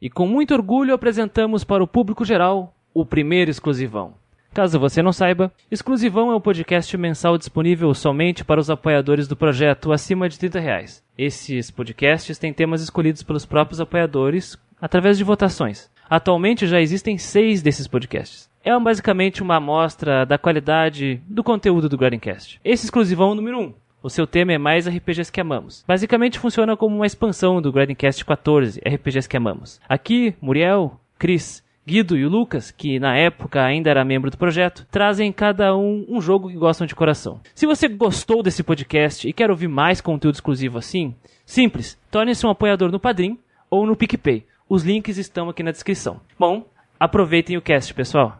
E com muito orgulho apresentamos para o público geral o primeiro Exclusivão. Caso você não saiba, Exclusivão é um podcast mensal disponível somente para os apoiadores do projeto acima de R$30. Esses podcasts têm temas escolhidos pelos próprios apoiadores através de votações. Atualmente já existem 6 desses podcasts. É basicamente uma amostra da qualidade do conteúdo do Grindcast. Esse Exclusivão número 1. O seu tema é mais RPGs que amamos. Basicamente funciona como uma expansão do Grindcast 14, RPGs que amamos. Aqui, Muriel, Cris, Guido e o Lucas, que na época ainda era membro do projeto, trazem cada um jogo que gostam de coração. Se você gostou desse podcast e quer ouvir mais conteúdo exclusivo assim, simples, torne-se um apoiador no Padrim ou no PicPay. Os links estão aqui na descrição. Bom, aproveitem o cast, pessoal.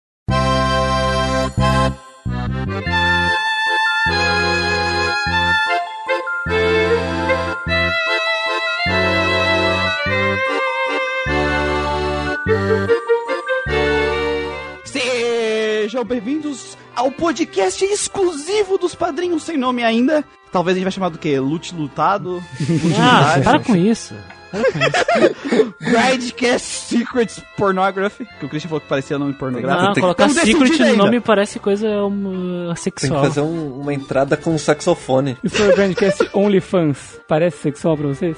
Sejam bem-vindos ao podcast exclusivo dos Padrinhos sem nome ainda. Talvez a gente vai chamar do quê? Lute Lutado? Para com isso. Grindcast Secrets Pornography. Que o Christian falou que parecia nome pornográfico. Não, colocar Secret no nome parece coisa sexual. Tem que fazer uma entrada com um saxofone. E for o Grindcast OnlyFans, parece sexual pra vocês?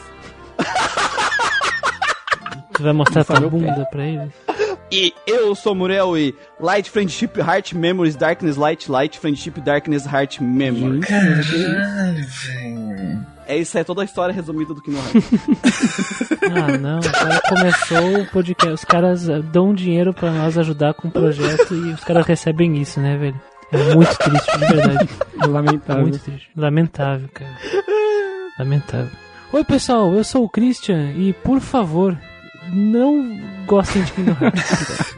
Tu vai mostrar tua bunda pra eles? E eu sou o Muriel e Light, Friendship, Heart, Memories, Darkness, Light, Light, Friendship, Darkness, Heart, Memories. Caralho, velho. É isso aí, toda a história resumida do Kingdom Hearts. Ah, não, o cara começou o podcast, os caras dão dinheiro pra nós ajudar com o projeto e os caras recebem isso, né, velho? É muito triste, de verdade. Lamentável. Muito triste. Lamentável, cara. Lamentável. Oi, pessoal, eu sou o Christian e, por favor, não gostem de Kingdom Hearts.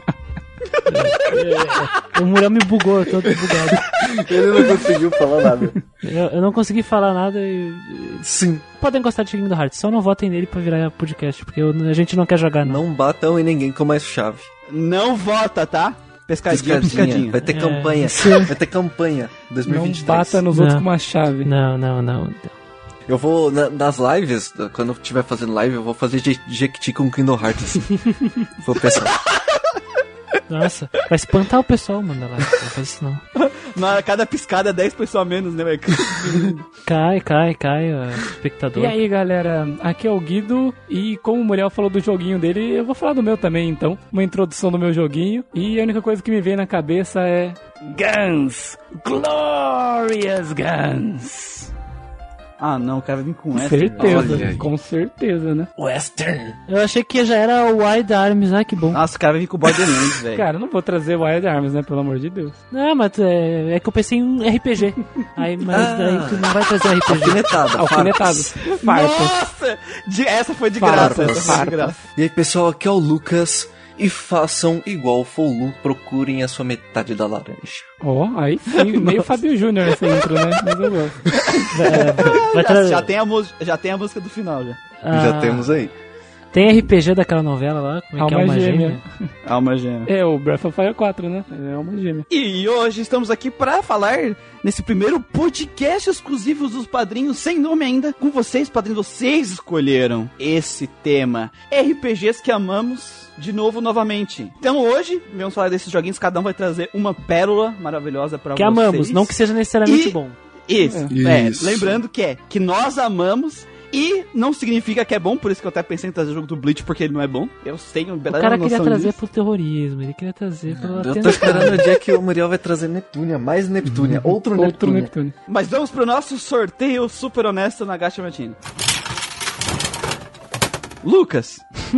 O Muriel me bugou, eu tô bugado. Ele não conseguiu falar nada. Eu não consegui falar nada e... Sim. Podem gostar de Kingdom Hearts, só não votem nele pra virar podcast, porque a gente não quer jogar, não. Não batam em ninguém com mais chave. Não vota, tá? Pescadinha. Vai ter campanha. Vai ter campanha 2023. Não bata nos outros com uma chave. Não. Eu vou, nas lives, quando eu estiver fazendo live, eu vou fazer Jequiti com Kingdom Hearts. Vou pensar. Nossa, vai espantar o pessoal, mano, da live. Não faz isso não. Cada piscada é 10 pessoas a menos, né, velho? Cai, ó, espectador. E aí, galera, aqui é o Guido e como o Muriel falou do joguinho dele, eu vou falar do meu também, então. Uma introdução do meu joguinho e a única coisa que me vem na cabeça é... Guns! Glorious Guns! Ah, não, o cara vai vir com essa. Certeza, com certeza, né? Western. Eu achei que já era o Wild Arms, que bom. Nossa, o cara vai vir com o Borderlands, velho. Cara, eu não vou trazer Wild Arms, né? Pelo amor de Deus. Não, mas é que eu pensei em um RPG. Aí tu não vai trazer RPG. Alfinetada. Nossa! Essa foi de graça. E aí, pessoal, aqui é o Lucas. E façam igual o Folu, procurem a sua metade da laranja. Aí sim, meio Fábio Júnior essa intro, né? Mas eu gosto. Já tem a música do final, já. Já temos aí. Tem RPG daquela novela lá? Como é que é? Alma Gêmea? Alma Gêmea. É o Breath of Fire 4, né? É Alma Gêmea. E hoje estamos aqui pra falar nesse primeiro podcast exclusivo dos Padrinhos, sem nome ainda, com vocês, Padrinhos. Vocês escolheram esse tema. RPGs que amamos. De novo, novamente. Então hoje, vamos falar desses joguinhos. Cada um vai trazer uma pérola maravilhosa pra que vocês. Que amamos, não que seja necessariamente bom. Isso. Lembrando que nós amamos e não significa que é bom. Por isso que eu até pensei em trazer o jogo do Bleach, porque ele não é bom. Eu tenho uma noção. O cara queria trazer pro terrorismo, ele queria trazer Eu tô esperando o dia que o Muriel vai trazer Neptunia, mais Neptunia, outro Neptunia. Mas vamos pro nosso sorteio super honesto na Gacha Matine. Lucas.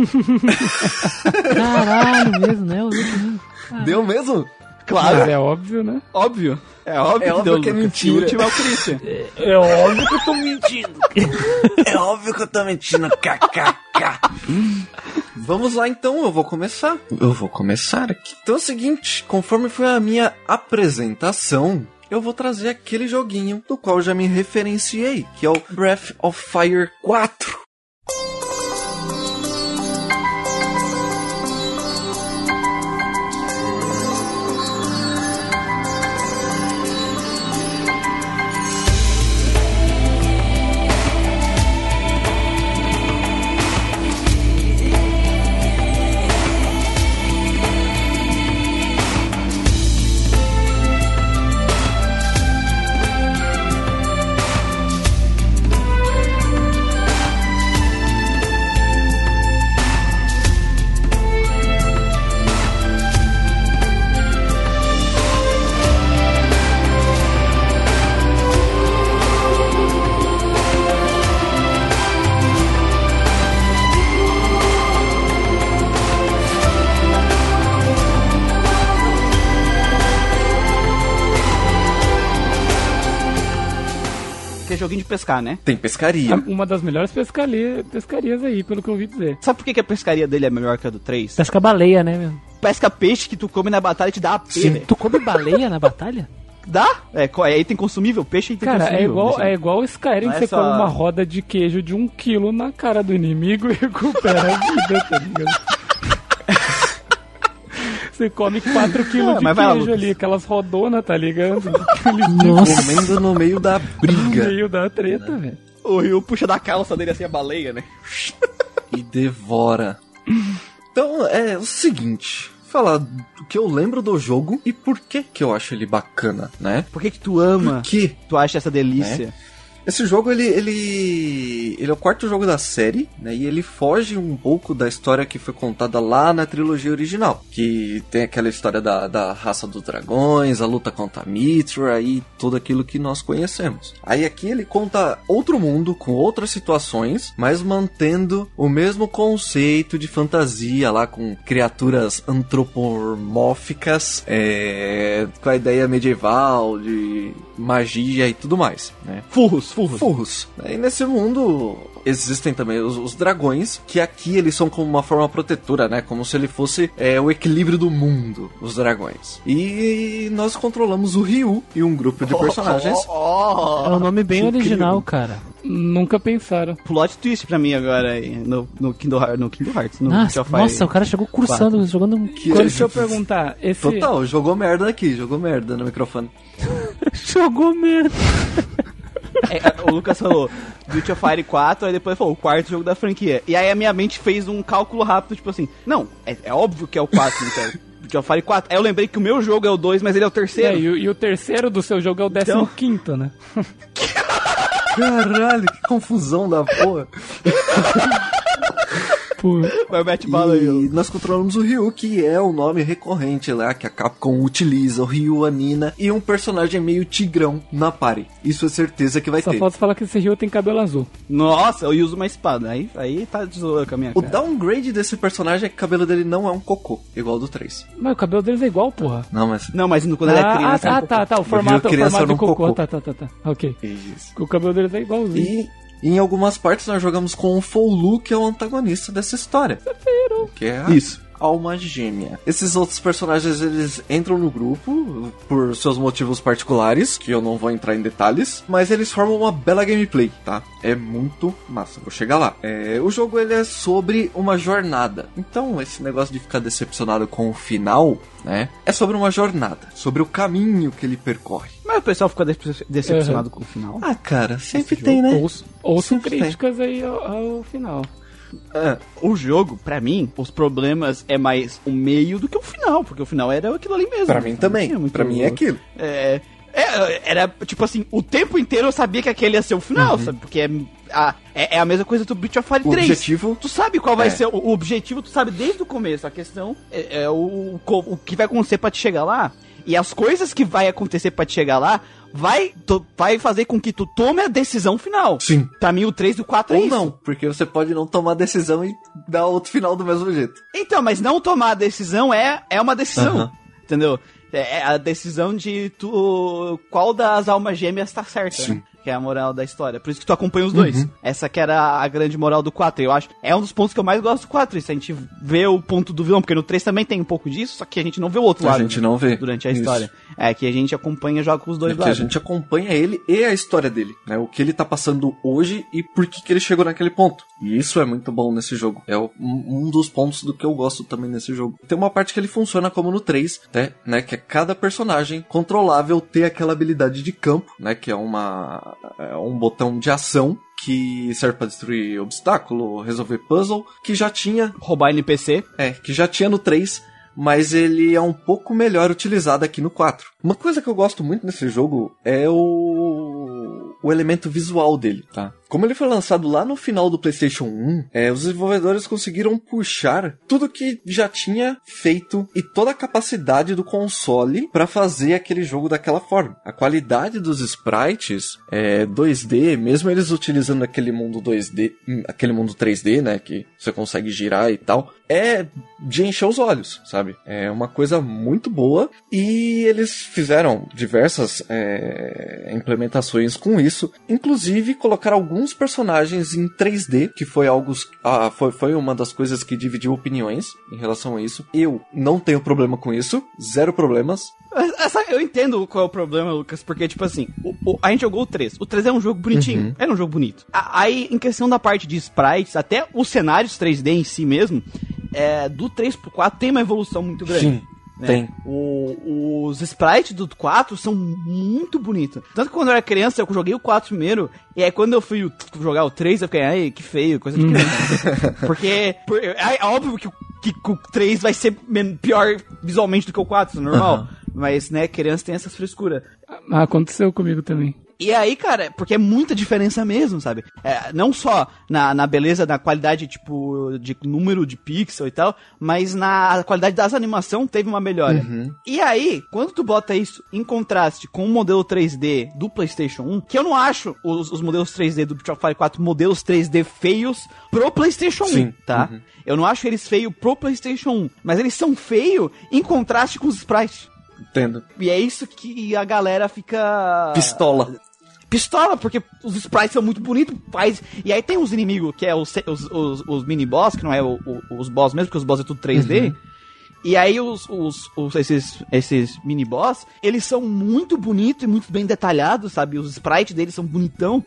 Caralho mesmo, né? O Lucas mesmo. Deu mesmo? Claro. Mas é óbvio, né? Óbvio. É óbvio que é mentira. O último é o Christian. É óbvio que eu tô mentindo. É óbvio que eu tô mentindo. KKK. Vamos lá então, eu vou começar aqui. Então é o seguinte, conforme foi a minha apresentação, eu vou trazer aquele joguinho do qual eu já me referenciei, que é o Breath of Fire 4. ter joguinho de pescar, né? Tem pescaria. Uma das melhores pescarias aí, pelo que eu ouvi dizer. Sabe por que a pescaria dele é melhor que a do 3? Pesca baleia, né, meu? Pesca peixe que tu come na batalha e te dá AP, velho. Tu come baleia na batalha? Dá? É item consumível, peixe e item Cara, consumível. é igual Skyrim, Não que é você só- come uma roda de queijo de 1 quilo na cara do inimigo e recupera a vida, tá ligado? Você come 4 quilos de mas vai lá, queijo Lucas. ali, aquelas rodonas, tá ligado? Comendo no meio da No briga. meio da treta, velho. O Ryu puxa da calça dele assim a baleia, né? E devora. Então, é o seguinte. Falar do que eu lembro do jogo e por que eu acho ele bacana, né? Por que tu ama? Que Tu acha essa delícia? esse jogo, ele é o 4º jogo da série, né? E ele foge um pouco da história que foi contada lá na trilogia original. Que tem aquela história da raça dos dragões, a luta contra a Mithra e tudo aquilo que nós conhecemos. Aí aqui ele conta outro mundo, com outras situações, mas mantendo o mesmo conceito de fantasia lá, com criaturas antropomórficas, com a ideia medieval, de magia e tudo mais, né? Furros. E nesse mundo existem também os dragões, que aqui eles são como uma forma protetora, né? Como se ele fosse o equilíbrio do mundo, os dragões. E nós controlamos o Ryu e um grupo de personagens. É um nome bem Incrível. original, cara. Nunca pensaram. Plot twist pra mim agora aí, no Kingdom Hearts. No Nossa, Age of Fire. nossa, o cara chegou cursando, jogando um... Deixa eu perguntar, esse... Total, jogou merda aqui, jogou merda no microfone. Jogou merda. O Lucas falou Age of Fire 4, aí depois falou o 4º jogo da franquia. E aí a minha mente fez um cálculo rápido, tipo assim, não, é óbvio que é o 4, então. Age of Fire 4. Aí eu lembrei que o meu jogo é o 2, mas ele é o terceiro. e o terceiro do seu jogo é o 15º, né? Caralho, que confusão da porra. Pô, Vai o Matt Bala aí. E nós controlamos o Ryu, que é o nome recorrente lá que a Capcom utiliza, o Ryu, a Nina, e um personagem meio tigrão na party. Isso é certeza que vai só ter. falta falar que esse Ryu tem cabelo azul. Nossa, eu uso uma espada. Aí tá de zoa com a minha O cara. downgrade desse personagem é que o cabelo dele não é um cocô, igual ao do 3. Mas o cabelo deles é igual, porra. Não, mas... Não, mas quando ele é criança... é um pouco- tá, o formato criança de no cocô. cocô. Tá. Ok. Isso. O cabelo deles é igualzinho. E em algumas partes nós jogamos com o Foulu, que é o antagonista dessa história. Que é a Isso. alma gêmea. Esses outros personagens, eles entram no grupo por seus motivos particulares, que eu não vou entrar em detalhes, mas eles formam uma bela gameplay, tá? É muito massa, vou chegar lá. O jogo, ele é sobre uma jornada. Então, esse negócio de ficar decepcionado com o final, né? É sobre uma jornada, sobre o caminho que ele percorre. Mas o pessoal ficou decepcionado com o final. Ah, cara, sempre tem, né? Ouçam Sempre críticas aí ao final. O jogo, pra mim, os problemas é mais o meio do que o final, porque o final era aquilo ali mesmo. Pra mim também. Não tinha muito- Pra mim é aquilo. Era tipo assim, o tempo inteiro eu sabia que aquele ia ser o final, sabe? Porque é a mesma coisa do Breath of Fire 3. O objetivo... Tu sabe qual vai É. ser o objetivo, tu sabe desde o começo. A questão é o que vai acontecer pra te chegar lá. E as coisas que vai acontecer pra te chegar lá vai fazer com que tu tome a decisão final. Sim. Pra mim, o 3 e o 4 é Ou isso. não, porque você pode não tomar decisão e dar outro final do mesmo jeito. Então, mas não tomar a decisão é uma decisão. Aham. Entendeu? É a decisão de qual das almas gêmeas tá certa, Sim. né? Que é a moral da história. Por isso que tu acompanha os dois. Essa que era a grande moral do 4. Eu acho. É um dos pontos que eu mais gosto do 4. Isso a gente vê o ponto do vilão, porque no 3 também tem um pouco disso, só que a gente não vê o outro A lado. gente não vê. Durante a Isso. história. É que a gente acompanha e joga com os dois É que a lados. gente acompanha ele e a história dele, né? O que ele tá passando hoje e por que ele chegou naquele ponto. E isso é muito bom nesse jogo. É um dos pontos do que eu gosto também nesse jogo. Tem uma parte que ele funciona como no 3, né? Que é cada personagem controlável ter aquela habilidade de campo, né? Que é um botão de ação que serve pra destruir obstáculo, resolver puzzle, que já tinha Roubar NPC. que já tinha no 3, mas ele é um pouco melhor utilizado aqui no 4. Uma coisa que eu gosto muito nesse jogo é o elemento visual dele, tá? como ele foi lançado lá no final do PlayStation 1, os desenvolvedores conseguiram puxar tudo que já tinha feito e toda a capacidade do console pra fazer aquele jogo daquela forma. A qualidade dos sprites 2D, mesmo eles utilizando aquele mundo 2D, aquele mundo 3D, né, que você consegue girar e tal, é de encher os olhos, sabe? É uma coisa muito boa e eles fizeram diversas implementações com isso, inclusive colocar alguns personagens em 3D, que foi foi uma das coisas que dividiu opiniões em relação a isso. Eu não tenho problema com isso, zero problemas. Eu entendo qual é o problema, Lucas, porque, tipo assim, a gente jogou o 3. O 3 é um jogo bonitinho, era um jogo bonito. Aí, em questão da parte de sprites, até os cenários 3D em si mesmo, do 3 pro 4 tem uma evolução muito grande. Sim. Né? Tem. Os sprites do 4 são muito bonitos. Tanto que quando eu era criança, eu joguei o 4 primeiro, e aí quando eu fui jogar o 3, eu fiquei, ai, que feio, coisa de criança. Porque é óbvio que o 3 vai ser pior visualmente do que o 4, normal. Mas, né, criança tem essas frescuras. Aconteceu comigo também. E aí, cara, porque é muita diferença mesmo, sabe? Não só na beleza, na qualidade, tipo, de número de pixel e tal, mas na qualidade das animações teve uma melhora. E aí, quando tu bota isso em contraste com o modelo 3D do PlayStation 1, que eu não acho os modelos 3D do Breath of Fire 4 modelos 3D feios pro PlayStation 1, tá? Eu não acho eles feios pro PlayStation 1, mas eles são feios em contraste com os sprites. Entendo. E é isso que a galera fica... Pistola, porque os sprites são muito bonitos, e aí tem os inimigos, que é os mini-boss, que não é os boss mesmo, porque os boss é tudo 3D, e aí esses mini-boss, eles são muito bonitos e muito bem detalhados, sabe? Os sprites deles são bonitão.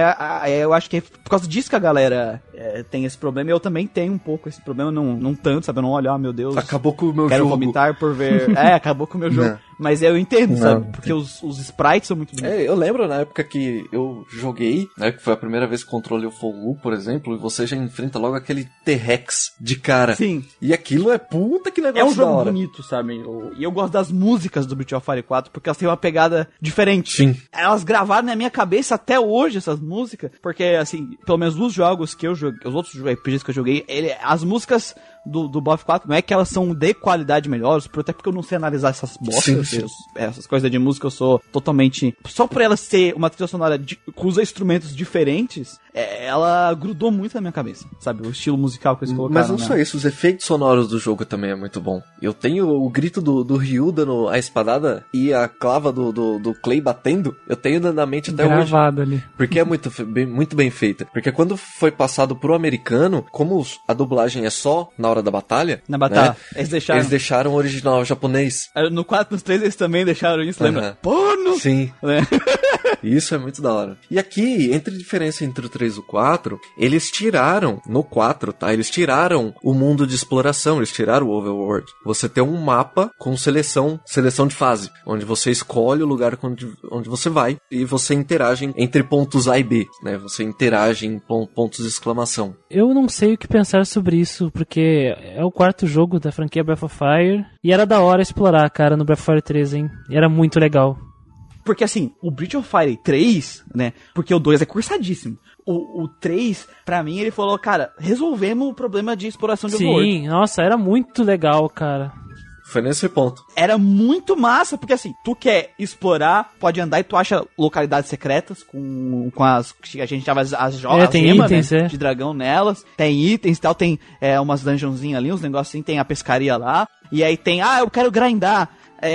Eu acho que é por causa disso que a galera tem esse problema. Eu também tenho um pouco esse problema, não tanto, sabe? Eu não olho, meu Deus. Acabou com o meu quero jogo. Quero vomitar por ver. Acabou com o meu jogo. Não. Mas eu entendo, sabe? Porque os sprites são muito bonitos. Eu lembro na época que eu joguei, né? Que foi a primeira vez que controlei o Folu, por exemplo, e você já enfrenta logo aquele T-Rex de cara. Sim. E aquilo é puta que negócio. É um jogo bonito, sabe? E eu gosto das músicas do Breath of Fire 4, porque elas têm uma pegada diferente. Sim. Elas gravaram na minha cabeça até hoje, essas músicas, porque, assim, pelo menos os jogos que eu joguei, os outros RPGs que eu joguei, as músicas do BoF 4, não é que elas são de qualidade melhor, até porque eu não sei analisar essas bostas, essas coisas de música, eu sou totalmente... Só por ela ser uma trilha sonora que usa instrumentos diferentes, ela grudou muito na minha cabeça, sabe? O estilo musical que eles colocaram. Mas não só isso, os efeitos sonoros do jogo também é muito bom. Eu tenho o grito do Ryu dando a espadada e a clava do Clay batendo, eu tenho na mente até hoje. Gravado ali. Porque é muito bem feita. Porque quando foi passado pro americano, como a dublagem é só na hora da batalha... Na batalha, né, eles deixaram o original japonês. No 4, nos 3 eles também deixaram isso, lembra? Porno! Sim. Né? Isso é muito da hora. E aqui, entre a diferença entre o 3 e o 4, eles tiraram, no 4, tá? Eles tiraram o mundo de exploração, eles tiraram o overworld. Você tem um mapa com seleção de fase, onde você escolhe o lugar onde você vai e você interage entre pontos A e B, né? Você interage em pontos de exclamação. Eu não sei o que pensar sobre isso, porque é o quarto jogo da franquia Breath of Fire, e era da hora explorar, cara, no Breath of Fire 3, hein? E era muito legal. Porque assim, o Breath of Fire 3, né, porque o 2 é cursadíssimo. O 3, pra mim, ele falou, cara, resolvemos o problema de exploração de overworld. Sim, nossa, era muito legal, cara. Foi nesse ponto. Era muito massa, porque assim, tu quer explorar, pode andar e tu acha localidades secretas com as... A gente tava as jogas, tem itens, né, de dragão nelas. Tem itens e tal, tem umas dungeonzinhas ali, uns negocinhos assim, tem a pescaria lá. E aí tem, eu quero grindar.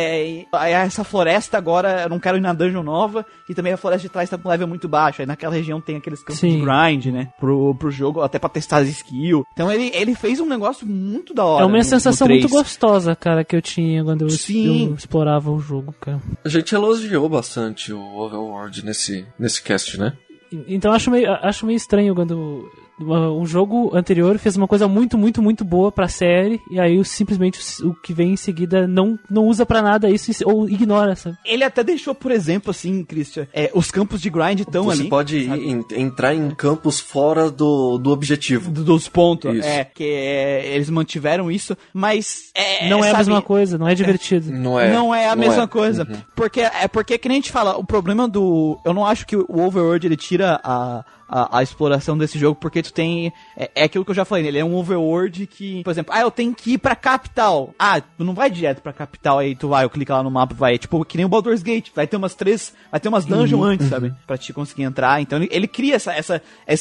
Essa floresta agora, eu não quero ir na dungeon nova, e também a floresta de trás tá com level muito baixo, aí naquela região tem aqueles campos de grind, né, pro jogo, até pra testar as skills. Então ele fez um negócio muito da hora. É uma sensação muito gostosa, cara, que eu tinha quando eu explorava o jogo, cara. A gente elogiou bastante o Overworld nesse cast, né? Então acho meio estranho quando um jogo anterior fez uma coisa muito, muito, muito boa pra série, e aí simplesmente o que vem em seguida não usa pra nada isso, ou ignora, sabe? Ele até deixou, por exemplo, assim, Christian, os campos de grind estão ali. Você pode entrar em campos fora do objetivo. Dos pontos. Isso. Eles mantiveram isso, mas... não é a mesma coisa, não é divertido. Não é a mesma coisa. Uhum. Porque que nem a gente fala, o problema eu não acho que o Overworld, ele tira a exploração desse jogo, porque tu tem... É aquilo que eu já falei, né? Ele é um overworld que, por exemplo, eu tenho que ir pra capital. Tu não vai direto pra capital, aí tu vai, eu clico lá no mapa, vai, tipo, que nem o Baldur's Gate, vai ter umas dungeons antes, sabe? Pra te conseguir entrar. Então ele cria essa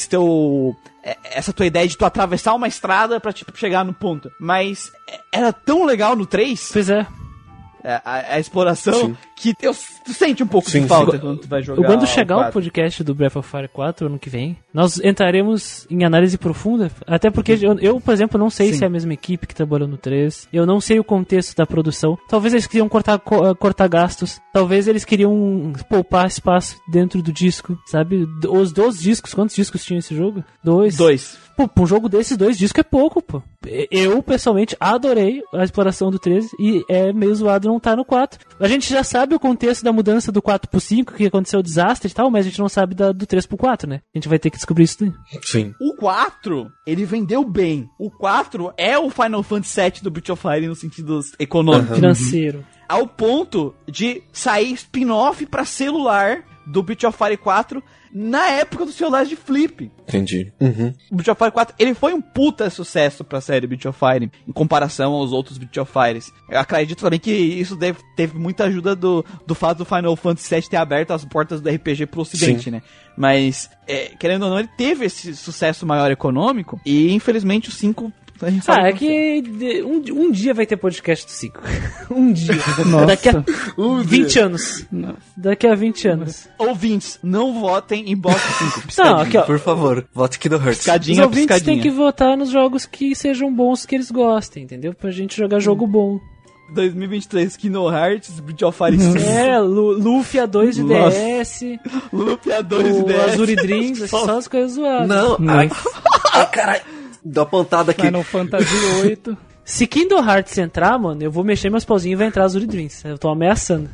tua ideia de tu atravessar uma estrada pra, tipo, chegar no ponto. Mas era tão legal no 3... Pois é. A exploração, que tu sente um pouco de falta quando tu vai jogar. Quando chegar o podcast do Breath of Fire 4 ano que vem, nós entraremos em análise profunda, até porque eu, por exemplo, não sei se é a mesma equipe que trabalhou no 3, eu não sei o contexto da produção, talvez eles queriam cortar gastos, talvez eles queriam poupar espaço dentro do disco, sabe? Os 2 discos, quantos discos tinha esse jogo? 2. Pô, pra um jogo desses 2 discos é pouco, pô. Eu, pessoalmente, adorei a exploração do 13 e é meio zoado não tá no 4. A gente já sabe o contexto da mudança do 4 pro 5, que aconteceu o desastre e tal, mas a gente não sabe do 3 pro 4, né? A gente vai ter que descobrir isso daí. Sim. O 4, ele vendeu bem. O 4 é o Final Fantasy VII do Breath of Fire no sentido econômico. Financeiro. Ao ponto de sair spin-off pra celular do Breath of Fire 4 na época dos celulares de flip. Entendi. O Breath of Fire 4, ele foi um puta sucesso pra série Breath of Fire, em comparação aos outros Breath of Fires. Eu acredito também que isso teve muita ajuda do fato do Final Fantasy VII ter aberto as portas do RPG pro ocidente, né? Mas, querendo ou não, ele teve esse sucesso maior econômico, e infelizmente o 5... é que um dia vai ter podcast do 5. Um dia. Nossa. Daqui a 20 anos. Nossa. Daqui a 20 anos. Ouvintes, não votem em Boss 5. Não, aqui, ó. Por favor, vote aqui no Hurts. Piscadinha, Os ouvintes piscadinha. têm que votar nos jogos que sejam bons, que eles gostem, entendeu? Pra gente jogar jogo bom. 2023, Kingdom Hearts, Breath of Fire 5. Luffy A2 de Nossa. DS. Luffy A2 de O DS. Azuri Dreams, só as coisas zoadas. Não, ai, caralho. Dá uma pontada aqui. Final Fantasy 8. Se Kingdom Hearts entrar, mano, eu vou mexer meus pauzinhos e vai entrar Azuri Dreams. Eu tô ameaçando.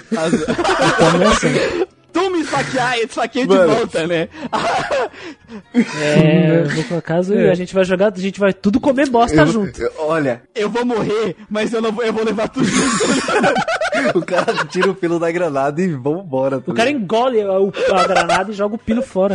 Tu me esfaqueia de volta, né? Eu vou colocar Azuri, a gente vai jogar, a gente vai tudo comer bosta junto. Olha, Eu vou morrer, mas eu vou levar tudo junto. o cara tira o pelo da granada e vambora. O cara engole a granada e joga o pino fora.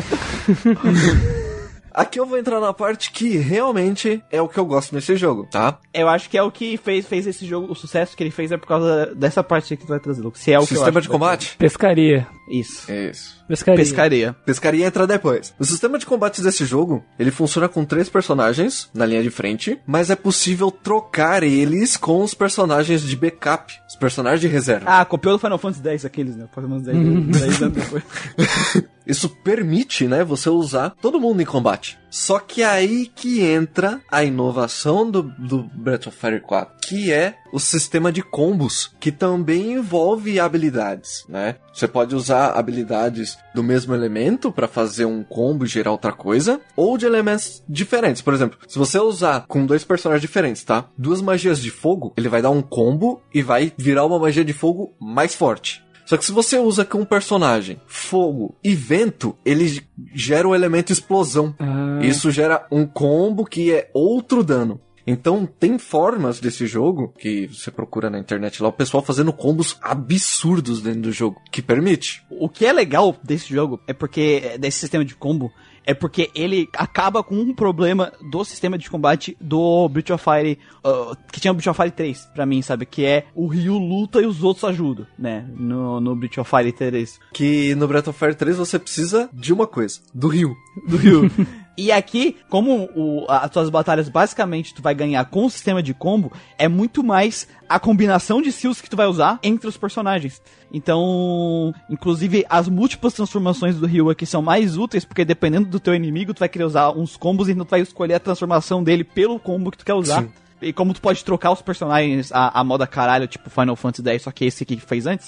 Aqui eu vou entrar na parte que realmente é o que eu gosto nesse jogo, tá? Eu acho que é o que fez esse jogo, o sucesso que ele fez é por causa dessa parte que tu vai trazer, Lucas. Se é o Sistema que de combate? Pescaria. Isso. Isso. Pescaria. Pescaria entra depois. O sistema de combate desse jogo, ele funciona com 3 personagens na linha de frente, mas é possível trocar eles com os personagens de backup, os personagens de reserva. Copiou do Final Fantasy X aqueles, né? Final Fantasy 10 anos depois. Isso permite, né, você usar todo mundo em combate. Só que aí que entra a inovação do Breath of Fire 4, que é o sistema de combos, que também envolve habilidades, né? Você pode usar habilidades do mesmo elemento para fazer um combo e gerar outra coisa, ou de elementos diferentes. Por exemplo, se você usar com 2 personagens diferentes, tá? 2 magias de fogo, ele vai dar um combo e vai virar uma magia de fogo mais forte. Só que se você usa com um personagem fogo e vento, ele gera o elemento explosão. Isso gera um combo que é outro dano. Então tem formas desse jogo, que você procura na internet lá, o pessoal fazendo combos absurdos dentro do jogo, que permite. O que é legal desse jogo é porque, desse sistema de combo, é porque ele acaba com um problema do sistema de combate do Breath of Fire, que tinha o Breath of Fire 3, pra mim, sabe? Que é o Ryu luta e os outros ajudam, né? No Breath of Fire 3. Que no Breath of Fire 3 você precisa de uma coisa, do Ryu. Do Ryu. E aqui, como as tuas batalhas basicamente tu vai ganhar com o sistema de combo, é muito mais a combinação de skills que tu vai usar entre os personagens. Então, inclusive, as múltiplas transformações do Ryu aqui são mais úteis, porque dependendo do teu inimigo, tu vai querer usar uns combos e tu vai escolher a transformação dele pelo combo que tu quer usar. Sim. E como tu pode trocar os personagens a moda caralho, tipo Final Fantasy X, só que esse aqui que fez antes,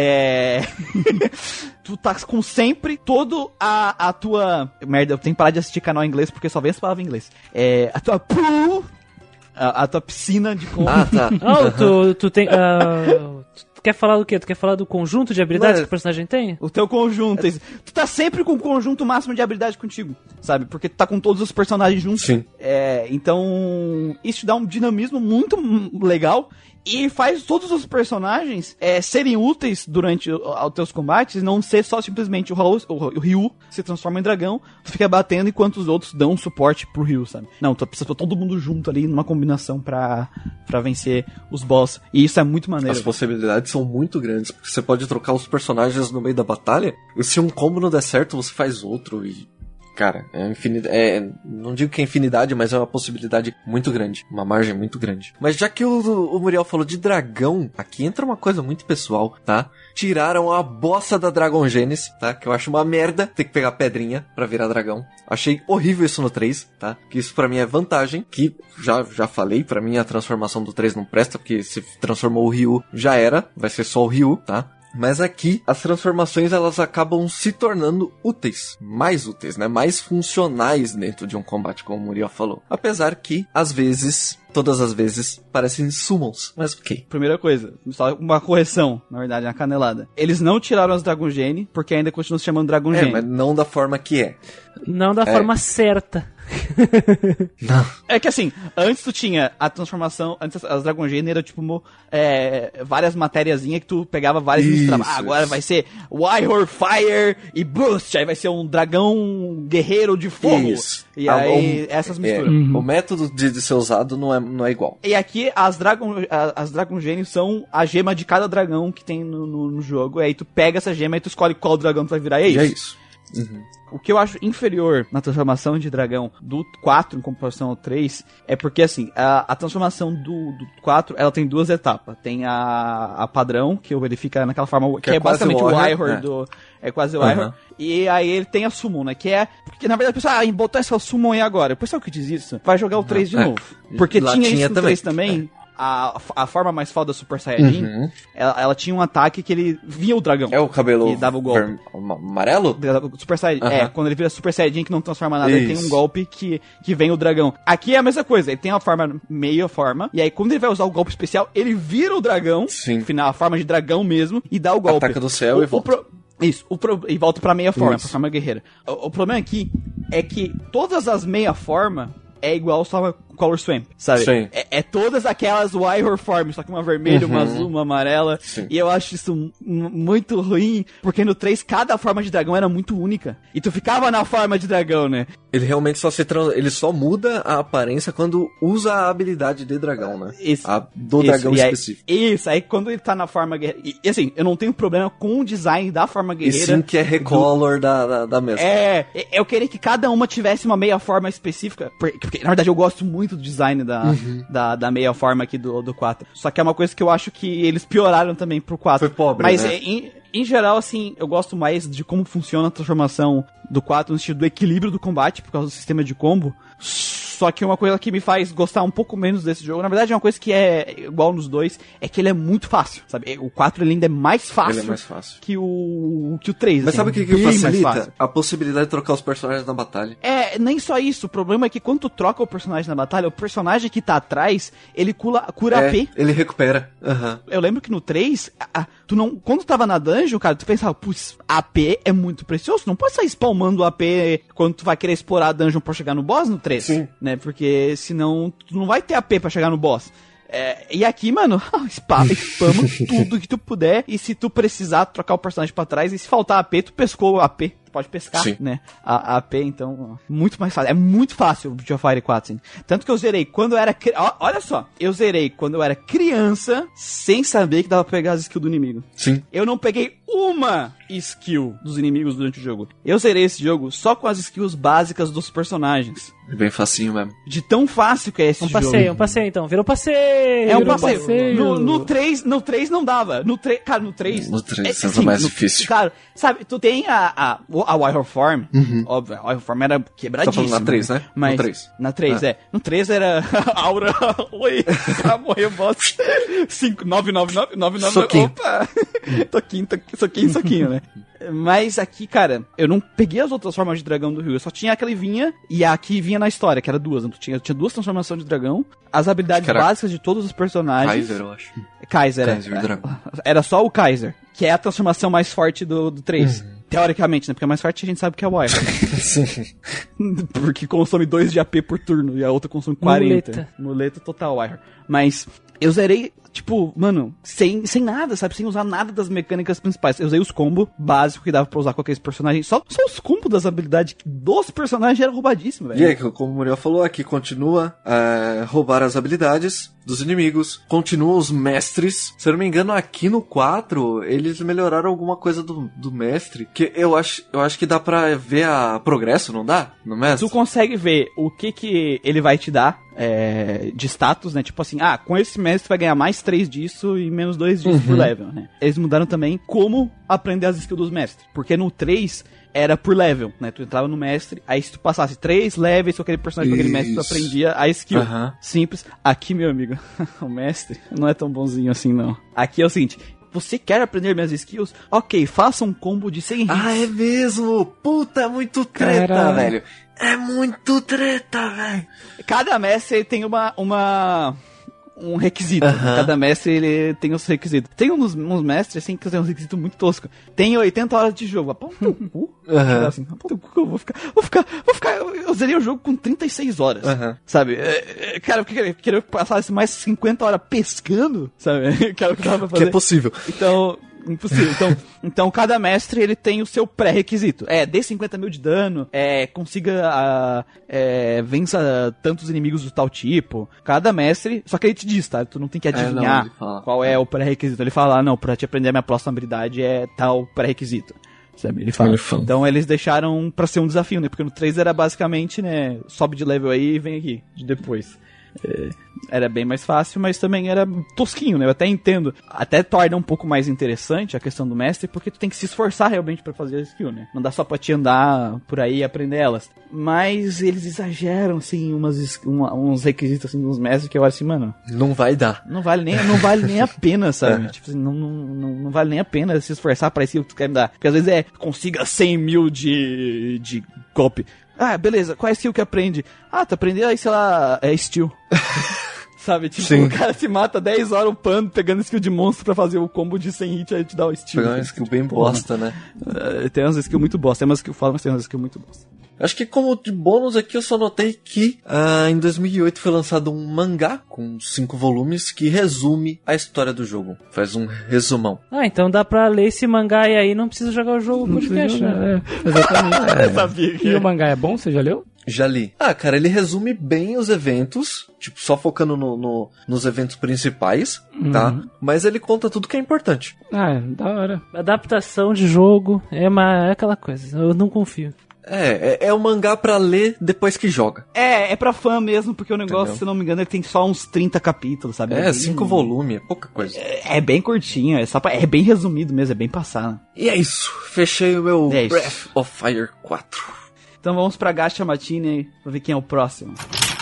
tu tá com sempre todo a tua... Merda, eu tenho que parar de assistir canal em inglês, porque só vem essa palavra em inglês. A tua pool... A tua piscina de combo. Tá. Tu tem... Tu quer falar do quê? Tu quer falar do conjunto de habilidades que o personagem tem? O teu conjunto. Tu tá sempre com o conjunto máximo de habilidade contigo, sabe? Porque tu tá com todos os personagens juntos. Sim. Então, isso te dá um dinamismo muito legal e faz todos os personagens serem úteis durante os teus combates e não ser só simplesmente o Ryu se transforma em dragão, tu fica batendo enquanto os outros dão suporte pro Ryu, sabe? Não, tu precisa todo mundo junto ali numa combinação pra vencer os boss. E isso é muito maneiro. As possibilidades são muito grandes, porque você pode trocar os personagens no meio da batalha, e se um combo não der certo, você faz outro e... Cara, não digo que é infinidade, mas é uma possibilidade muito grande. Uma margem muito grande. Mas já que o Muriel falou de dragão, aqui entra uma coisa muito pessoal, tá? Tiraram a bossa da Dragon Genesis, tá? Que eu acho uma merda ter que pegar pedrinha pra virar dragão. Achei horrível isso no 3, tá? Que isso pra mim é vantagem, que já falei, pra mim a transformação do 3 não presta, porque se transformou o Ryu, já era, vai ser só o Ryu, tá? Mas aqui, as transformações, elas acabam se tornando úteis, né? Mais funcionais dentro de um combate, como o Muriel falou. Apesar que, às vezes, todas as vezes, parecem summons. Mas ok. Primeira coisa, só uma correção, na verdade, uma canelada. Eles não tiraram as Dragon Gene, porque ainda continuam se chamando Dragon Gene. Mas não da forma que é. Não da forma certa. Não. É que assim, antes tu tinha a transformação, antes as Dragon Gene era tipo várias matériazinhas que tu pegava várias e misturava. Agora vai ser Warrior Fire e Boost, aí vai ser um dragão guerreiro de fogo. Isso. E aí essas misturas. O método de ser usado não é igual. E aqui as Dragon Gene são a gema de cada dragão que tem no jogo. Aí tu pega essa gema e tu escolhe qual dragão tu vai virar. E é isso. Uhum. O que eu acho inferior na transformação de dragão do 4 em comparação ao 3 é porque, assim, a transformação do 4, ela tem duas etapas. Tem a padrão, que ele fica naquela forma, que é basicamente o Warrior é quase o Warrior. E aí ele tem a Summon, né? Que é... Porque, na verdade, o pessoal, botou essa Summon aí agora. O pessoal que diz isso vai jogar o 3 de novo. Porque tinha isso no 3 também. A forma mais foda do Super Saiyajin, ela tinha um ataque que ele via o dragão. É o cabelo que dava o golpe. Amarelo? Super Saiyajin. Quando ele vira Super Saiyajin que não transforma nada, ele tem um golpe que vem o dragão. Aqui é a mesma coisa, ele tem uma forma, meia forma, e aí quando ele vai usar o golpe especial, ele vira o dragão, final, a forma de dragão mesmo, e dá o golpe. Ataca do céu e volta. E volta pra meia forma, pra forma guerreira. O problema aqui é que todas as meia forma é igual só Color Swamp, sabe? Sim. É todas aquelas Warrior Forms, só que uma vermelha, uma azul, uma amarela. Sim. E eu acho isso muito ruim, porque no 3 cada forma de dragão era muito única. E tu ficava na forma de dragão, né? Ele realmente ele só muda a aparência quando usa a habilidade de dragão, né? Dragão específico. Aí quando ele tá na forma guerreira... E assim, eu não tenho problema com o design da forma guerreira. E sim que é recolor da mesma. Eu queria que cada uma tivesse uma meia forma específica, porque na verdade eu gosto muito do design da meia forma aqui do 4. Só que é uma coisa que eu acho que eles pioraram também pro 4. Foi pobre, mas, né? Em geral, assim, eu gosto mais de como funciona a transformação do 4 no sentido do equilíbrio do combate, por causa do sistema de combo. Só que uma coisa que me faz gostar um pouco menos desse jogo, na verdade é uma coisa que é igual nos dois, é que ele é muito fácil, sabe? O 4 ele ainda é mais fácil, que o 3. Mas assim, sabe o que facilita? A possibilidade de trocar os personagens na batalha. Nem só isso. O problema é que quando tu troca o personagem na batalha, o personagem que tá atrás, ele cura AP. Ele recupera. Eu lembro que no 3, quando tu tava na dungeon, cara, tu pensava, putz, AP é muito precioso, não pode sair spamando AP quando tu vai querer explorar a dungeon pra chegar no boss no 3. Sim. Né? Porque senão tu não vai ter AP pra chegar no boss. E aqui, mano, spama tudo que tu puder. E se tu precisar trocar o personagem pra trás, e se faltar AP, tu pescou o AP. Tu pode pescar, né? A AP, então, muito mais fácil. É muito fácil o Breath of Fire 4, assim. Tanto que eu zerei quando eu era... Olha só, eu zerei quando eu era criança, sem saber que dava pra pegar as skills do inimigo. Sim. Eu não peguei uma skill dos inimigos durante o jogo. Eu zerei esse jogo só com as skills básicas dos personagens. É bem facinho mesmo. De tão fácil que é esse jogo. Um passeio então. Virou passeio. É um passeio. No 3 não dava. No 3 é mais difícil. Cara, sabe, tu tem a Warrior Form. Óbvio, a Warrior Form era quebradíssima. Tá falando na 3, né? Mas, no 3. Na 3, No 3 era Aura. Oi, o cara morreu, boss. 999. Soquinho. Opa! Soquinho, né? Mas aqui, cara, eu não peguei as outras formas de dragão do Ryu. Eu só tinha aquela que vinha, e a que vinha na história, que era duas. Eu tinha duas transformações de dragão. As habilidades básicas de todos os personagens. Kaiser, eu acho. Kaiser, Dragão. Era só o Kaiser, que é a transformação mais forte do 3. Teoricamente, né? Porque a mais forte a gente sabe que é o Wire. Sim. Porque consome 2 de AP por turno e a outra consome 40. Muleta total, Wire. Mas eu zerei, tipo, mano, sem nada, sabe? Sem usar nada das mecânicas principais. Eu usei os combos básicos que dava pra usar com aqueles personagens. Só os combos das habilidades dos personagens eram roubadíssimos, velho. E aí, como o Muriel falou, aqui continua roubar as habilidades dos inimigos, continuam os mestres. Se eu não me engano, aqui no 4, eles melhoraram alguma coisa do mestre, que eu acho que dá pra ver a progresso, não dá? No mestre? Tu consegue ver o que ele vai te dar de status, né? Tipo assim, com esse mestre tu vai ganhar mais 3 disso e menos 2 disso por level, né? Eles mudaram também como aprender as skills dos mestres, porque no 3 era por level, né? Tu entrava no mestre, aí se tu passasse 3 levels com aquele personagem, com aquele mestre, tu aprendia a skill. Simples. Aqui, meu amigo, o mestre não é tão bonzinho assim, não. Aqui é o seguinte: você quer aprender minhas skills? Ok, faça um combo de 100 hits. Ah, é mesmo? Puta, é muito treta, velho. É muito treta, velho. Cada mestre tem um requisito. Cada mestre ele tem os requisitos. Tem uns mestres assim que tem uns requisitos muito toscos. Tem 80 horas de jogo. Pô, teu cu. Assim, pô, teu cu que eu vou ficar. Eu zerei o jogo com 36 horas. Sabe? Cara, eu queria passar mais 50 horas pescando, sabe? Que era o que dava pra fazer. Que é possível. Então, impossível. Então cada mestre ele tem o seu pré-requisito. Dê 50 mil de dano, consiga vença tantos inimigos do tal tipo. Cada mestre, só que ele te diz, tá? Tu não tem que adivinhar qual é o pré-requisito. Ele fala, não, pra te aprender a minha próxima habilidade é tal pré-requisito. Sabe? Ele fala. Então eles deixaram pra ser um desafio, né? Porque no 3 era basicamente, né? Sobe de level aí e vem aqui, de depois. Era bem mais fácil, mas também era tosquinho, né? Eu até entendo. Até torna um pouco mais interessante a questão do mestre, porque tu tem que se esforçar realmente pra fazer a skill, né? Não dá só pra te andar por aí e aprender elas. Mas eles exageram, assim, uns requisitos, assim, dos mestres que eu acho assim, mano... Não vai dar. Não vale nem a pena, sabe? Tipo assim, não vale nem a pena se esforçar pra skill que tu quer me dar. Porque às vezes consiga 100 mil de golpe. Beleza, qual é a skill que aprende? Tu aprendeu aí, sei lá, steel. Sabe, tipo, sim. O cara se mata 10 horas upando, pegando skill de monstro pra fazer o combo de 100 hits, aí te dá o steel. Pegar uma skill bem bosta, né? Tem umas skills muito bosta, tem umas skill foda, mas tem umas skills muito bosta. Acho que como de bônus aqui eu só notei que em 2008 foi lançado um mangá com 5 volumes que resume a história do jogo. Faz um resumão. Então dá pra ler esse mangá e aí não precisa jogar o jogo podcast, né? Exatamente. Eu sabia que... E o mangá é bom? Você já leu? Já li. Cara, ele resume bem os eventos, tipo, só focando nos eventos principais, tá? Mas ele conta tudo que é importante. Da hora. Adaptação de jogo é aquela coisa, eu não confio. É um mangá pra ler depois que joga. É pra fã mesmo, porque o negócio, entendeu? Se não me engano, ele tem só uns 30 capítulos, sabe? 5 volumes, é pouca coisa. É bem curtinho, é bem resumido mesmo, é bem passado. E é isso, fechei o meu Breath of Fire 4. Então vamos pra Gacha Matine pra ver quem é o próximo.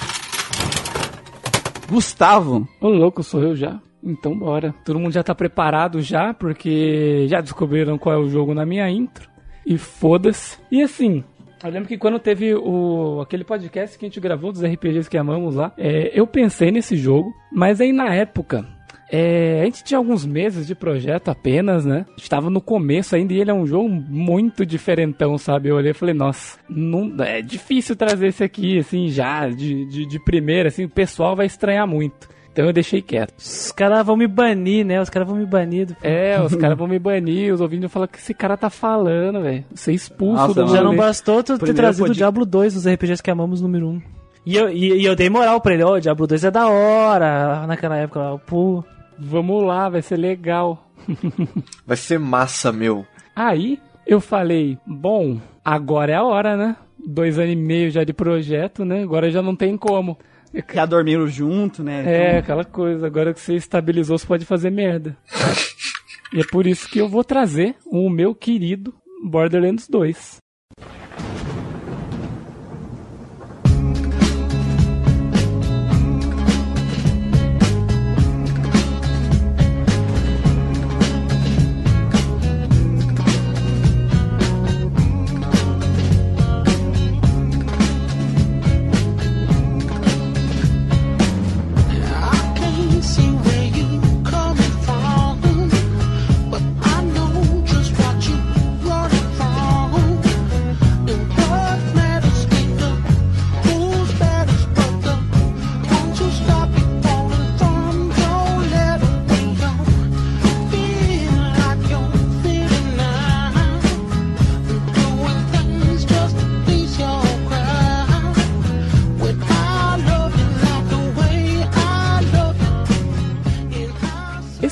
Gustavo. Ô louco, sou eu já. Então bora. Todo mundo já tá preparado já, porque já descobriram qual é o jogo na minha intro. E foda-se. E assim, eu lembro que quando teve aquele podcast que a gente gravou dos RPGs que amamos lá, eu pensei nesse jogo, mas aí na época... a gente tinha alguns meses de projeto apenas, né? A gente tava no começo ainda e ele é um jogo muito diferentão, sabe? Eu olhei e falei, nossa, é difícil trazer esse aqui, assim, já, de primeira, assim, o pessoal vai estranhar muito. Então eu deixei quieto. Os caras vão me banir, né? Os caras vão me banir. Os caras vão me banir, os ouvintes vão falar que esse cara tá falando, velho. Você expulso do já não bastou tu ter trazido o Diablo 2 dos RPGs que amamos número 1. E eu dei moral pra ele, o Diablo 2 é da hora, naquela época lá, pô... Vamos lá, vai ser legal. Vai ser massa, meu. Aí eu falei, bom, agora é a hora, né? 2 anos e meio já de projeto, né? Agora já não tem como. Já dormiram junto, né? Então... aquela coisa. Agora que você estabilizou, você pode fazer merda. E é por isso que eu vou trazer o meu querido Borderlands 2.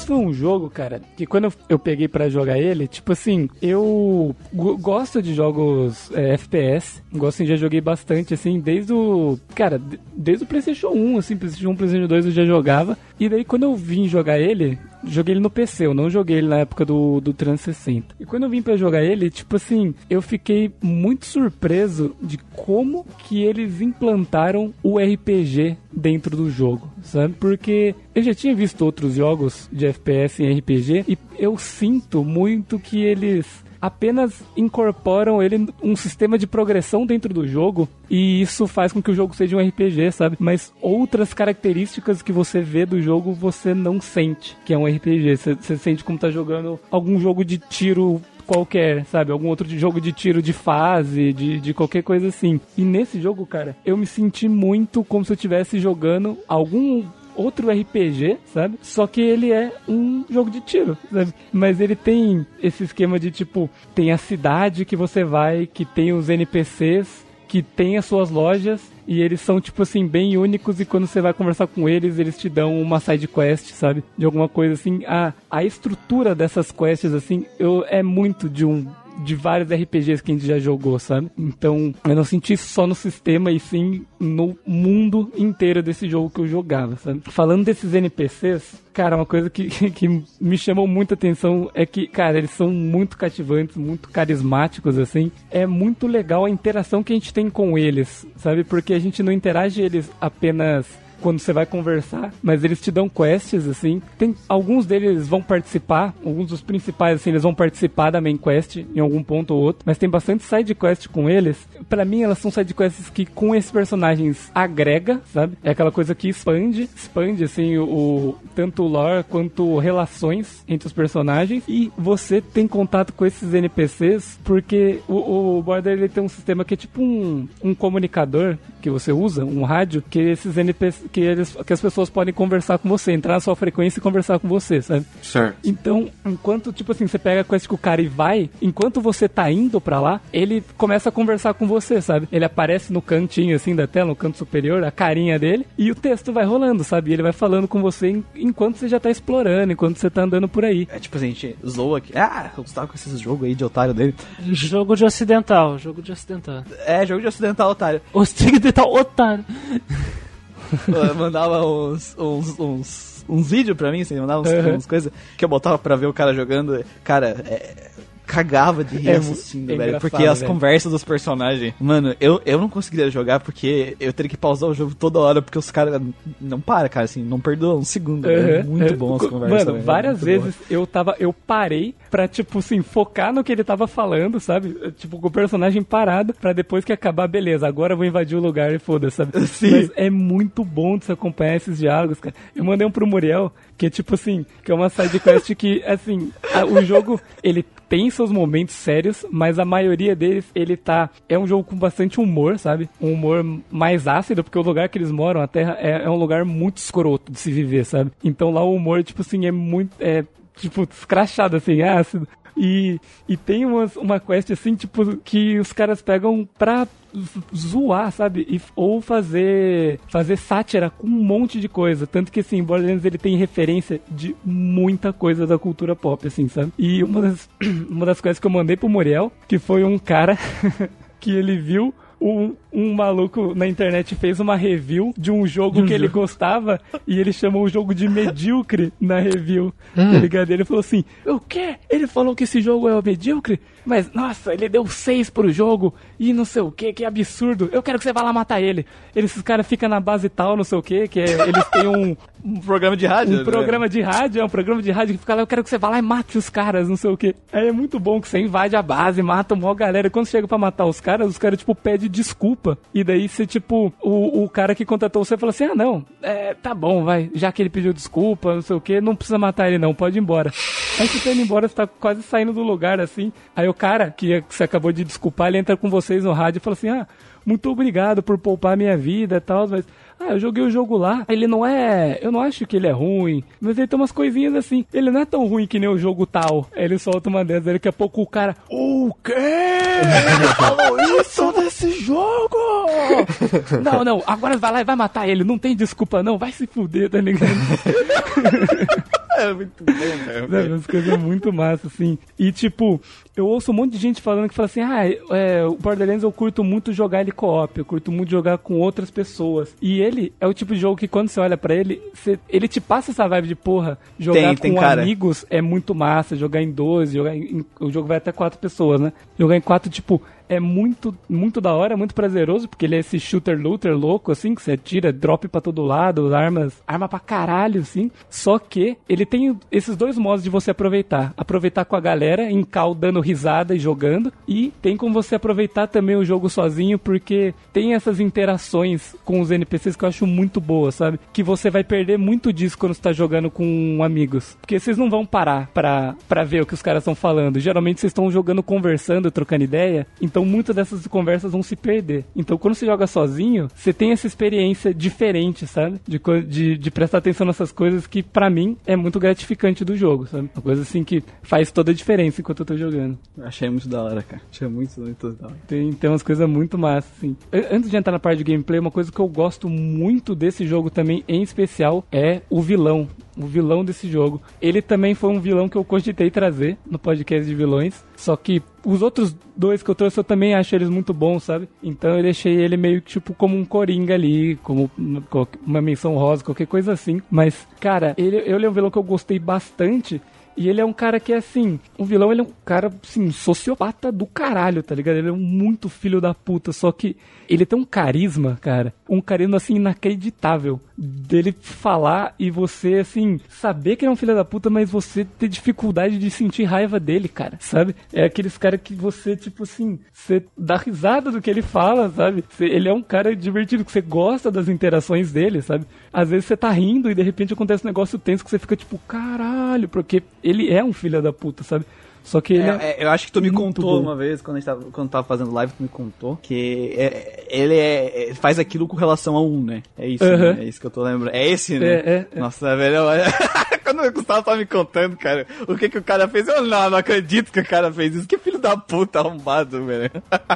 esse foi um jogo, cara, que quando eu peguei pra jogar ele, tipo assim, eu gosto de jogos FPS, gosto assim, já joguei bastante, assim, desde o PlayStation 1, assim, PlayStation 1, PlayStation 2 eu já jogava, e daí quando eu vim jogar ele, joguei ele no PC, eu não joguei ele na época do 360. E quando eu vim pra jogar ele, tipo assim, eu fiquei muito surpreso de como que eles implantaram o RPG dentro do jogo, sabe? Porque eu já tinha visto outros jogos de FPS em RPG e eu sinto muito que eles apenas incorporam ele um sistema de progressão dentro do jogo e isso faz com que o jogo seja um RPG, sabe? Mas outras características que você vê do jogo você não sente que é um RPG. Você sente como tá jogando algum jogo de tiro qualquer, sabe? Algum outro jogo de tiro de fase, de qualquer coisa assim. E nesse jogo, cara, eu me senti muito como se eu estivesse jogando algum outro RPG, sabe? Só que ele é um jogo de tiro, sabe? Mas ele tem esse esquema de, tipo, tem a cidade que você vai, que tem os NPCs, que tem as suas lojas, e eles são, tipo assim, bem únicos, e quando você vai conversar com eles, eles te dão uma side quest, sabe? De alguma coisa assim. A estrutura dessas quests, assim, é muito de vários RPGs que a gente já jogou, sabe? Então, eu não senti isso só no sistema, e sim no mundo inteiro desse jogo que eu jogava, sabe? Falando desses NPCs, cara, uma coisa que me chamou muita atenção é que, cara, eles são muito cativantes, muito carismáticos, assim. É muito legal a interação que a gente tem com eles, sabe? Porque a gente não interage eles apenas quando você vai conversar, mas eles te dão quests, assim. Tem alguns deles vão participar, alguns dos principais, assim, eles vão participar da main quest em algum ponto ou outro, mas tem bastante side quest com eles. Pra mim, elas são side quests que com esses personagens agrega, sabe? É aquela coisa que expande, assim, tanto o lore quanto relações entre os personagens, e você tem contato com esses NPCs, porque o Border, ele tem um sistema que é tipo um comunicador que você usa, um rádio, que esses NPCs, que as pessoas podem conversar com você, entrar na sua frequência e conversar com você, sabe? Certo. Então, enquanto, tipo assim, você pega a quest com o cara e vai, enquanto você tá indo pra lá, ele começa a conversar com você, sabe? Ele aparece no cantinho, assim, da tela, no canto superior, a carinha dele, e o texto vai rolando, sabe? E ele vai falando com você enquanto você já tá explorando, enquanto você tá andando por aí. É tipo assim, a gente zoa aqui. O Gustavo com esses jogos aí de otário dele. Jogo de ocidental. É, jogo de ocidental, otário. Ocidental, otário. Mandava uns vídeos pra mim, assim, mandava umas coisas que eu botava pra ver o cara jogando. Cara, cagava de rir assistindo, velho. Porque as conversas dos personagens... Mano, eu não conseguiria jogar porque eu teria que pausar o jogo toda hora, porque os caras não param, cara, assim, não perdoam um segundo. É muito bom as conversas. Mano, várias vezes eu parei pra, tipo assim, focar no que ele tava falando, sabe? Tipo, com o personagem parado, pra depois que acabar, beleza, agora eu vou invadir o lugar e foda-se, sabe? Sim. Mas é muito bom de se acompanhar esses diálogos, cara. Eu mandei um pro Muriel, que é tipo assim, que é uma side quest que, assim, o jogo, ele tem seus momentos sérios, mas a maioria deles, é um jogo com bastante humor, sabe? Um humor mais ácido, porque o lugar que eles moram, a Terra, é um lugar muito escroto de se viver, sabe? Então lá o humor, tipo assim, é muito, tipo, escrachado, assim, ácido. E tem uma quest, assim, tipo, que os caras pegam pra zoar, sabe? Ou fazer sátira com um monte de coisa. Tanto que, assim, Borderlands, ele tem referência de muita coisa da cultura pop, assim, sabe? E uma das coisas que eu mandei pro Muriel, que foi um cara que ele viu um maluco na internet fez uma review de um jogo que ele gostava e ele chamou o jogo de medíocre na review, tá ligado? Ele falou assim, o quê? Ele falou que esse jogo é medíocre? Mas, nossa, ele deu 6 pro jogo e não sei o que absurdo. Eu quero que você vá lá matar ele. Esses caras ficam na base tal, não sei o que eles têm um programa de rádio. Um programa de rádio que fica lá, eu quero que você vá lá e mate os caras, não sei o que. Aí é muito bom que você invade a base, mata uma galera. Quando chega pra matar os caras, tipo, pedem desculpa. E daí você, tipo, o cara que contratou você fala assim, tá bom, vai. Já que ele pediu desculpa, não sei o que, não precisa matar ele não, pode ir embora. Aí você tá indo embora, você tá quase saindo do lugar, assim. Aí o cara que você acabou de desculpar, ele entra com vocês no rádio e fala assim, muito obrigado por poupar minha vida e tal, mas... eu joguei o jogo lá, ele não é... Eu não acho que ele é ruim, mas ele tem umas coisinhas assim. Ele não é tão ruim que nem o jogo tal. Aí ele solta uma dessas, daqui a pouco o cara... O quê? Ele falou isso desse jogo? Não, agora vai lá e vai matar ele. Não tem desculpa não, vai se fuder, tá ligado? Muito bom, velho. Sabe, umas coisas muito massas, assim. E, tipo, eu ouço um monte de gente falando que fala assim, o Borderlands eu curto muito jogar ele co-op, eu curto muito jogar com outras pessoas. E ele é o tipo de jogo que quando você olha pra ele, ele te passa essa vibe de, porra, jogar com amigos é muito massa, jogar em 12, o jogo vai até 4 pessoas, né? Jogar em 4, tipo, é muito, muito da hora, muito prazeroso, porque ele é esse shooter-looter louco, assim, que você atira, drop pra todo lado, arma pra caralho, assim. Só que ele tem esses dois modos de você aproveitar. Aproveitar com a galera, em call, dando risada e jogando. E tem como você aproveitar também o jogo sozinho, porque tem essas interações com os NPCs que eu acho muito boas, sabe? Que você vai perder muito disso quando você tá jogando com amigos. Porque vocês não vão parar pra ver o que os caras estão falando. Geralmente vocês estão jogando, conversando, trocando ideia. Então muitas dessas conversas vão se perder. Então quando você joga sozinho, você tem essa experiência diferente, sabe? De prestar atenção nessas coisas que pra mim é muito gratificante do jogo, sabe? Uma coisa assim que faz toda a diferença enquanto eu tô jogando. Achei muito da hora, cara. Achei muito da hora. Tem umas coisas muito massas, assim. Antes de entrar na parte de gameplay, uma coisa que eu gosto muito desse jogo também, em especial, é o vilão. O vilão desse jogo. Ele também foi um vilão que eu cogitei trazer no podcast de vilões. Só que os outros dois que eu trouxe, eu também acho eles muito bons, sabe? Então eu deixei ele meio que tipo como um coringa ali, como uma menção rosa, qualquer coisa assim. Mas, cara, ele é um vilão que eu gostei bastante. E ele é um cara que é assim, o vilão ele é um cara, assim, sociopata do caralho, tá ligado? Ele é muito filho da puta, só que ele tem um carisma, cara, um carisma, assim, inacreditável, dele falar e você, assim, saber que ele é um filho da puta, mas você ter dificuldade de sentir raiva dele, cara, sabe? É aqueles caras que você, tipo assim, você dá risada do que ele fala, sabe? Ele é um cara divertido, que você gosta das interações dele, sabe? Às vezes você tá rindo e de repente acontece um negócio tenso que você fica tipo, caralho, porque ele é um filho da puta, sabe? Só que ele eu acho que tu me contou bom. uma vez, quando tava fazendo live, tu me contou que ele faz aquilo com relação a né? É isso, né? É isso que eu tô lembrando. É esse, né? Nossa, velho, quando o Gustavo tava me contando, cara, o que o cara fez, eu não acredito que o cara fez isso. Que filho da puta arrombado, velho.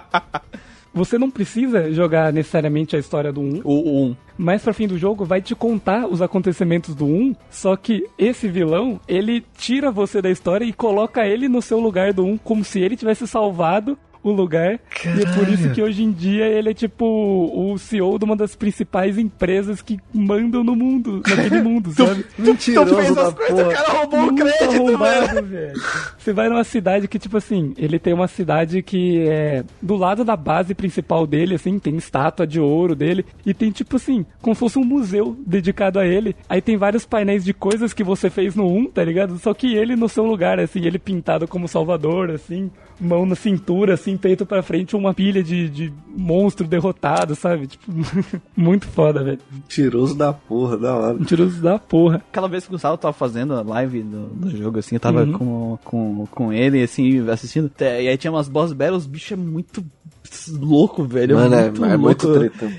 Você não precisa jogar necessariamente a história do 1. O 1. Mas pra fim do jogo vai te contar os acontecimentos do 1, só que esse vilão, ele tira você da história e coloca ele no seu lugar do 1, como se ele tivesse salvado o lugar. Caralho. E é por isso que hoje em dia ele é tipo o CEO de uma das principais empresas que mandam no mundo, naquele mundo, sabe? Mentiroso fez as coisas, o cara roubou o crédito, roubado, velho. Você vai numa cidade que, tipo assim, ele tem uma cidade que é do lado da base principal dele, assim, tem estátua de ouro dele, e tem, tipo assim, como se fosse um museu dedicado a ele. Aí tem vários painéis de coisas que você fez no 1, tá ligado? Só que ele no seu lugar, assim, ele pintado como Salvador, assim, mão na cintura, assim, peito pra frente, uma pilha de monstro derrotado, sabe? Tipo, muito foda, velho. Mentiroso da porra, da hora. Mentiroso da porra. Aquela vez que o Gustavo tava fazendo a live do jogo, assim, eu tava com ele, assim, assistindo, e aí tinha umas boss battles, o bicho é muito louco, velho. Mano, é muito treta.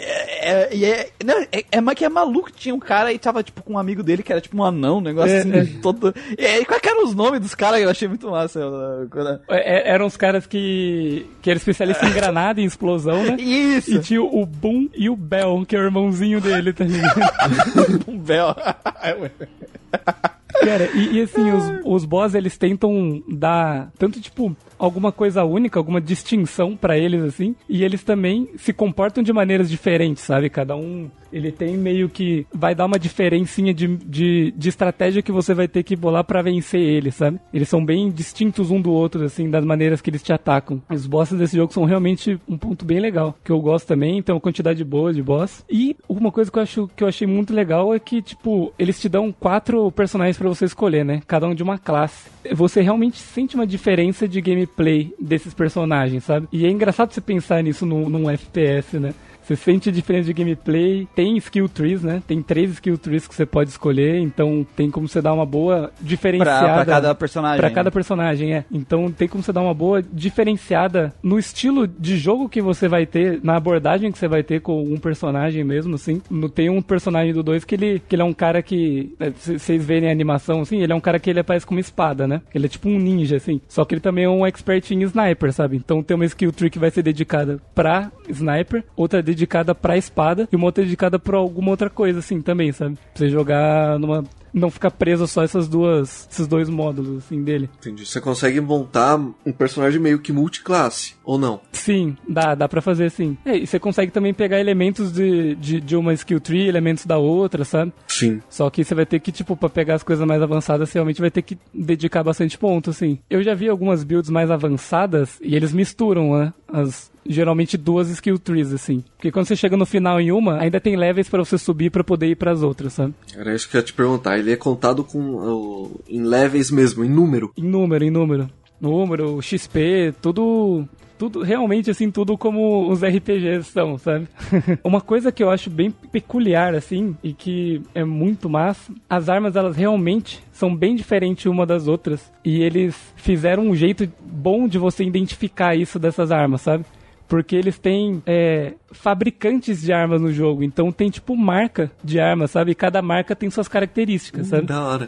Mas que é maluco, tinha um cara e tava, tipo, com um amigo dele que era, tipo, um anão, um negócio assim, todo... E aí, quais eram os nomes dos caras? Eu achei muito massa. Eram os caras que eram especialistas em granada e explosão, né? Isso! E tinha o Boom e o Bell, que é o irmãozinho dele, tá ligado? Um Bell. Cara, e assim, os boss, eles tentam dar tanto, tipo, alguma coisa única, alguma distinção pra eles, assim, e eles também se comportam de maneiras diferentes, sabe? Cada um, ele tem meio que, vai dar uma diferencinha de estratégia que você vai ter que bolar pra vencer eles, sabe? Eles são bem distintos um do outro, assim, das maneiras que eles te atacam. Os bosses desse jogo são realmente um ponto bem legal, que eu gosto também, tem uma quantidade boa de boss. E uma coisa que eu achei muito legal é que, tipo, eles te dão 4 personagens pra você escolher, né? Cada um de uma classe. Você realmente sente uma diferença de gameplay desses personagens, sabe? E é engraçado você pensar nisso num FPS, né? Você sente a diferença de gameplay, tem skill trees, né? Tem 3 skill trees que você pode escolher, então tem como você dar uma boa diferenciada... Pra cada personagem. Pra cada personagem, é. Então tem como você dar uma boa diferenciada no estilo de jogo que você vai ter, na abordagem que você vai ter com um personagem mesmo, assim. Tem um personagem do 2 que ele é um cara que... Vocês verem a animação, assim, ele é um cara que ele aparece com uma espada, né? Ele é tipo um ninja, assim. Só que ele também é um expert em sniper, sabe? Então tem uma skill tree que vai ser dedicada pra sniper, outra dedicada pra espada e uma outra dedicada pra alguma outra coisa, assim, também, sabe? Pra você jogar numa... Não ficar preso só esses dois módulos, assim, dele. Entendi. Você consegue montar um personagem meio que multiclasse, ou não? Sim, dá pra fazer assim. E você consegue também pegar elementos de uma skill tree, elementos da outra, sabe? Sim. Só que você vai ter que, tipo, pra pegar as coisas mais avançadas, você realmente vai ter que dedicar bastante ponto, assim. Eu já vi algumas builds mais avançadas e eles misturam, né? Geralmente 2 skill trees, assim. Porque quando você chega no final em uma, ainda tem levels pra você subir pra poder ir pras outras, sabe? Era isso que eu ia te perguntar. Ele é contado em levels mesmo, em número? Em número. Número, XP, tudo realmente, assim, tudo como os RPGs são, sabe? Uma coisa que eu acho bem peculiar, assim, e que é muito massa, as armas, elas realmente são bem diferentes uma das outras. E eles fizeram um jeito bom de você identificar isso dessas armas, sabe? Porque eles têm fabricantes de armas no jogo. Então tem tipo marca de arma, sabe? E cada marca tem suas características, sabe? Da hora.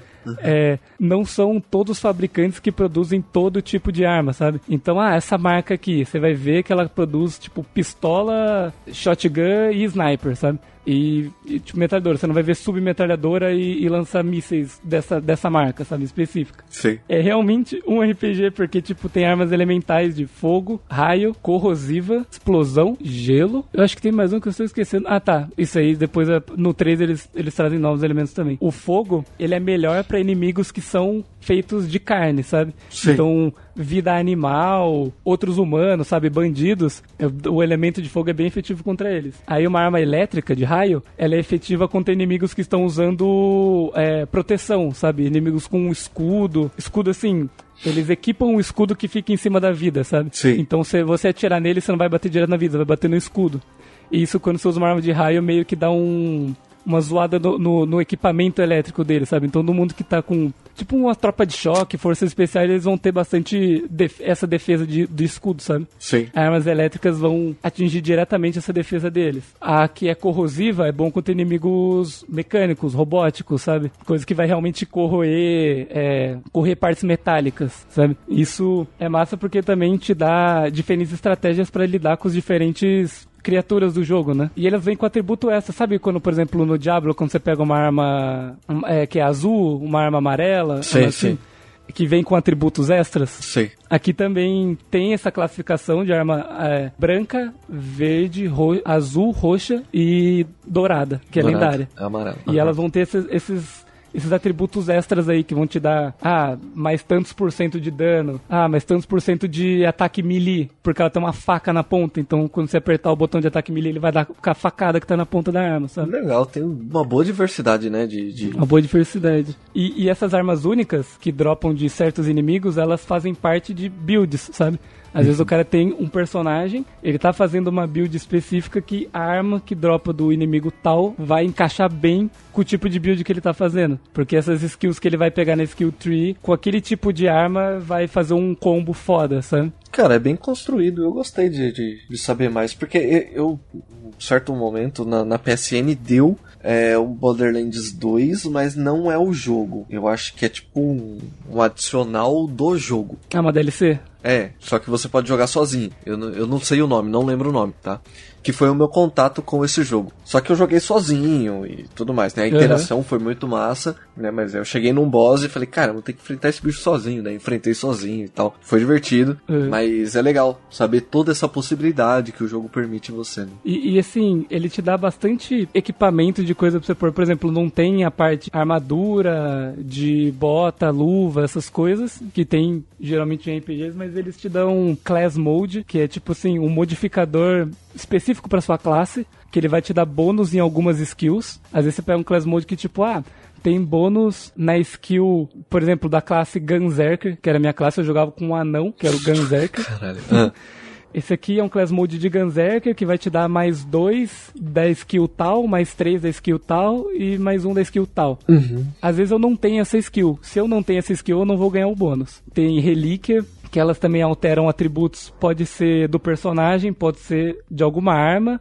Não são todos os fabricantes que produzem todo tipo de arma, sabe? Então, essa marca aqui, você vai ver que ela produz tipo pistola, shotgun e sniper, sabe? E tipo, metralhadora, você não vai ver submetralhadora e lançar mísseis dessa marca, sabe, específica. Sim. É realmente um RPG, porque, tipo, tem armas elementais de fogo, raio, corrosiva, explosão, gelo. Eu acho que tem mais um que eu estou esquecendo. Tá. Isso aí, depois, no 3, eles trazem novos elementos também. O fogo, ele é melhor pra inimigos que são feitos de carne, sabe? Sim. Então, vida animal, outros humanos, sabe, bandidos, o elemento de fogo é bem efetivo contra eles. Aí uma arma elétrica de raio, ela é efetiva contra inimigos que estão usando proteção, sabe? Inimigos com escudo assim... Eles equipam um escudo que fica em cima da vida, sabe? Sim. Então, se você atirar nele, você não vai bater direto na vida, você vai bater no escudo. E isso, quando você usa uma arma de raio, meio que dá uma zoada no equipamento elétrico dele, sabe? Então, todo mundo que tá com, tipo, uma tropa de choque, forças especiais, eles vão ter bastante essa defesa do escudo, sabe? Sim. Armas elétricas vão atingir diretamente essa defesa deles. A que é corrosiva é bom contra inimigos mecânicos, robóticos, sabe? Coisa que vai realmente corroer partes metálicas, sabe? Isso é massa porque também te dá diferentes estratégias para lidar com os diferentes criaturas do jogo, né? E elas vêm com atributo extra. Sabe quando, por exemplo, no Diablo, quando você pega uma arma que é azul, uma arma amarela, sim. Que vem com atributos extras? Sim. Aqui também tem essa classificação de arma branca, verde, azul, roxa e dourada, que é lendária. É amarelo. E elas vão ter esses atributos extras aí que vão te dar, mais tantos % de dano, mais tantos % de ataque melee, porque ela tem uma faca na ponta, então quando você apertar o botão de ataque melee, ele vai dar com a facada que tá na ponta da arma, sabe? Legal, tem uma boa diversidade, né? Uma boa diversidade. E essas armas únicas que dropam de certos inimigos, elas fazem parte de builds, sabe? Às vezes o cara tem um personagem, ele tá fazendo uma build específica que a arma que dropa do inimigo tal vai encaixar bem com o tipo de build que ele tá fazendo. Porque essas skills que ele vai pegar na skill tree, com aquele tipo de arma, vai fazer um combo foda, sabe? Cara, é bem construído. Eu gostei de saber mais, porque eu em certo momento, na PSN deu o Borderlands 2, mas não é o jogo. Eu acho que é tipo um adicional do jogo. Uma DLC? Só que você pode jogar sozinho. Eu não sei o nome, não lembro o nome, tá? Que foi o meu contato com esse jogo. Só que eu joguei sozinho e tudo mais, né? A interação foi muito massa, né? Mas eu cheguei num boss e falei, cara, vou ter que enfrentar esse bicho sozinho, né? Enfrentei sozinho e tal. Foi divertido, mas é legal saber toda essa possibilidade que o jogo permite você, né? E assim, ele te dá bastante equipamento de coisa pra você pôr. Por exemplo, não tem a parte armadura, de bota, luva, essas coisas, que tem geralmente em RPGs, mas eles te dão Class Mode, que é tipo assim, um modificador específico para sua classe, que ele vai te dar bônus em algumas skills. Às vezes você pega um Class Mode que tipo, tem bônus na skill, por exemplo, da classe Gunzerker, que era a minha classe, eu jogava com um anão, que era o Gunzerker. Caralho. Esse aqui é um Class Mode de Gunzerker, que vai te dar mais 2 da skill tal, mais 3 da skill tal e mais 1 da skill tal. Às vezes eu não tenho essa skill. Se eu não tenho essa skill, eu não vou ganhar o bônus. Tem Relíquia, que elas também alteram atributos, pode ser do personagem, pode ser de alguma arma,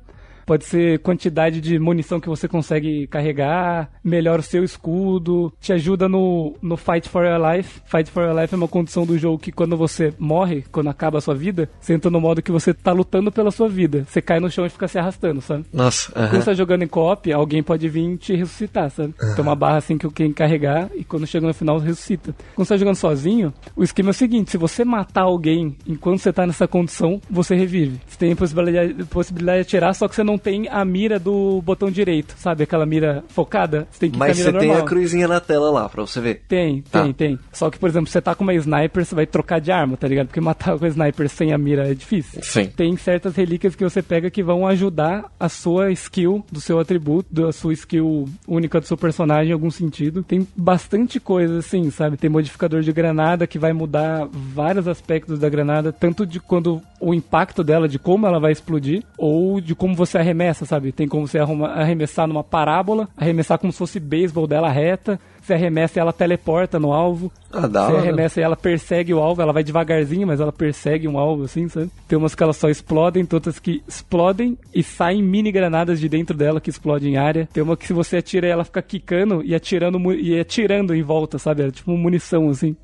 pode ser quantidade de munição que você consegue carregar, melhora o seu escudo, te ajuda no Fight for Your Life. Fight for Your Life é uma condição do jogo que quando você morre, quando acaba a sua vida, você entra no modo que você tá lutando pela sua vida. Você cai no chão e fica se arrastando, sabe? Nossa, Quando você tá jogando em co-op, alguém pode vir te ressuscitar, sabe? Tem uma barra assim que quem carregar e quando chega no final ressuscita. Quando você tá jogando sozinho, o esquema é o seguinte: se você matar alguém enquanto você tá nessa condição, você revive. Você tem a possibilidade de atirar, só que você não tem a mira do botão direito, sabe? Aquela mira focada. Você tem que ir com a mas mira você tem normal. a cruzinha na tela lá pra você ver. Tem. Só que, por exemplo, você tá com uma sniper, você vai trocar de arma, tá ligado? Porque matar com a sniper sem a mira é difícil. Sim. Tem certas relíquias que você pega que vão ajudar a sua skill do seu atributo, da sua skill única do seu personagem em algum sentido. Tem bastante coisa assim, sabe? Tem modificador de granada que vai mudar vários aspectos da granada, tanto de quando o impacto dela, de como ela vai explodir, ou de como você arremessa, sabe? Tem como você arremessar numa parábola, arremessar como se fosse beisebol dela reta. Você arremessa e ela teleporta no alvo. Você arremessa e ela persegue o alvo. Ela vai devagarzinho, mas ela persegue um alvo, assim, sabe? Tem umas que elas só explodem, tem outras que explodem e saem mini granadas de dentro dela que explodem em área. Tem uma que se você atira, ela fica quicando e atirando em volta, sabe? É tipo munição, assim.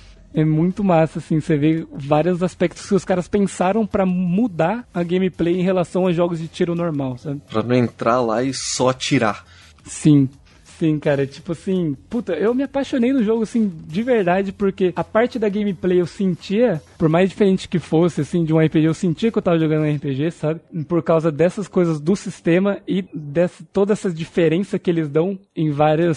É muito massa, assim, você vê vários aspectos que os caras pensaram pra mudar a gameplay em relação a jogos de tiro normal, sabe? Pra não entrar lá e só atirar. Sim, cara, tipo assim, puta, eu me apaixonei no jogo, assim, de verdade, porque a parte da gameplay eu sentia, por mais diferente que fosse, assim, de um RPG, eu sentia que eu tava jogando um RPG, sabe? Por causa dessas coisas do sistema e toda essa diferença que eles dão em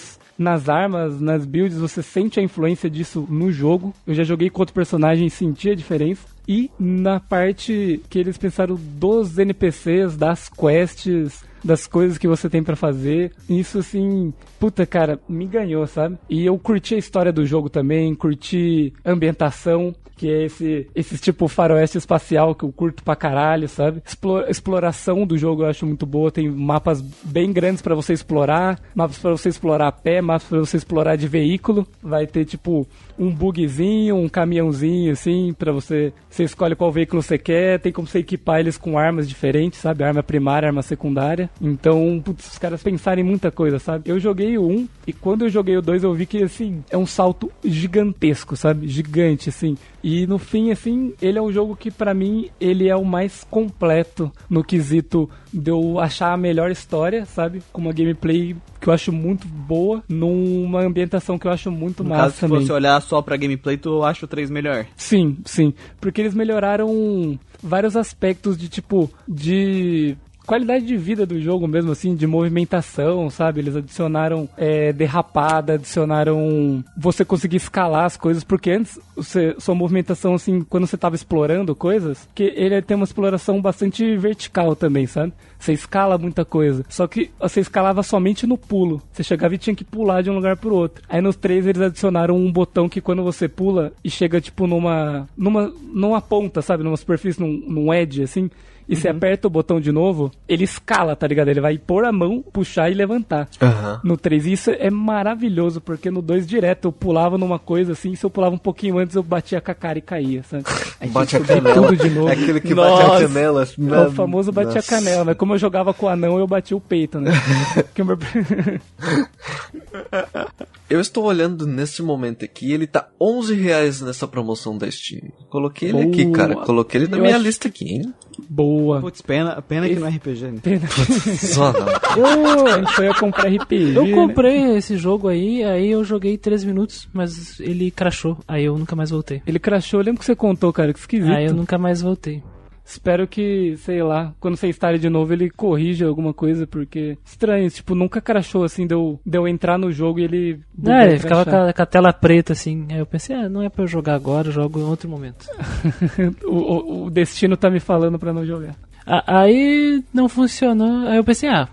nas armas, nas builds, você sente a influência disso no jogo. Eu já joguei com outro personagem e senti a diferença. E na parte que eles pensaram dos NPCs, das quests, das coisas que você tem pra fazer, isso assim, puta, cara, me ganhou, sabe? E eu curti a história do jogo também, curti a ambientação, que é esse tipo faroeste espacial que eu curto pra caralho, sabe? Exploração do jogo eu acho muito boa, tem mapas bem grandes pra você explorar, mapas pra você explorar a pé, mapas pra você explorar de veículo, vai ter tipo um bugzinho, um caminhãozinho assim, pra você escolhe qual veículo você quer, tem como você equipar eles com armas diferentes, sabe? Arma primária, arma secundária. Então, putz, os caras pensaram em muita coisa, sabe? Eu joguei o 1 e quando eu joguei o 2 eu vi que, assim, é um salto gigantesco, sabe? Gigante, assim. E no fim, assim, ele é um jogo que pra mim, ele é o mais completo no quesito de eu achar a melhor história, sabe? Com uma gameplay que eu acho muito boa, numa ambientação que eu acho muito massa caso, também. Se você olhar só pra gameplay, tu acha o 3 melhor? Sim. Porque eles melhoraram vários aspectos de qualidade de vida do jogo mesmo, assim, de movimentação, sabe? Eles adicionaram derrapada, adicionaram você conseguir escalar as coisas, porque antes sua movimentação, assim, quando você tava explorando coisas, que ele tem uma exploração bastante vertical também, sabe? Você escala muita coisa, só que você escalava somente no pulo. Você chegava e tinha que pular de um lugar pro outro. Aí nos 3 eles adicionaram um botão que quando você pula e chega tipo numa ponta, sabe? Numa superfície, num edge, assim, e você aperta o botão de novo, ele escala, tá ligado? Ele vai pôr a mão, puxar e levantar. No 3, isso é maravilhoso, porque no 2 direto eu pulava numa coisa assim, se eu pulava um pouquinho antes eu batia com a cara e caía, sabe? Aí bate a canela. Tudo de novo. É aquele que bate a canela. É o famoso bate a canela, mas como eu jogava com o anão, eu bati o peito, né? Eu estou olhando nesse momento aqui, ele tá R$11 nessa promoção da Steam. Coloquei ele aqui, cara. Coloquei ele na minha lista aqui, hein? Boa. Putz, pena que não é RPG, né? Só não. A gente foi a comprar RPG. Eu comprei esse jogo aí eu joguei 3 minutos, mas ele crashou. Aí eu nunca mais voltei. Ele crashou, eu lembro que você contou, cara, que esquisito. Aí eu nunca mais voltei. Espero que, sei lá, quando você instale de novo ele corrija alguma coisa, porque estranho, tipo, nunca crashou assim, de eu entrar no jogo e ele... Ele ficava com a tela preta assim, aí eu pensei, não é pra eu jogar agora, eu jogo em outro momento. o destino tá me falando pra não jogar. Aí não funcionou, aí eu pensei,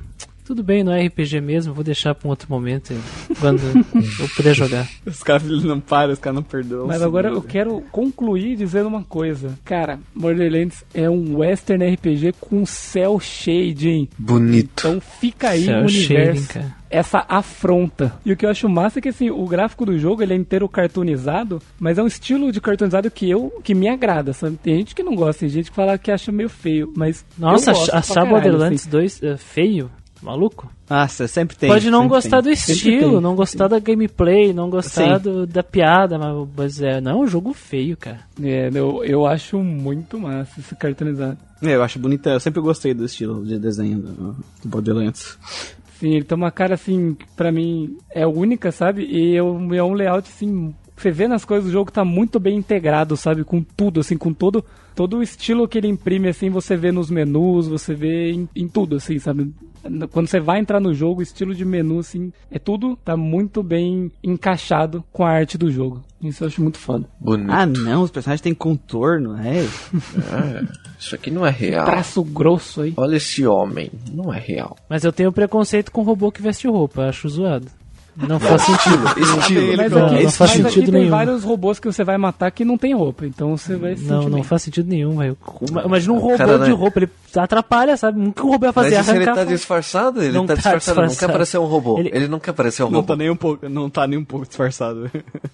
tudo bem, não é RPG mesmo, vou deixar pra um outro momento, quando eu puder jogar. Os caras não param, os caras não perdoam. Mas agora eu quero concluir dizendo uma coisa. Cara, Borderlands é um western RPG com cel shading. Bonito. Então fica aí Cel o shading, universo. cara. Essa afronta. E o que eu acho massa é que assim, o gráfico do jogo ele é inteiro cartoonizado, mas é um estilo de cartoonizado que me agrada, sabe? Tem gente que não gosta, tem gente que fala que acha meio feio, mas Nossa, eu gosto pra achar caralho, Borderlands assim. 2 feio? Maluco? Nossa, sempre tem. Pode não sempre gostar tem. do Sempre estilo, tem. não gostar da gameplay, não gostar Sim. da piada, mas não é um jogo feio, cara. É, eu acho muito massa esse cartoonizado. Eu acho bonito, eu sempre gostei do estilo de desenho do Borderlands. Sim, ele tem uma cara assim, que pra mim é única, sabe? E é um layout assim, você vê nas coisas do jogo tá muito bem integrado, sabe? Com tudo, assim, com todo o estilo que ele imprime, assim, você vê nos menus, você vê em tudo, assim, sabe? Quando você vai entrar no jogo, o estilo de menu, assim, tudo tá muito bem encaixado com a arte do jogo. Isso eu acho muito foda. Bonito. Ah não, os personagens têm contorno, Isso aqui não é real. Traço grosso aí. Olha esse homem. Não é real. Mas eu tenho preconceito com robô que veste roupa, eu acho zoado. Não faz sentido. Estilo. Mas Não, aqui, não faz mas aqui sentido tem nenhum. vários robôs que você vai matar que não tem roupa, então você vai se sentir Não bem. faz sentido nenhum, velho. Imagina um robô Cara, de né? roupa, ele atrapalha, sabe? O que o robô vai fazer? Mas e se ele Arrancar tá disfarçado? Ele Não tá tá disfarçado. Ele não quer disfarçado. parecer um robô. Ele- Ele não quer parecer um Não robô. tá nem um pouco disfarçado.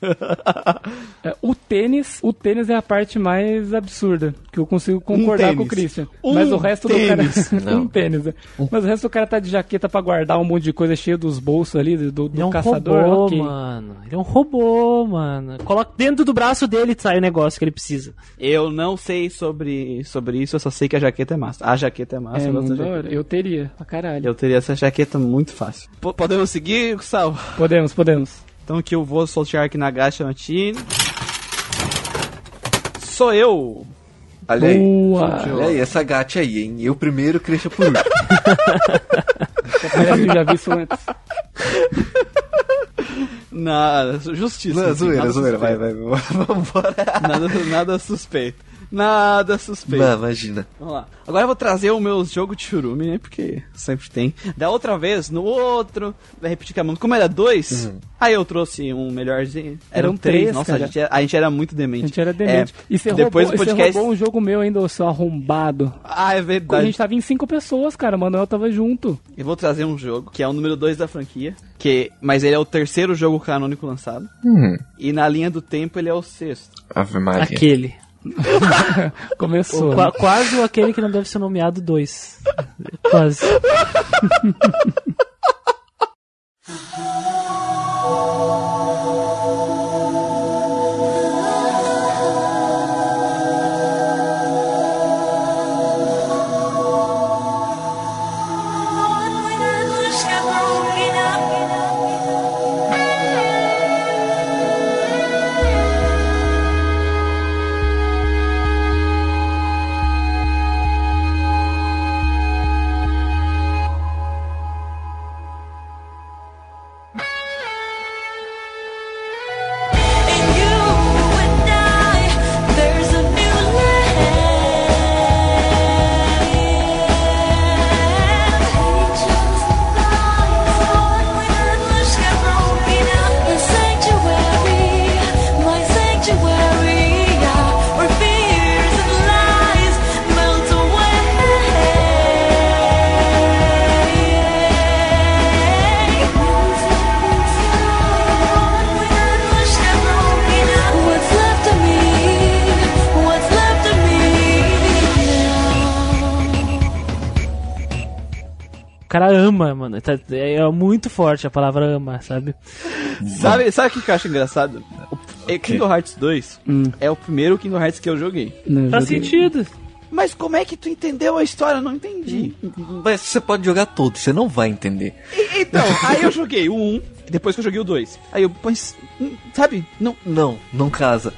O tênis é a parte mais absurda, que eu consigo concordar tênis. com o Christian. Um Mas o resto tênis. do cara... Não. um tênis. Né? Mas o resto do cara tá de jaqueta pra guardar um monte de coisa cheio dos bolsos ali, do Ele é um caçador. robô, ok. mano. Ele é um robô, mano. Coloca dentro do braço dele e sai o negócio que ele precisa. Eu não sei sobre isso, eu só sei que a jaqueta é massa. A jaqueta é massa, É, eu gosto muito da da jaqueta. hora. Eu teria, pra caralho. Eu teria essa jaqueta muito fácil. Podemos seguir, Gustavo? Podemos. Então que eu vou sortear aqui na Gacha Mantine. Sou eu! Olha aí. Boa! Olha aí, essa gata aí, hein? Eu primeiro, Christian por último. Parece que eu já vi isso antes. Nada, justiça. Não, assim, zoeira, nada zoeira. suspeito. Vai. Vambora. Nada suspeito. Nada suspeito. Não, imagina. Vamos lá. Agora eu vou trazer o meu jogo de churume, né? Porque sempre tem. Da outra vez, no outro, vai repetir que a mão. Como era 2, aí eu trouxe um melhorzinho. Eram 3. três, Nossa, cara. a gente era muito A demente. gente era demente. E você depois do podcast. você roubou um jogo meu ainda, ô seu arrombado. Ah, é A verdade. gente tava em 5 pessoas, cara. O Manuel tava junto. Eu vou trazer um jogo que é o número 2 da franquia. Mas ele é o terceiro jogo canônico lançado. E na linha do tempo ele é o 6º. Ave Maria. Aquele. Começou. Quase aquele que não deve ser nomeado 2. Quase. O cara ama, mano. É muito forte a palavra ama, sabe? Sabe o que eu acho engraçado? Kingdom Hearts 2 é o primeiro Kingdom Hearts que eu joguei. Não, Faz joguei. sentido. Mas como é que tu entendeu a história? Eu não entendi. Mas você pode jogar todos, você não vai entender. Então, aí eu joguei o 1, depois que eu joguei o 2. Aí eu, sabe? Não. Não casa.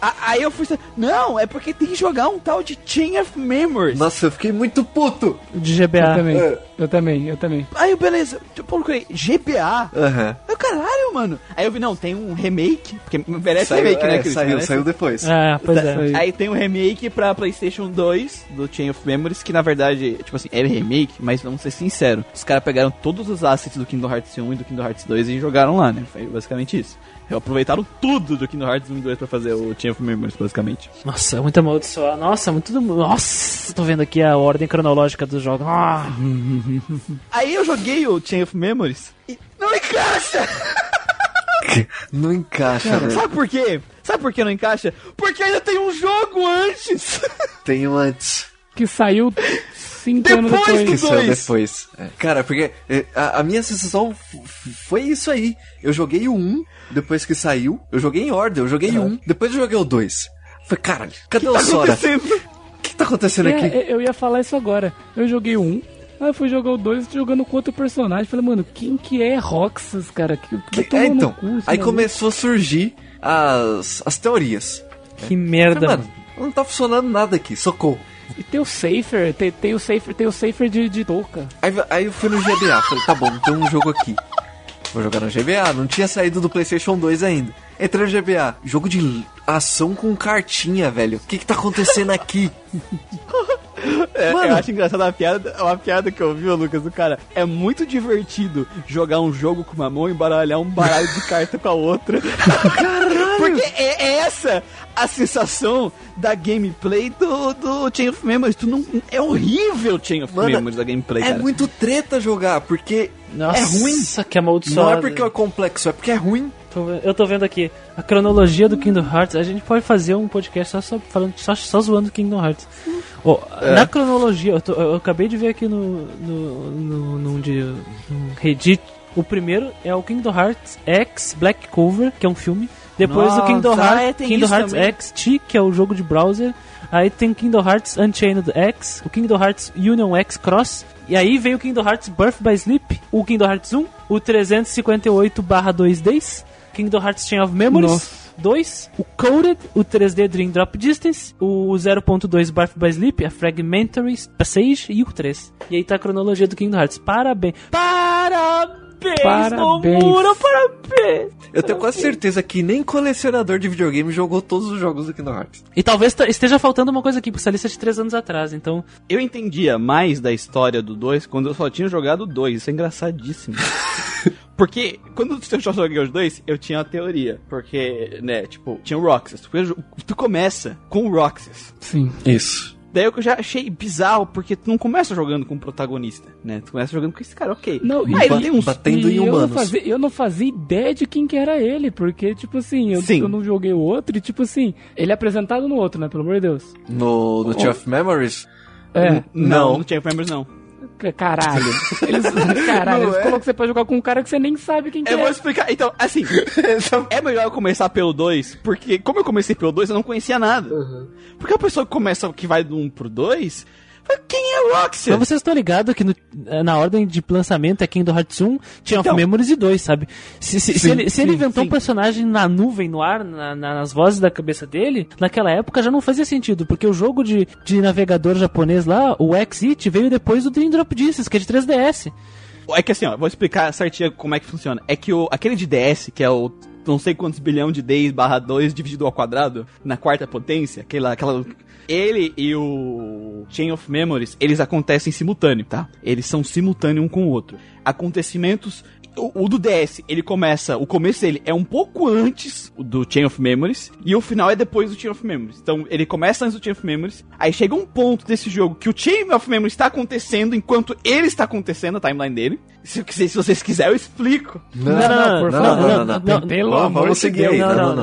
Aí eu fui... Não, é porque tem que jogar um tal de Chain of Memories. Nossa, eu fiquei muito puto. De GBA. Eu também. Aí, beleza, eu procurei GBA. Aham. Eu, caralho, mano. Aí eu vi, não, tem um remake, porque merece remake, né, Cris? Saiu depois. Pois é. Aí tem um remake pra PlayStation 2 do Chain of Memories, que na verdade, tipo assim, era remake, mas vamos ser sinceros, os caras pegaram todos os assets do Kingdom Hearts 1 e do Kingdom Hearts 2 e jogaram lá, né? Foi basicamente isso. Aproveitaram tudo do Kingdom Hearts 1 e 2 pra fazer o Chain of Memories, basicamente. Nossa, muito amaldiçoado. Nossa, Nossa, tô vendo aqui a ordem cronológica dos jogos. Aí eu joguei o Chain of Memories e não encaixa! Não encaixa, né? Sabe por quê? Sabe por que não encaixa? Porque ainda tem um jogo antes! Tem um antes. Que saiu 5 anos Depois depois. do Que saiu dois. depois. Cara, porque a minha sensação foi isso aí. Eu joguei o 1, depois que saiu. Eu joguei em ordem, eu joguei o 1, depois eu joguei o 2. Falei, caralho, cadê o Sora? O que tá acontecendo aqui? Eu ia falar isso agora. Eu joguei o 1, aí eu fui jogar o 2 jogando com outro personagem. Falei, mano, quem que é Roxas, cara? Então, aí começou a surgir as teorias. Que merda, Falei, mano, não tá funcionando nada aqui, socorro. E tem o Safer, tem o Safer de touca. Aí eu fui no GBA, falei, tá bom, tem um jogo aqui. Vou jogar no GBA, não tinha saído do PlayStation 2 ainda. Entrei no GBA, jogo de ação com cartinha, velho. O que tá acontecendo aqui? Eu acho engraçado uma piada que eu vi, Lucas, do cara. É muito divertido jogar um jogo com uma mão e embaralhar um baralho de carta com a outra. Caralho! Porque é essa a sensação da gameplay do Chain of Memories. É horrível o Chain of Memories da gameplay, cara. É muito treta jogar, porque Nossa, é ruim. Que amaldiçoado. Não é porque é complexo, é porque é ruim. Eu tô vendo aqui a cronologia do Kingdom Hearts. A gente pode fazer um podcast só zoando Kingdom Hearts. Na cronologia, eu acabei de ver aqui num Reddit. O primeiro é o Kingdom Hearts X Black Cover, que é um filme. Depois o Kingdom Hearts X T, que é o jogo de browser. Aí tem Kingdom Hearts Unchained X, o Kingdom Hearts Union X Cross. E aí vem o Kingdom Hearts Birth by Sleep, o Kingdom Hearts 1, o 358/2Ds, Kingdom Hearts Chain of Memories 2, o Coded, o 3D Dream Drop Distance, o 0.2 Birth by Sleep, a Fragmentary Passage e o 3. E aí tá a cronologia do Kingdom Hearts. Parabéns! Nomura, parabéns! Eu tenho quase certeza que nem colecionador de videogame jogou todos os jogos do Kingdom Hearts. E talvez esteja faltando uma coisa aqui, porque essa lista é de 3 anos atrás, então... Eu entendia mais da história do 2 quando eu só tinha jogado o 2. Isso é engraçadíssimo. Porque quando eu só joguei os 2, eu tinha uma teoria. Porque, né, tipo, tinha o Roxas. Tu começa com o Roxas. Sim. Isso. Daí eu já achei bizarro, porque tu não começa jogando com o protagonista, né? Tu começa jogando com esse cara, ok. Não, aí ele tem uns... batendo em humanos. Eu não fazia ideia de quem que era ele, porque, tipo assim, eu não joguei o outro e, tipo assim, ele é apresentado no outro, né? Pelo amor de Deus. No Chain of Memories? Não Chain of Memories não. Caralho. Eles colocam que você pode jogar com um cara que você nem sabe quem que é. Eu vou explicar. Então, assim, é melhor eu começar pelo 2, porque como eu comecei pelo 2, eu não conhecia nada. Uhum. Porque a pessoa que vai do 1 pro 2, quem é o Roxas? Mas vocês estão ligados que na ordem de lançamento é Kingdom Hearts 1, Chain of Memories e 2, sabe? Se ele inventou um personagem na nuvem, no ar, nas vozes da cabeça dele, naquela época já não fazia sentido, porque o jogo de navegador japonês lá, o X-It, veio depois do Dream Drop Distance, que é de 3DS. É que assim, ó, vou explicar certinho como é que funciona. É que aquele de DS, que é o não sei quantos bilhão de Ds/2 dividido ao quadrado, na quarta potência, aquela... Ele e o Chain of Memories, eles acontecem simultâneo, tá? Eles são simultâneos um com o outro. Acontecimentos... O do DS, o começo dele é um pouco antes do Chain of Memories, e o final é depois do Chain of Memories. Então, ele começa antes do Chain of Memories, aí chega um ponto desse jogo que o Chain of Memories está acontecendo enquanto ele está acontecendo, a timeline dele. Se vocês quiserem, eu explico. Não. Pelo amor de Deus.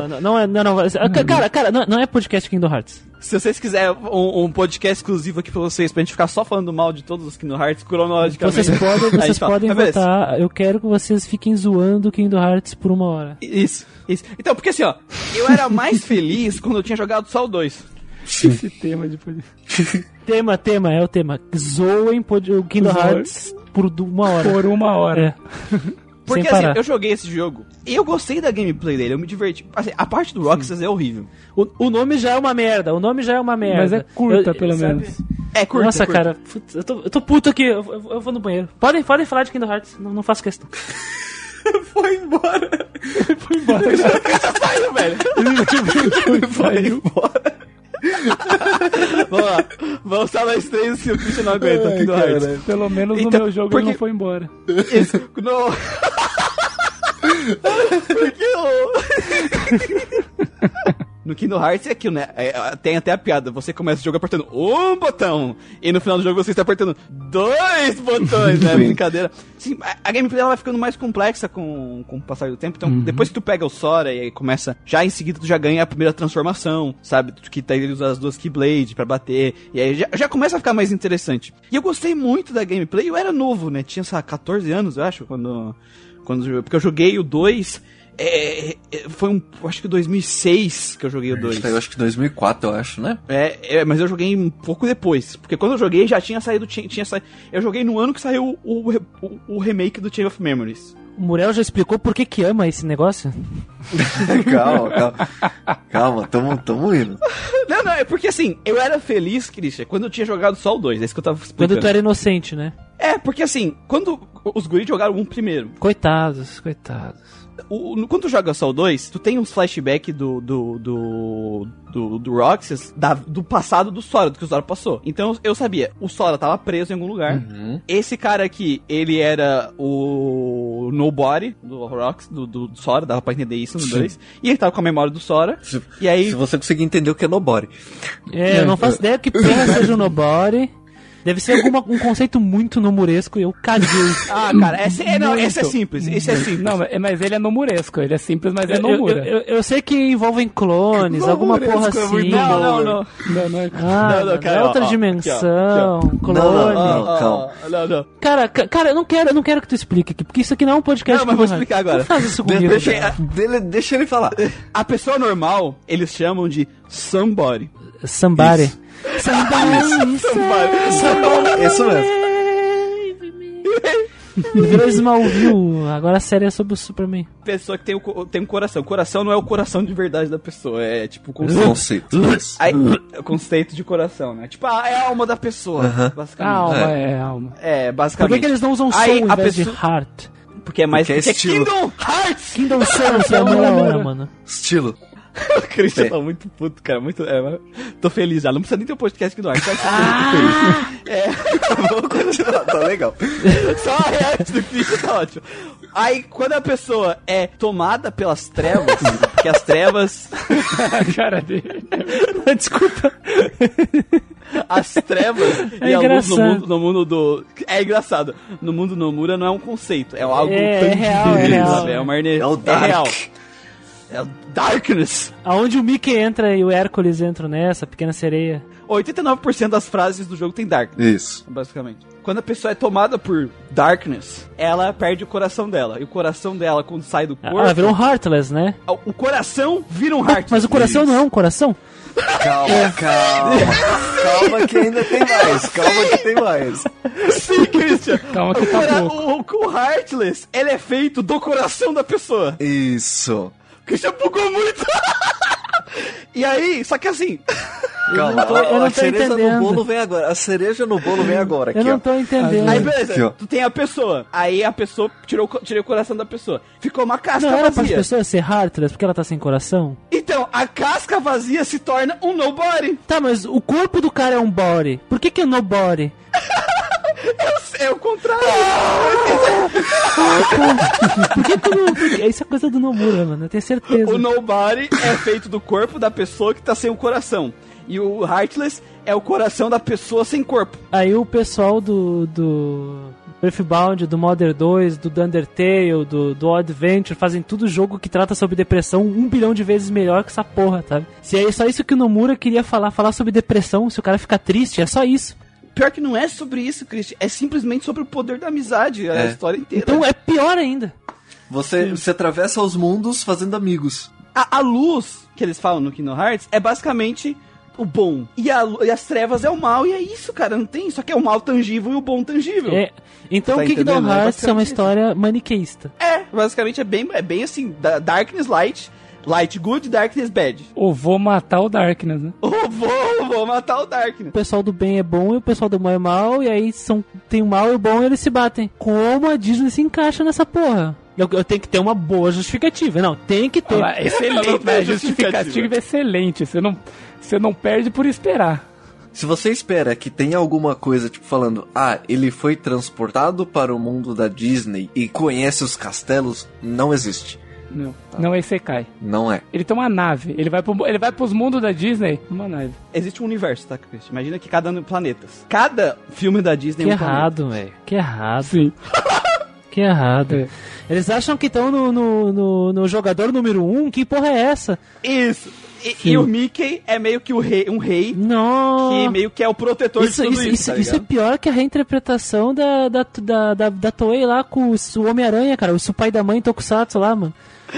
Cara, não é podcast Kingdom Hearts. Se vocês quiserem um podcast exclusivo aqui pra vocês, pra gente ficar só falando mal de todos os Kingdom Hearts, cronologicamente. Vocês podem votar. Eu quero que vocês fiquem zoando Kingdom Hearts por 1 hora. Isso. Então, porque assim, ó, eu era mais feliz quando eu tinha jogado só o 2. Esse tema depois. É o tema. Zoem o Kingdom Hearts por 1 hora. Por 1 hora. Porque sem assim, parar. eu joguei esse jogo e eu gostei da gameplay dele, eu me diverti. Assim, a parte do Roxas é horrível. O nome já é uma merda, Mas é curta, pelo menos. É curto. Nossa, é curto. cara, putz, eu tô puto aqui, eu vou no banheiro. Podem falar de Kingdom Hearts, não faço questão. Foi embora. Foi embora. Saiu, velho. Foi embora. Vamos lá. Vamos falar nós três se o Christian não aguenta aqui do Hearts. Pelo menos no Então, meu jogo porque- ele não foi embora. Isso, no... Porque no Kingdom Hearts é aquilo, né? Tem até a piada. Você começa o jogo apertando um botão e no final do jogo você está apertando 2 botões, né? Brincadeira. Sim, a gameplay ela vai ficando mais complexa com o passar do tempo. Então, depois que tu pega o Sora e aí começa... Já em seguida tu já ganha a primeira transformação, sabe? Que tá ele usa as 2 Keyblades pra bater. E aí já começa a ficar mais interessante. E eu gostei muito da gameplay. Eu era novo, né? Tinha, sei lá, 14 anos, eu acho, quando porque eu joguei o 2... foi acho que 2006 que eu joguei o 2. Eu acho que 2004, eu acho, né? Mas eu joguei um pouco depois. Porque quando eu joguei já tinha saído. Eu joguei no ano que saiu o remake do Chain of Memories. O Muriel já explicou por que ama esse negócio? Calma, tamo indo. Não, é porque assim, eu era feliz, Christian, quando eu tinha jogado só o 2. É isso que eu tava explicando. Quando tu era inocente, né? Porque assim, quando os guris jogaram um primeiro. Coitados. Quando tu joga só o 2, tu tem uns flashbacks do Roxas do passado do Sora, do que o Sora passou. Então eu sabia, o Sora tava preso em algum lugar. Esse cara aqui, ele era o Nobody do Roxas, do Sora, dava pra entender isso no 2. E ele tava com a memória do Sora. E aí... Se você conseguir entender o que é Nobody. Eu não faço ideia que porra seja o Nobody. Deve ser um conceito muito nomuresco e eu caguei. Cara, esse é simples. Esse é simples. Não, mas ele é nomuresco. Ele é simples, mas é nomura. Eu sei que envolvem clones, alguma porra assim. Não. Não, Não, cara, é outra ó, dimensão, aqui, clone. Calma. Não. Cara, eu não quero que tu explique aqui, porque isso aqui não é um podcast. Não, mas vou explicar agora. Não faz isso comigo. Deixa ele falar. A pessoa normal, eles chamam de somebody. Somebody. Isso. Isso mesmo. Virou Smallville, agora a série é sobre o Superman. Pessoa que tem um coração. Coração não é o coração de verdade da pessoa, é tipo o Conceito. Aí, o conceito de coração, né? Tipo, é a alma da pessoa, basicamente. Alma. É, Por basicamente. que eles não usam soul Aí, em a vez pessoa- de heart? Porque é mais... Porque é porque estilo. Kingdom Hearts! Kingdom Souls é a melhor hora, mano. Estilo. O Christian tá muito puto, cara. Tô feliz já. Não precisa nem ter um podcast aqui no ar. Vamos continuar, tá legal. Só a react do Christian tá ótimo. Aí, quando a pessoa é tomada pelas trevas, porque as trevas... Cara dele. Desculpa. As trevas É e a luz engraçado. no mundo do... É engraçado. No mundo Nomura não é um conceito. É algo real, é real. sabe? É uma energia. É o Dark. real. É o Darkness. Aonde o Mickey entra e o Hércules entram nessa, Pequena Sereia. 89% das frases do jogo tem Darkness. Isso. Basicamente. Quando a pessoa é tomada por Darkness, ela perde o coração dela. E o coração dela, quando sai do corpo... Ela virou um Heartless, né? O coração vira um Heart. Mas o coração não é um coração? Calma que ainda tem mais. Sim, Christian. Calma que tá pouco. O Heartless, ele é feito do coração da pessoa. Isso. O Christian bugou muito. E aí, só que assim... Calma, eu não a tô cereja entendendo. no bolo vem agora. A cereja no bolo vem agora. Aqui, Eu não ó. tô entendendo. Aí beleza, Aqui, ó. tu tem a pessoa. Aí a pessoa tirei o coração da pessoa. Ficou uma casca Não era para as vazia. pessoas ser Heartless porque ela tá sem coração? Então, a casca vazia se torna um nobody. Tá, mas o corpo do cara é um body. Por que é nobody? É o contrário. Por que não... Isso é coisa do Nomura, mano. Eu tenho certeza. O nobody é feito do corpo da pessoa que tá sem o coração. E o Heartless é o coração da pessoa sem corpo. Aí o pessoal do Earthbound, do Modern 2, do Undertale, do Odd Adventure fazem tudo jogo que trata sobre depressão 1 bilhão de vezes melhor que essa porra, sabe? Se é só isso que o Nomura queria falar sobre depressão, se o cara fica triste, é só isso. Pior que não é sobre isso, Christian. É simplesmente sobre o poder da amizade, a história inteira. Então é pior ainda. Você atravessa os mundos fazendo amigos. A luz que eles falam no Kingdom Hearts é basicamente o bom. E as trevas é o mal, e é isso, cara. Não tem. Só que é o mal tangível e o bom tangível. Então Tá o Kingdom entendendo? Hearts é uma Basicamente história maniqueísta. Basicamente é bem assim, Darkness Light, Light Good, Darkness Bad. Ou vou matar o Darkness, né? Vou matar o O Darkness. pessoal do bem é bom e o pessoal do mal é mal, e aí tem o mal e o bom e eles se batem. Como a Disney se encaixa nessa porra? Eu tenho que ter uma boa justificativa. Não, tem que ter. Excelente, a justificativa é excelente. Você não perde por esperar. Se você espera que tenha alguma coisa, tipo, falando, ele foi transportado para o mundo da Disney e conhece os castelos, não existe. Não é Isekai. Não é. Ele tem uma nave. Ele vai pros mundos da Disney numa nave. Existe um universo, tá, Chris? Imagina que cada planetas. Cada filme da Disney Que é um planeta. errado, velho. Que errado. Sim. Que errado. É. Eles acham que estão no jogador número 1. Que porra é essa? Isso. E o Mickey é meio que um rei Não. que meio que é o protetor de tudo isso, tá Isso é ligado? pior que a reinterpretação da Toei lá com o Homem-Aranha, cara. O pai da mãe Tokusatsu lá, mano.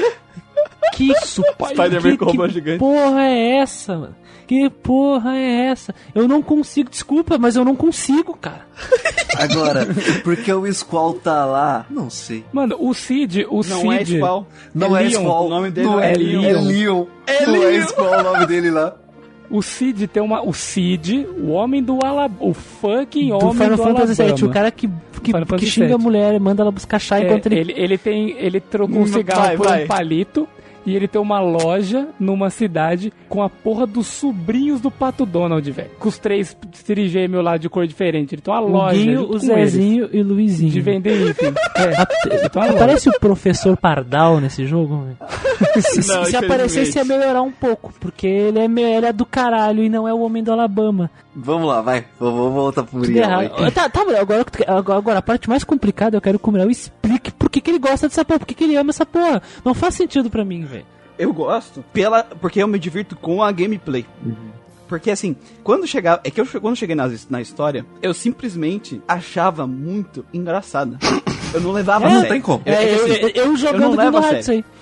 Que Spider-Man com robô gigante. porra é essa, mano? Que porra é essa? Eu não consigo, desculpa, mas eu não consigo, cara. Agora, porque o Squall tá lá, não sei. Mano, o Cid... Não é Squall. Não é Leon, Squall. o nome dele não é é Leon. É Leon. Não é Squall o nome dele lá. O Cid tem uma... O Cid, o homem do Alabama. O fucking Do homem Final do Fantasy Alabama. VII, o cara que Final Fantasy xinga VII. a mulher, manda ela buscar chá enquanto ele... Ele trocou um cigarro por um palito e ele tem uma loja numa cidade com a porra dos sobrinhos do Pato Donald, velho. Com os 3 trigêmeos lá de cor diferente. Ele tem uma O loja Guinho, junto o com Zezinho e o eles, Luizinho. de vender item. Ele tem uma loja. Aparece o professor Pardal nesse jogo? Velho? Se aparecesse ia melhorar um pouco, porque ele é do caralho e não é o homem do Alabama. Vamos lá, vai. Vamos voltar pro Tudo Muriel. errado. Vai. Tá, agora a parte mais complicada eu quero que o Muriel explique por que ele gosta dessa porra, por que ele ama essa porra. Não faz sentido pra mim, velho. Eu gosto porque eu me divirto com a gameplay. Porque assim, quando eu cheguei na história, eu simplesmente achava muito engraçada. Eu não levava a sério. Não tem como. Eu jogando levo Kingdom a Hearts aí.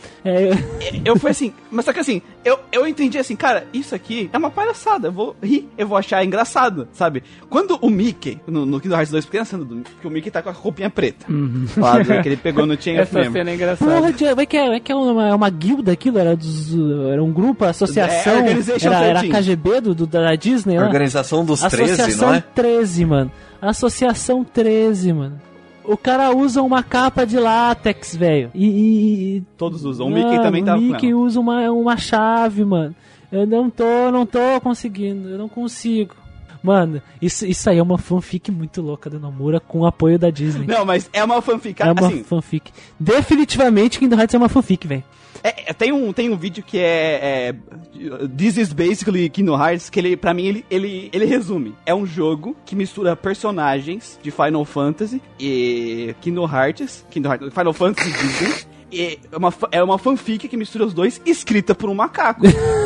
Eu fui assim, mas só que assim, eu entendi assim, cara, isso aqui é uma palhaçada, eu vou rir, eu vou achar engraçado, sabe? Quando o Mickey, no Kingdom Hearts 2, pensando que o Mickey tá com a roupinha preta, lá que ele pegou no Chain of Essa Memory. cena é engraçada. Porra, vai que é uma guilda aquilo? Era um grupo, associação? Organization Era 13. a KGB da Disney lá? Organização dos 13, Associação não é? 13, mano. Associação 13, mano. O cara usa uma capa de látex, velho. Todos usam. O Mickey também tava O com Mickey ela. usa uma chave, mano. Eu não tô conseguindo. Eu não consigo. Mano, isso aí é uma fanfic muito louca do Nomura com o apoio da Disney. Não, mas é uma fanfic. É uma assim, fanfic. Definitivamente Kingdom Hearts é uma fanfic, velho. tem um vídeo que é This is basically Kingdom Hearts, que ele, pra mim, ele resume. É um jogo que mistura personagens de Final Fantasy e Kingdom Hearts, Final Fantasy Disney. E é uma fanfic que mistura os dois, escrita por um macaco.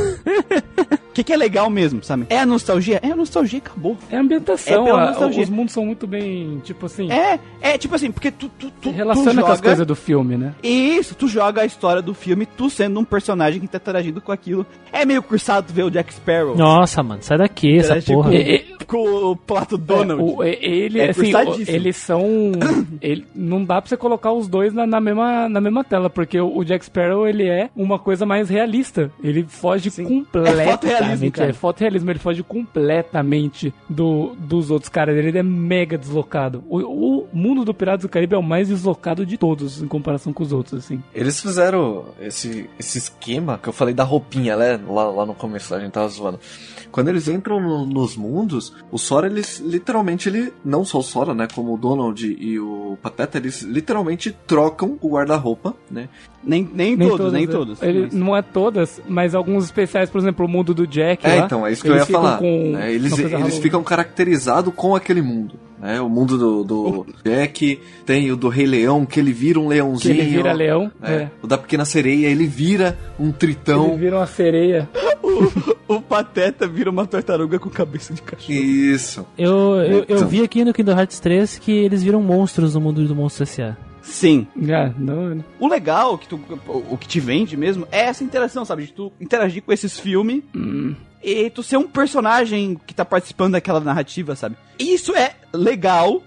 O que é legal mesmo, sabe? É a nostalgia? É a nostalgia, acabou. É a ambientação, É pela nostalgia. os mundos são muito bem, tipo assim... Tipo assim, porque tu relaciona joga com as coisas do filme, né? Isso, tu joga a história do filme, tu sendo um personagem que tá interagindo com aquilo. É meio cursado ver o Jack Sparrow. Nossa, mano, sai daqui, essa interagir porra. com o Pato Donald. Cursadíssimo. Eles são... não dá pra você colocar os dois na mesma tela, porque o Jack Sparrow, ele é uma coisa mais realista. Ele foge completamente. cara. É fotorrealismo, ele foge completamente dos outros caras. Ele é mega deslocado. O mundo do Piratas do Caribe é o mais deslocado de todos, em comparação com os outros, assim. Eles fizeram esse esquema que eu falei da roupinha, né? Lá no começo, a gente tava zoando. Quando eles entram nos mundos, o Sora, eles literalmente, não só o Sora, né? Como o Donald e o Pateta, eles literalmente trocam o guarda-roupa, né? Nem todos. Ele, Mas... não é todas, mas alguns especiais, por exemplo, o mundo do Jack lá, então, é isso que eu ia falar. né? Eles ficam caracterizados com aquele mundo. Né? O mundo do Jack, tem o do Rei Leão, que ele vira um leãozinho. Que ele vira leão. O da Pequena Sereia, ele vira um tritão. Ele vira uma sereia. O Pateta vira uma tartaruga com cabeça de cachorro. Isso. Eu vi aqui no Kingdom Hearts 3 que eles viram monstros no mundo do Monstro S.A. Sim. Não. O legal, o que te vende mesmo, é essa interação, sabe? De tu interagir com esses filmes e tu ser um personagem que tá participando daquela narrativa, sabe? Isso é legal,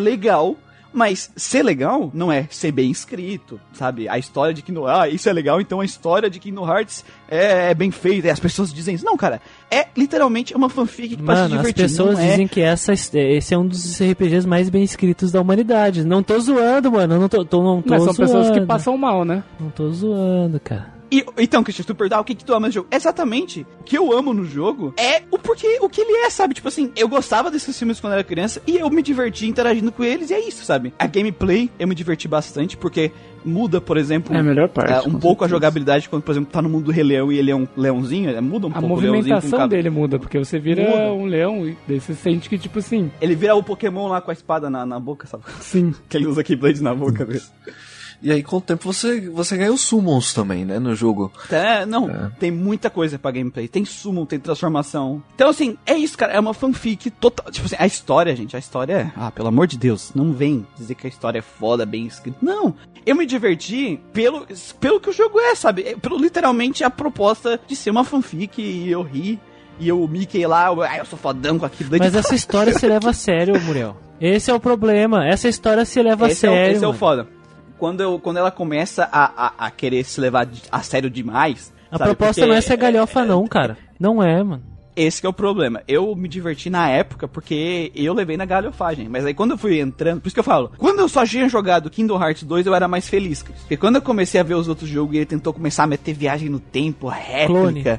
mas ser legal não é ser bem escrito, sabe? A história de Kingdom Hearts, isso é legal, então a história de Kingdom Hearts é bem feita, e as pessoas dizem isso. Não, cara, é literalmente uma fanfic que pode se divertir. As pessoas dizem que esse é um dos RPGs mais bem escritos da humanidade. Não tô zoando, mano, não tô Mas são zoando. pessoas que passam mal, né? Não tô zoando, cara. Então, Christian, tu perguntar o que tu ama no jogo. Exatamente, o que eu amo no jogo é o que ele é, sabe? Tipo assim, eu gostava desses filmes quando eu era criança e eu me diverti interagindo com eles e é isso, sabe? A gameplay, eu me diverti bastante porque muda, por exemplo, é a melhor parte, um pouco a jogabilidade quando, por exemplo, tá no mundo do Rei Leão e ele é um leãozinho, muda um pouco. A movimentação dele muda, porque você vira um leão e daí você sente que, tipo assim... Ele vira o Pokémon lá com a espada na boca, sabe? Sim. Que ele usa Keyblade na boca mesmo. E aí, com o tempo, você ganha os summons também, né, no jogo. Tem muita coisa pra gameplay. Tem summon, tem transformação. Então, assim, é isso, cara. É uma fanfic total. Tipo assim, a história, gente, pelo amor de Deus, não vem dizer que a história é foda, bem escrita. Não. Eu me diverti pelo que o jogo é, sabe? Pelo literalmente a proposta de ser uma fanfic e eu ri. E o Mickey lá, eu sou fodão com aquilo. Mas essa história se leva a sério, Muriel. Esse é o problema. Essa história se leva a sério. Esse é o foda. Quando ela começa a querer se levar a sério demais... A proposta não é ser galhofa não, cara. Não é, mano. Esse que é o problema. Eu me diverti na época porque eu levei na galhofagem. Mas aí quando eu fui entrando... Por isso que eu falo, quando eu só tinha jogado Kingdom Hearts 2, eu era mais feliz. Porque quando eu comecei a ver os outros jogos e ele tentou começar a meter viagem no tempo, réplica...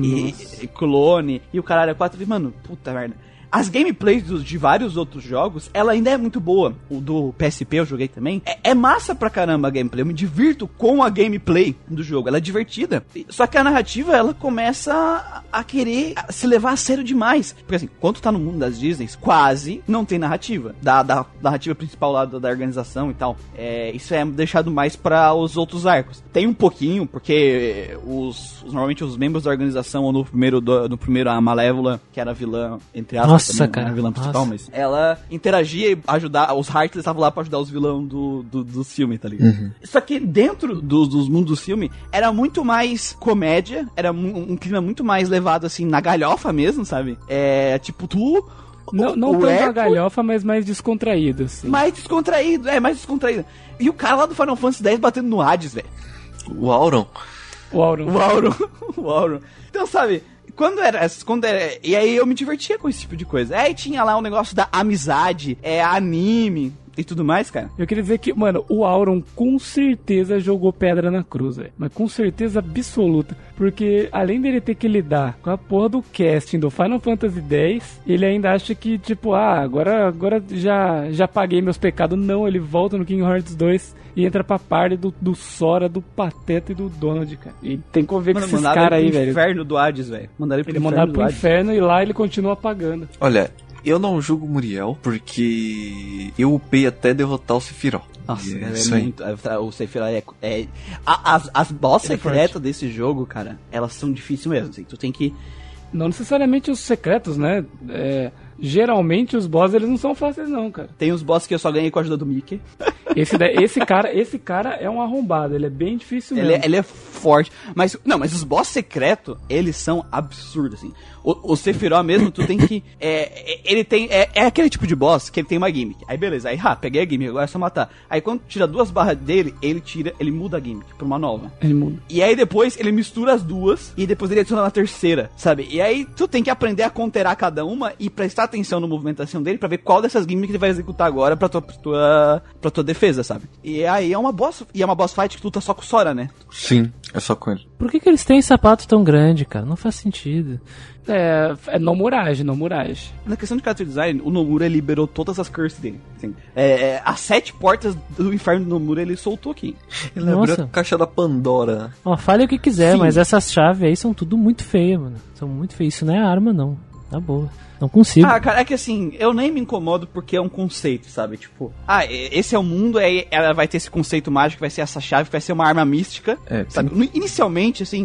Clone... E o caralho 4, mano, puta merda... As gameplays de vários outros jogos, ela ainda é muito boa. O do PSP eu joguei também. É massa pra caramba a gameplay. Eu me divirto com a gameplay do jogo. Ela é divertida. Só que a narrativa, ela começa a querer se levar a sério demais. Porque assim, quando tá no mundo das Disney, quase não tem narrativa. Da narrativa principal lá da organização e tal. Isso é deixado mais pra os outros arcos. Tem um pouquinho, porque normalmente os membros da organização, ou no primeiro a Malévola, que era a vilã, entre aspas, nossa, também, cara. A vilã principal, mas ela interagia e ajudar. Os Heartless estavam lá pra ajudar os vilões do filme, tá ligado? Uhum. Só que dentro dos mundos do filme era muito mais comédia, era um clima muito mais levado assim na galhofa mesmo, sabe? Tipo, não tanto a galhofa, mas mais descontraído, assim. Mais descontraído. E o cara lá do Final Fantasy X batendo no Hades, velho. O Auron. Então, sabe, quando era. E aí eu me divertia com esse tipo de coisa. Aí tinha lá um negócio da amizade, anime e tudo mais, cara. Eu queria dizer que, mano, o Auron com certeza jogou pedra na cruz, velho. Mas com certeza absoluta. Porque além dele ter que lidar com a porra do casting do Final Fantasy X, ele ainda acha que, tipo, agora já paguei meus pecados. Não, ele volta no Kingdom Hearts 2 e entra pra parte do Sora, do Pateta e do Donald, cara. E tem que ver com esses caras aí, velho. Inferno do Hades, velho. Ele mandaram pro inferno e lá ele continua pagando. Olha, eu não julgo Muriel porque eu upei até derrotar o Sephiroth. Nossa, o Sephiroth as boss secretas desse jogo, cara, elas são difíceis mesmo, assim. Tu tem que... Não necessariamente os secretos, né? Geralmente os boss, eles não são fáceis não, cara. Tem os boss que eu só ganhei com a ajuda do Mickey. Esse cara é um arrombado, ele é bem difícil mesmo. Ele é forte, mas os boss secretos, eles são absurdos, assim. O Sephiroth mesmo, tu tem que... ele tem... É aquele tipo de boss que ele tem uma gimmick. Aí beleza, aí peguei a gimmick, agora é só matar. Aí quando tira 2 barras dele, ele muda a gimmick pra uma nova. Ele muda. E aí depois ele mistura as duas e depois ele adiciona na terceira, sabe? E aí tu tem que aprender a counterar cada uma e prestar atenção na movimentação dele pra ver qual dessas gimmicks ele vai executar agora pra tua defesa, sabe? E aí é uma boss fight que tu luta só com o Sora, né? Sim, é só com ele. Por que eles têm sapato tão grande, cara? Não faz sentido. É Nomurage. Na questão de character design, o Nomura liberou todas as curses dele. Assim, as 7 portas do inferno do Nomura ele soltou aqui. Ele abriu a caixa da Pandora. Fale o que quiser, Sim. Mas essas chaves aí são tudo muito feias, mano. São muito feias. Isso não é arma, não. Tá boa. Não consigo. Cara, é que assim, eu nem me incomodo porque é um conceito, sabe? Tipo, esse é o mundo, aí ela vai ter esse conceito mágico, vai ser essa chave, vai ser uma arma mística, sabe? Inicialmente, assim,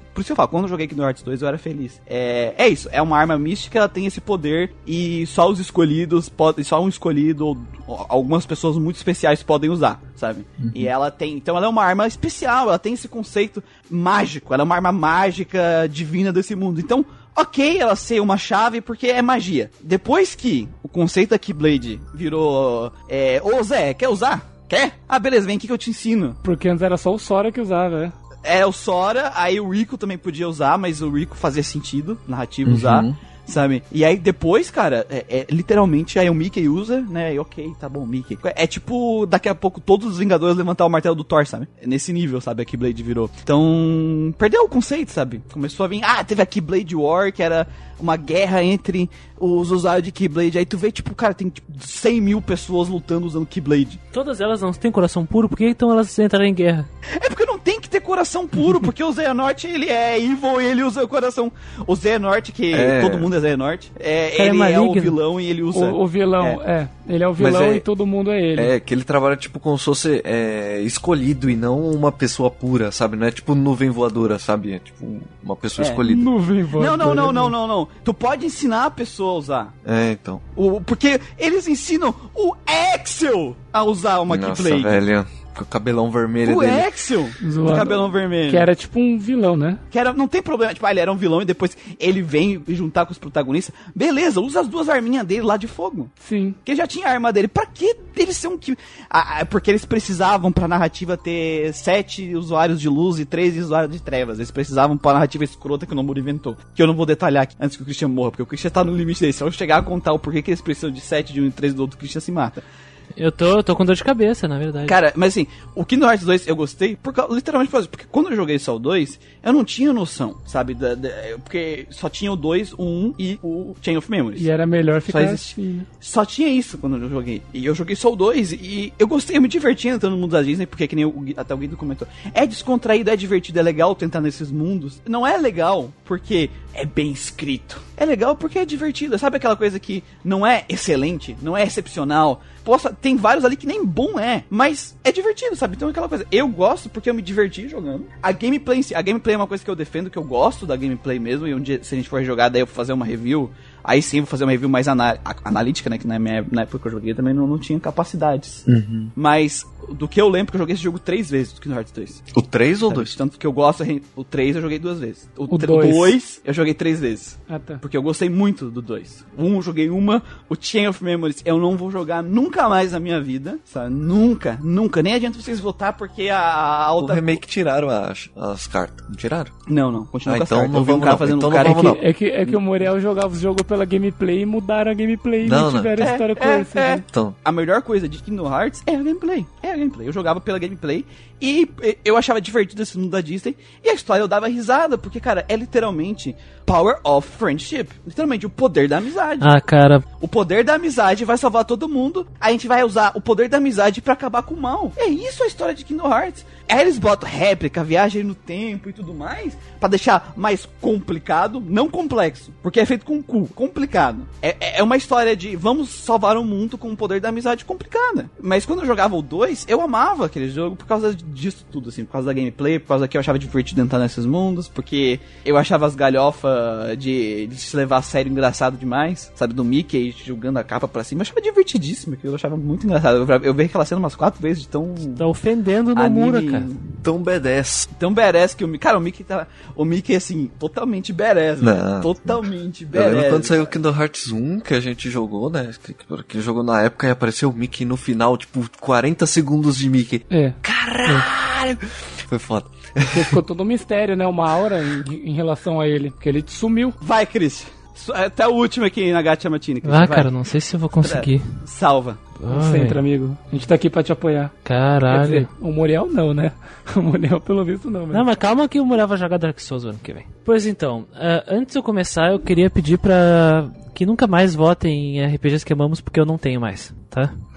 Por isso que eu falo, quando eu joguei Kingdom Hearts 2 eu era feliz. É isso, é uma arma mística, ela tem esse poder e só os escolhidos podem, só um escolhido ou algumas pessoas muito especiais podem usar, sabe? E ela tem, então ela é uma arma especial, ela tem esse conceito mágico, ela é uma arma mágica divina desse mundo. Então, ok ela ser uma chave porque é magia. Depois que o conceito da Keyblade virou, ô Zé, quer usar? Quer? Ah, beleza, vem aqui que eu te ensino. Porque antes era só o Sora que usava, né? É, o Sora, aí o Rico também podia usar, mas o Rico fazia sentido, narrativo usar, sabe? E aí depois, cara, literalmente aí o Mickey usa, né? E ok, tá bom, Mickey. É tipo, daqui a pouco todos os Vingadores levantar o martelo do Thor, sabe? Nesse nível, sabe? A Keyblade virou. Então, perdeu o conceito, sabe? Começou a vir, teve a Keyblade War, que era uma guerra entre os usuários de Keyblade. Aí tu vê, tipo, cara, tem tipo 100 mil pessoas lutando usando Keyblade. Todas elas não têm coração puro, por que então elas entraram em guerra? É porque não tem que ter coração puro, porque o Xehanort, ele é evil e ele usa o coração. O Xehanort, que todo mundo é Xehanort, ele é o vilão e ele usa... O vilão, ele é o vilão e todo mundo é ele. É, que ele trabalha tipo como se fosse escolhido e não uma pessoa pura, sabe? Não é tipo nuvem voadora, sabe? É tipo uma pessoa escolhida. Nuvem voadora. Não. Tu pode ensinar a pessoa a usar. É, então. Porque eles ensinam o Axel a usar uma Keyblade. Velho, com o cabelão vermelho o dele. Axel, o cabelão vermelho. Que era tipo um vilão, né? Que era, não tem problema, tipo, ele era um vilão e depois ele vem juntar com os protagonistas. Beleza, usa as duas arminhas dele lá de fogo. Sim. Que já tinha a arma dele. Pra que ele ser um... porque eles precisavam pra narrativa ter 7 usuários de luz e 3 usuários de trevas. Eles precisavam pra narrativa escrota que o Nomura inventou. Que eu não vou detalhar aqui antes que o Christian morra, porque o Christian tá no limite dele. Se eu chegar a contar o porquê que eles precisam de 7 de um e 3 do outro, o Christian se mata. Eu tô com dor de cabeça, na verdade. Cara, mas assim, o Kingdom Hearts 2 eu gostei, literalmente porque quando eu joguei só o 2, eu não tinha noção, sabe? Porque só tinha o 2, o 1 e o Chain of Memories. E era melhor ficar assim. Só tinha isso quando eu joguei. E eu joguei só o 2 e eu gostei, eu me diverti entrando no mundo da Disney, porque que nem até o Guido comentou. É descontraído, é divertido, é legal tentar nesses mundos. Não é legal porque é bem escrito. É legal porque é divertido. Sabe aquela coisa que não é excelente, não é excepcional? Tem vários ali que nem bom mas é divertido, sabe? Então é aquela coisa, eu gosto porque eu me diverti jogando. A gameplay é uma coisa que eu defendo, que eu gosto da gameplay mesmo, e um dia, se a gente for jogar, daí eu vou fazer uma review, aí sim eu vou fazer uma review mais analítica, né? Que na época que eu joguei também não tinha capacidades. Mas do que eu lembro, que eu joguei esse jogo 3 vezes, do Kingdom Hearts 2. O 3 ou 2? Tanto que eu gosto, o 3 eu joguei 2 vezes. O 2 eu joguei 3 vezes. Tá. Porque eu gostei muito do 2. Eu joguei uma, o Chain of Memories eu não vou jogar nunca mais na minha vida, sabe? Nunca. Nem adianta vocês votar porque a alta... O remake tiraram as cartas. Não tiraram? Não. Continua com as então cartas. não vamos não. É que o Muriel jogava o jogo pela gameplay e mudaram a gameplay e não tiveram a história com esse. Então. A melhor coisa de Kingdom Hearts é a gameplay. Eu jogava pela gameplay e eu achava divertido esse mundo da Disney. E a história eu dava risada, porque, cara, é literalmente Power of Friendship. Literalmente, o poder da amizade. Cara. O poder da amizade vai salvar todo mundo. A gente vai usar o poder da amizade pra acabar com o mal. É isso a história de Kingdom Hearts. Aí eles botam réplica, viagem no tempo e tudo mais, pra deixar mais complicado, não complexo, porque é feito com cu, complicado. É uma história de vamos salvar o mundo com o poder da amizade complicada. Mas quando eu jogava o 2, eu amava aquele jogo por causa disso tudo, assim, por causa da gameplay, por causa que eu achava divertido entrar nesses mundos, porque eu achava as galhofas de se levar a sério engraçado demais, sabe, do Mickey jogando a capa pra cima, eu achava divertidíssimo, eu achava muito engraçado. Eu vi aquela cena umas 4 vezes de tão... Tá ofendendo o Nomura, cara. Tão badass. Tão badass que o Mickey... Cara, o Mickey, assim, totalmente badass, né? Totalmente badass. Eu lembro quando saiu o Kingdom Hearts 1, que a gente jogou, né? Que jogou na época e apareceu o Mickey no final, tipo, 40 segundos de Mickey. Caralho! Foi foda. Porque ficou todo um mistério, né? Uma aura em relação a ele, porque ele sumiu. Vai, Christian. Até o último aqui na Gacha Matine. Cara, não sei se eu vou conseguir. Salva. Concentra, amigo. A gente tá aqui pra te apoiar. Caralho. Quer dizer, o Muriel não, né? O Muriel, pelo visto, não. Não, mas calma que o Muriel vai jogar Dark Souls o ano que vem. Pois então, antes de eu começar, eu queria pedir pra que nunca mais votem em RPGs que amamos, porque eu não tenho mais, tá?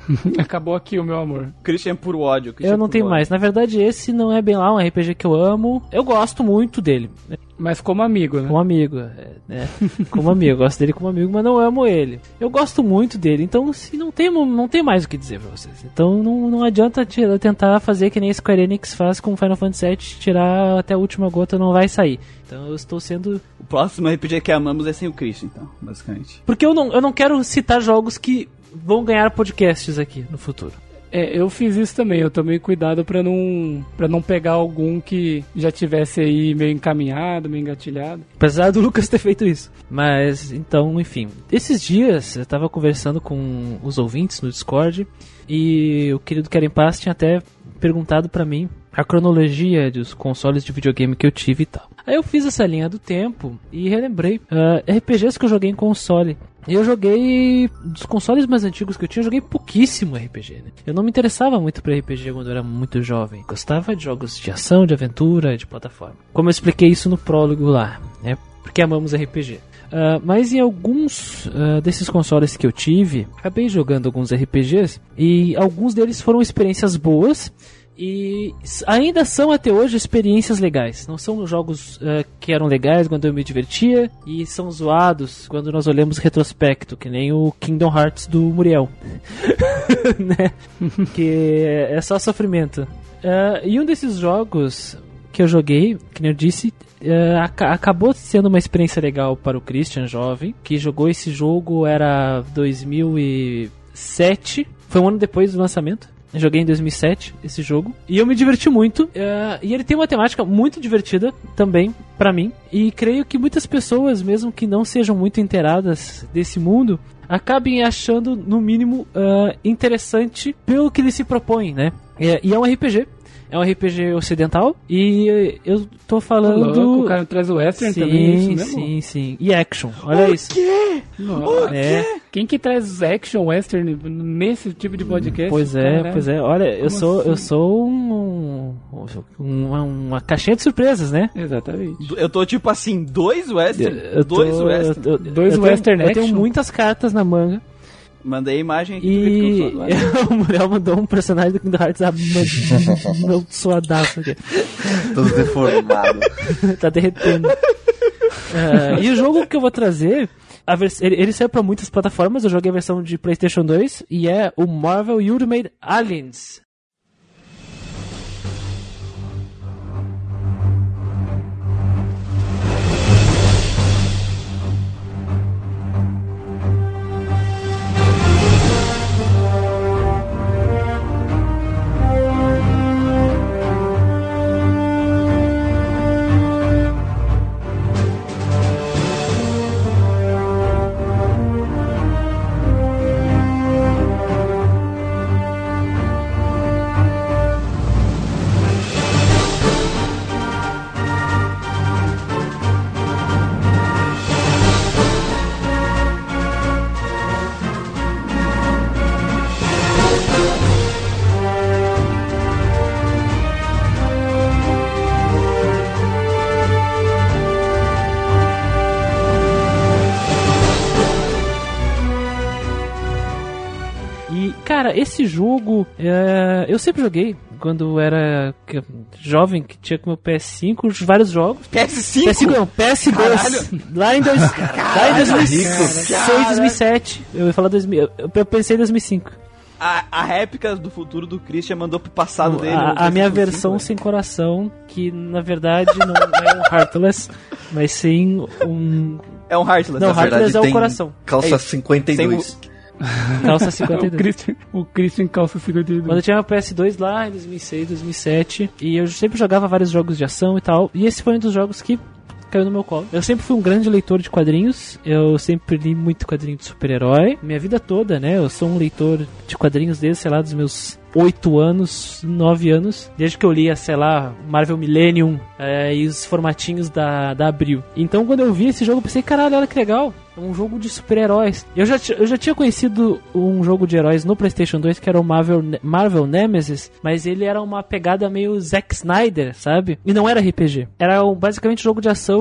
Acabou aqui o meu amor. Christian por ódio. Christian Eu não por tenho ódio. mais. Na verdade, esse não é bem lá um RPG que eu amo. Eu gosto muito dele. Mas como amigo, né? Como amigo, né? Como amigo. Eu gosto dele como amigo, mas não amo ele. Eu gosto muito dele, então se não tem mais o que dizer pra vocês. Então não adianta tentar fazer que nem a Square Enix faz com Final Fantasy VII, tirar até a última gota, não vai sair. Então eu estou sendo... O próximo RPG que amamos é sem o Christian, então, basicamente. Porque eu não quero citar jogos que vão ganhar podcasts aqui no futuro. Eu fiz isso também, eu tomei cuidado pra não pegar algum que já tivesse aí meio encaminhado, meio engatilhado. Apesar do Lucas ter feito isso. Mas, então, enfim. Esses dias eu tava conversando com os ouvintes no Discord e o querido Karen Paz tinha até perguntado pra mim a cronologia dos consoles de videogame que eu tive e tal. Aí eu fiz essa linha do tempo e relembrei RPGs que eu joguei em console. E eu joguei, dos consoles mais antigos que eu tinha, eu joguei pouquíssimo RPG, né? Eu não me interessava muito pra RPG quando eu era muito jovem. Gostava de jogos de ação, de aventura, de plataforma. Como eu expliquei isso no prólogo lá, né? Porque amamos RPG. Mas em alguns desses consoles que eu tive, acabei jogando alguns RPGs e alguns deles foram experiências boas. E ainda são até hoje experiências legais. Não são jogos que eram legais quando eu me divertia e são zoados quando nós olhamos retrospecto, que nem o Kingdom Hearts do Muriel. Né? Que é só sofrimento. E um desses jogos que eu joguei, que nem eu disse, acabou sendo uma experiência legal para o Christian jovem, que jogou esse jogo, era 2007, foi um ano depois do lançamento. Eu joguei em 2007 esse jogo e eu me diverti muito, e ele tem uma temática muito divertida também pra mim, e creio que muitas pessoas, mesmo que não sejam muito inteiradas desse mundo, acabem achando no mínimo interessante pelo que ele se propõe, né? E é um RPG. É um RPG ocidental e eu tô falando... Louco, o cara traz o western também, é isso mesmo? Sim. E action, olha isso. O quê? Nossa. O quê? Quem que traz action western nesse tipo de podcast? Pois é. Olha, eu sou uma caixinha de surpresas, né? Exatamente. Eu tô tipo assim, dois western? Dois western eu action? tenho muitas cartas na manga. Mandei a imagem aqui E do jeito que eu sou agora. o Muriel mandou um personagem do Kingdom Hearts meu suadaço aqui. Tô deformado. Tá derretendo. E o jogo que eu vou trazer, ele saiu pra muitas plataformas. Eu joguei a versão de PlayStation 2 e é o Marvel Ultimate Alliance. Cara, esse jogo eu sempre joguei quando era jovem, que tinha com meu PS5 vários jogos. PS5? PS5 não, PS2. Caralho. Lá em 2006, Caralho. 2007. Eu ia falar 2000. Eu pensei em 2005. A réplica do futuro do Christian mandou pro passado dele. A minha versão sem coração, que na verdade não é um Heartless, mas sim um... É um Heartless. Não, Na verdade, Heartless é o tem coração. Calça É, 52. Calça 52. O Christian calça 52. Quando eu tinha uma PS2 lá em 2006, 2007, e eu sempre jogava vários jogos de ação e tal, e esse foi um dos jogos que caiu no meu colo. Eu sempre fui um grande leitor de quadrinhos, eu sempre li muito quadrinho de super-herói, minha vida toda, né, eu sou um leitor de quadrinhos desde, sei lá, dos meus 8 anos, 9 anos, desde que eu lia, sei lá, Marvel Millennium e os formatinhos da Abril. Então quando eu vi esse jogo eu pensei, caralho, olha que legal, é um jogo de super-heróis. Eu já tinha conhecido um jogo de heróis no PlayStation 2 que era o Marvel Nemesis, mas ele era uma pegada meio Zack Snyder, sabe? E não era RPG. Era basicamente um jogo de ação que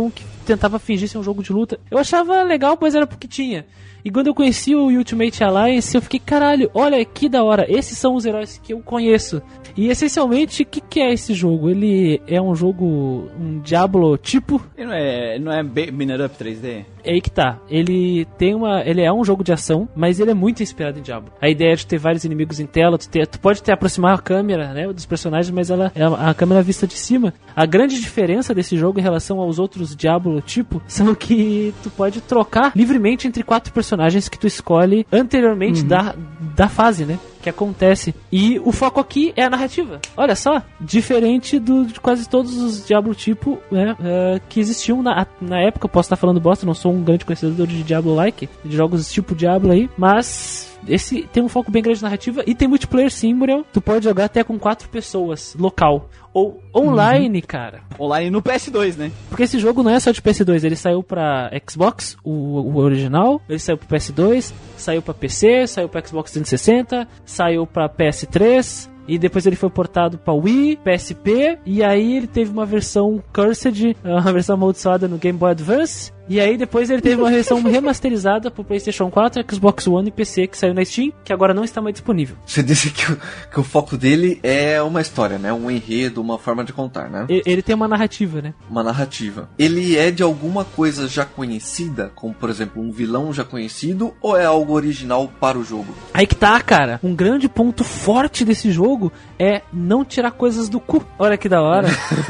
tentava fingir ser um jogo de luta. Eu achava legal, pois era porque tinha. E quando eu conheci o Ultimate Alliance, eu fiquei, caralho, olha que da hora, esses são os heróis que eu conheço. E essencialmente, o que é esse jogo? Ele é um jogo, um Diablo tipo... Ele não é Banner Up 3D? É aí que tá. Ele é um jogo de ação, mas ele é muito inspirado em Diablo. A ideia é de ter vários inimigos em tela, tu pode aproximar a câmera, né, dos personagens, mas a câmera é vista de cima. A grande diferença desse jogo em relação aos outros Diablo tipo são que tu pode trocar livremente entre 4 personagens que tu escolhe anteriormente da fase, né? Que acontece. E o foco aqui é a narrativa. Olha só, diferente de quase todos os Diablo tipo, né, que existiam na época. Eu posso estar falando bosta, não sou um grande conhecedor de Diablo-like, de jogos tipo Diablo aí, mas esse tem um foco bem grande de narrativa e tem multiplayer sim, Muriel. Tu pode jogar até com 4 pessoas, local. Ou online, cara. Online no PS2, né? Porque esse jogo não é só de PS2, ele saiu pra Xbox, o original, ele saiu pro PS2, saiu pra PC, saiu pra Xbox 360, saiu pra PS3, e depois ele foi portado pra Wii, PSP, e aí ele teve uma versão Cursed, uma versão amaldiçoada no Game Boy Advance, e aí depois ele teve uma versão remasterizada pro PlayStation 4, Xbox One e PC, que saiu na Steam, que agora não está mais disponível. Você disse que o foco dele é uma história, né? Um enredo, uma forma de contar, né? Ele tem uma narrativa, né? Uma narrativa. Ele é de alguma coisa já conhecida, como por exemplo um vilão já conhecido, ou é algo original para o jogo? Aí que tá, cara. Um grande ponto forte desse jogo é não tirar coisas do cu. Olha que da hora.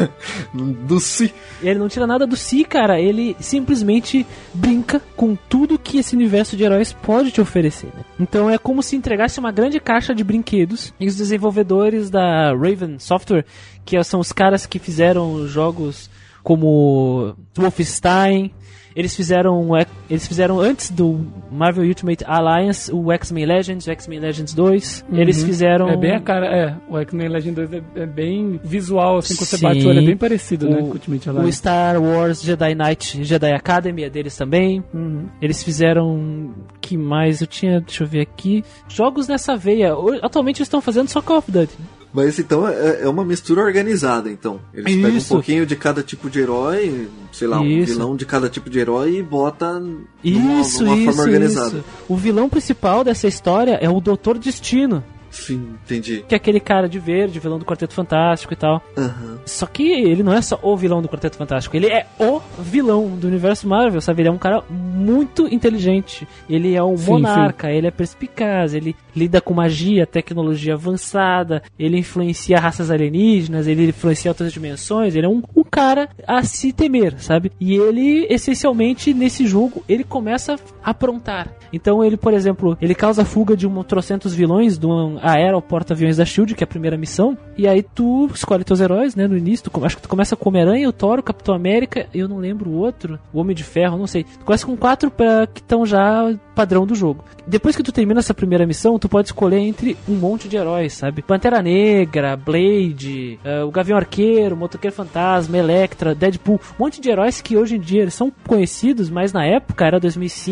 Do si. Ele não tira nada do si, cara. Ele simplesmente brinca com tudo que esse universo de heróis pode te oferecer, né? Então é como se entregasse uma grande caixa de brinquedos. E os desenvolvedores da Raven Software, que são os caras que fizeram jogos como Wolfenstein, eles fizeram antes do Marvel Ultimate Alliance o X-Men Legends, o X-Men Legends 2. Eles fizeram... É bem a cara, o X-Men Legends 2 é bem visual, assim, quando você bate o olho, é bem parecido, né, com o Ultimate Alliance. O Star Wars Jedi Knight, Jedi Academy é deles também. Eles fizeram... que mais eu tinha? Deixa eu ver aqui. Jogos nessa veia. Atualmente eles estão fazendo só Call of Duty. Mas então é uma mistura organizada, então. Eles pegam um pouquinho de cada tipo de herói, sei lá, um vilão de cada tipo de herói e bota numa forma organizada. O vilão principal dessa história é o Doutor Destino. Sim, entendi. Que é aquele cara de verde, vilão do Quarteto Fantástico e tal. Só que ele não é só o vilão do Quarteto Fantástico, ele é o vilão do universo Marvel, sabe? Ele é um cara muito inteligente, ele é um monarca, ele é perspicaz, ele lida com magia, tecnologia avançada, ele influencia raças alienígenas, ele influencia outras dimensões, ele é um cara a se temer, sabe? E ele, essencialmente, nesse jogo, ele começa a aprontar. Então ele, por exemplo, ele causa a fuga de trocentos vilões do aeroporto-aviões da SHIELD, que é a primeira missão, e aí tu escolhe teus heróis, né, no início, acho que tu começa com o Homem-Aranha, o Thor, o Capitão América, eu não lembro o outro, o Homem de Ferro, não sei. Tu começa com 4 que estão já padrão do jogo. Depois que tu termina essa primeira missão, tu pode escolher entre um monte de heróis, sabe? Pantera Negra, Blade, o Gavião Arqueiro, Motoqueiro Fantasma, Elektra, Deadpool, um monte de heróis que hoje em dia eles são conhecidos, mas na época era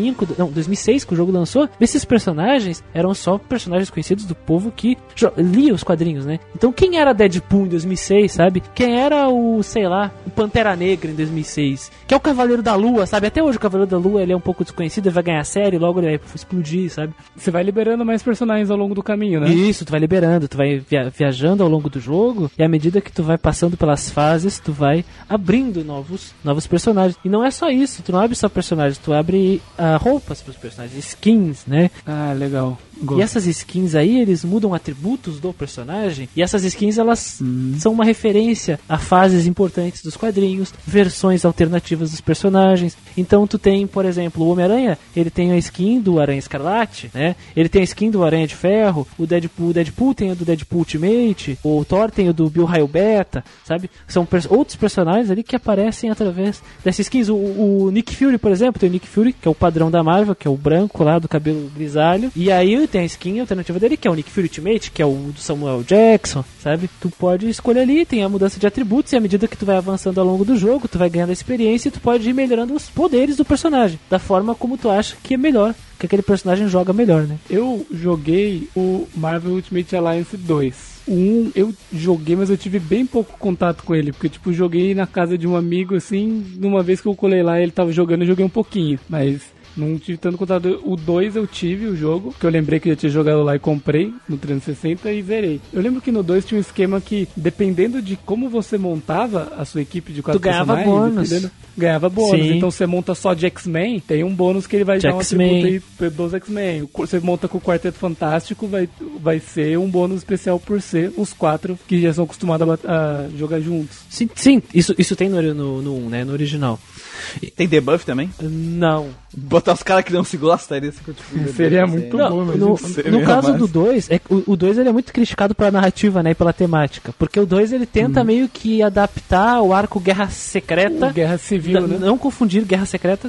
2006 que o jogo lançou. Esses personagens eram só personagens conhecidos do povo que lia os quadrinhos, né? Então quem era Deadpool em 2006, sabe? Quem era o Pantera Negra em 2006? Que é o Cavaleiro da Lua, sabe? Até hoje o Cavaleiro da Lua ele é um pouco desconhecido, ele vai ganhar série, logo ele vai explodir, sabe? Você vai liberando mais personagens ao longo do caminho, né? Isso, tu vai liberando, tu vai viajando ao longo do jogo, e à medida que tu vai passando pelas fases, tu vai abrindo novos personagens. E não é só isso, tu não abre só personagens, tu abre roupas pros personagens, skins, né? Ah, legal. Gosto. E essas skins aí, eles mudam atributos do personagem, e essas skins, elas são uma referência a fases importantes dos quadrinhos, versões alternativas dos personagens. Então tu tem, por exemplo, o Homem-Aranha, ele tem a skin do Aranha Escarlate, né? Ele tem a skin do Aranha de Ferro, o Deadpool tem o do Deadpool Ultimate, o Thor tem o do Bill Raio Beta, sabe? São outros personagens ali que aparecem através dessas skins. O Nick Fury, por exemplo, tem o Nick Fury, que é o padrão da Marvel, que é o branco lá, do cabelo grisalho, e aí tem a skin alternativa dele, que é o Nick Fury Ultimate, que é o do Samuel Jackson, sabe? Tu pode escolher ali, tem a mudança de atributos, e à medida que tu vai avançando ao longo do jogo, tu vai ganhando experiência e tu pode ir melhorando os poderes do personagem, da forma como tu acha que é melhor, que aquele personagem joga melhor, né? Eu joguei o Marvel Ultimate Alliance 2. eu joguei, mas eu tive bem pouco contato com ele, porque, tipo, joguei na casa de um amigo, assim, numa vez que eu colei lá, ele tava jogando, eu joguei um pouquinho, mas não tive tanto contato. O 2 eu tive o jogo, que eu lembrei que eu já tinha jogado lá e comprei no 360 e zerei. Eu lembro que no 2 tinha um esquema que, dependendo de como você montava a sua equipe de 4 personagens, ganhava bônus. Sim. Então você monta só de X-Men, tem um bônus que ele vai dar um atributo aí dos X-Men. Você monta com o Quarteto Fantástico, vai ser um bônus especial por ser os 4 que já são acostumados a jogar juntos. Sim, isso tem no 1, né? No original. Tem debuff também? Não. Botar os caras que não se gostam aí desse tipo. Seria muito bom, mas no caso do 2, o 2 ele é muito criticado pela narrativa, né, e pela temática, porque o 2 ele tenta meio que adaptar o arco Guerra Secreta, o Guerra Civil, né? Não confundir Guerra Secreta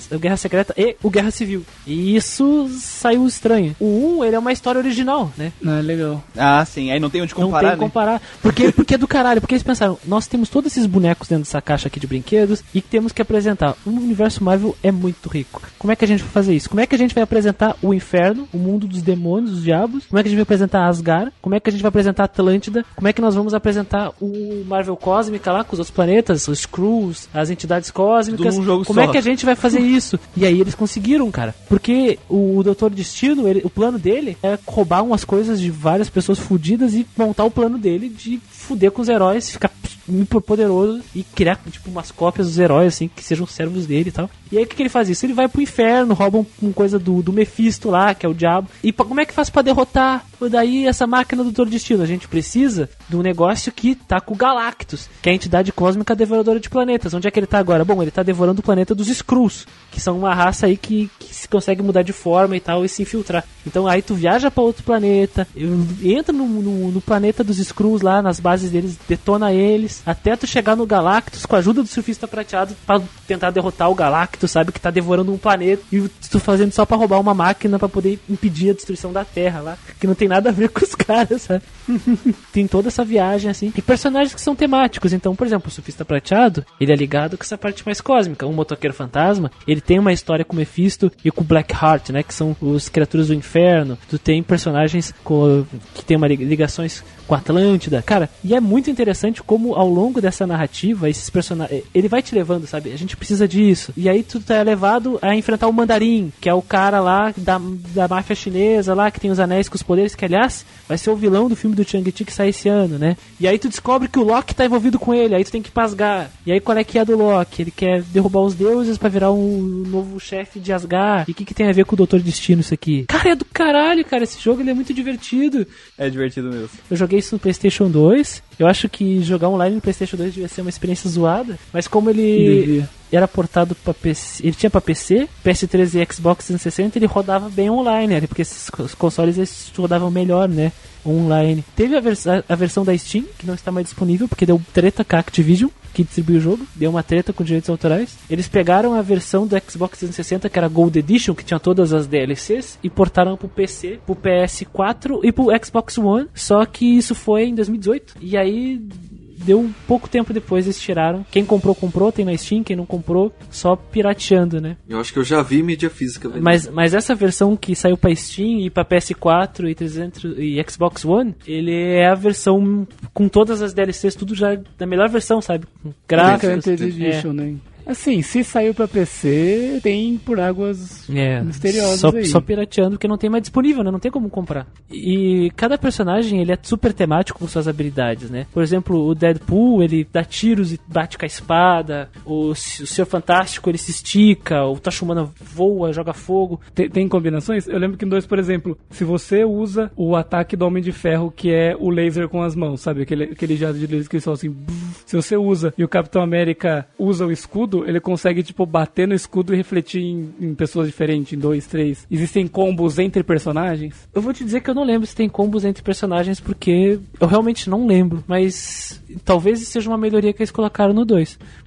e o Guerra Civil. E isso saiu estranho. O 1, ele é uma história original, né? Ah, legal. Ah, sim, aí não tem onde comparar, não tem comparar. Porque é do caralho, porque eles pensaram, nós temos todos esses bonecos dentro dessa caixa aqui de brinquedos e temos que apresentar. O universo Marvel é muito rico. Como é que a gente vai fazer isso? Como é que a gente vai apresentar o inferno, o mundo dos demônios, dos diabos? Como é que a gente vai apresentar Asgard? Como é que a gente vai apresentar Atlântida? Como é que nós vamos apresentar o Marvel Cósmica lá com os outros planetas, os Skrulls, as entidades cósmicas? Como é que a gente vai fazer isso? E aí eles conseguiram, cara. Porque o Doutor Destino, o plano dele é roubar umas coisas de várias pessoas fudidas e montar o plano dele de fuder com os heróis, ficar muito poderoso e criar, tipo, umas cópias dos heróis, assim, que sejam servos dele e tal. E aí o que ele faz isso? Ele vai pro inferno, rouba uma coisa do Mephisto lá, que é o diabo. E como é que faz pra derrotar daí essa máquina do Doutor Destino? A gente precisa de um negócio que tá com o Galactus, que é a entidade cósmica devoradora de planetas. Onde é que ele tá agora? Bom, ele tá devorando o planeta dos Skrulls, que são uma raça aí que se consegue mudar de forma e tal, e se infiltrar. Então aí tu viaja pra outro planeta, entra no planeta dos Skrulls lá, nas bases deles, detona eles, até tu chegar no Galactus com a ajuda do Surfista Prateado pra tentar derrotar o Galactus, sabe, que tá devorando um planeta, e tu fazendo só pra roubar uma máquina pra poder impedir a destruição da Terra lá, que não tem nada a ver com os caras, sabe? Tem toda essa viagem, assim, e personagens que são temáticos. Então, por exemplo, o Surfista Prateado, ele é ligado com essa parte mais cósmica. O Motoqueiro Fantasma, ele tem uma história com o Mephisto e com o Blackheart, né, que são os criaturas do inferno. Tu tem personagens que tem ligações com a Atlântida, cara, e é muito interessante como ao longo dessa narrativa, esses personagens, ele vai te levando, sabe, a gente precisa disso, e aí tu tá levado a enfrentar o Mandarim, que é o cara lá da máfia chinesa lá, que tem os anéis com os poderes, que aliás, vai ser o vilão do filme do Shang-Chi que sai esse ano, né, e aí tu descobre que o Loki tá envolvido com ele, aí tu tem que pasgar, e aí qual é que é do Loki? Ele quer derrubar os deuses pra virar um novo chefe de Asgard, e o que tem a ver com o Doutor Destino isso aqui? Cara, é do caralho, cara, esse jogo ele é muito divertido. É divertido mesmo. Eu joguei isso no PlayStation 2. Eu acho que jogar online no PlayStation 2 devia ser uma experiência zoada, mas como ele era portado para PC, ele tinha para PC, PS3 e Xbox 360, ele rodava bem online, né? Porque esses consoles eles rodavam melhor, né? Online. Teve a versão da Steam, que não está mais disponível, porque deu treta com a Activision, que distribuiu o jogo, deu uma treta com direitos autorais. Eles pegaram a versão do Xbox 360, que era Gold Edition, que tinha todas as DLCs, e portaram pro PC, pro PS4 e pro Xbox One, só que isso foi em 2018. E aí deu um pouco tempo depois, eles tiraram. Quem comprou, tem na Steam. Quem não comprou, só pirateando, né? Eu acho que eu já vi mídia física. Mas essa versão que saiu pra Steam e pra PS4 e 300 e Xbox One, ele é a versão com todas as DLCs, tudo já da melhor versão, sabe? Gráficos. Edition, né? Assim, se saiu pra PC, tem por águas misteriosas aí. Só pirateando, porque não tem mais disponível, né? Não tem como comprar. E cada personagem, ele é super temático com suas habilidades, né? Por exemplo, o Deadpool, ele dá tiros e bate com a espada. O Senhor Fantástico, ele se estica. O Tocha Humana voa, joga fogo. Tem combinações? Eu lembro que em 2, por exemplo, se você usa o ataque do Homem de Ferro, que é o laser com as mãos, sabe? Aquele jato de laser que eles falam assim... Se você usa e o Capitão América usa o escudo, ele consegue, tipo, bater no escudo e refletir em pessoas diferentes, em 2, 3. Existem combos entre personagens? Eu vou te dizer que eu não lembro se tem combos entre personagens, porque eu realmente não lembro, mas talvez seja uma melhoria que eles colocaram no 2.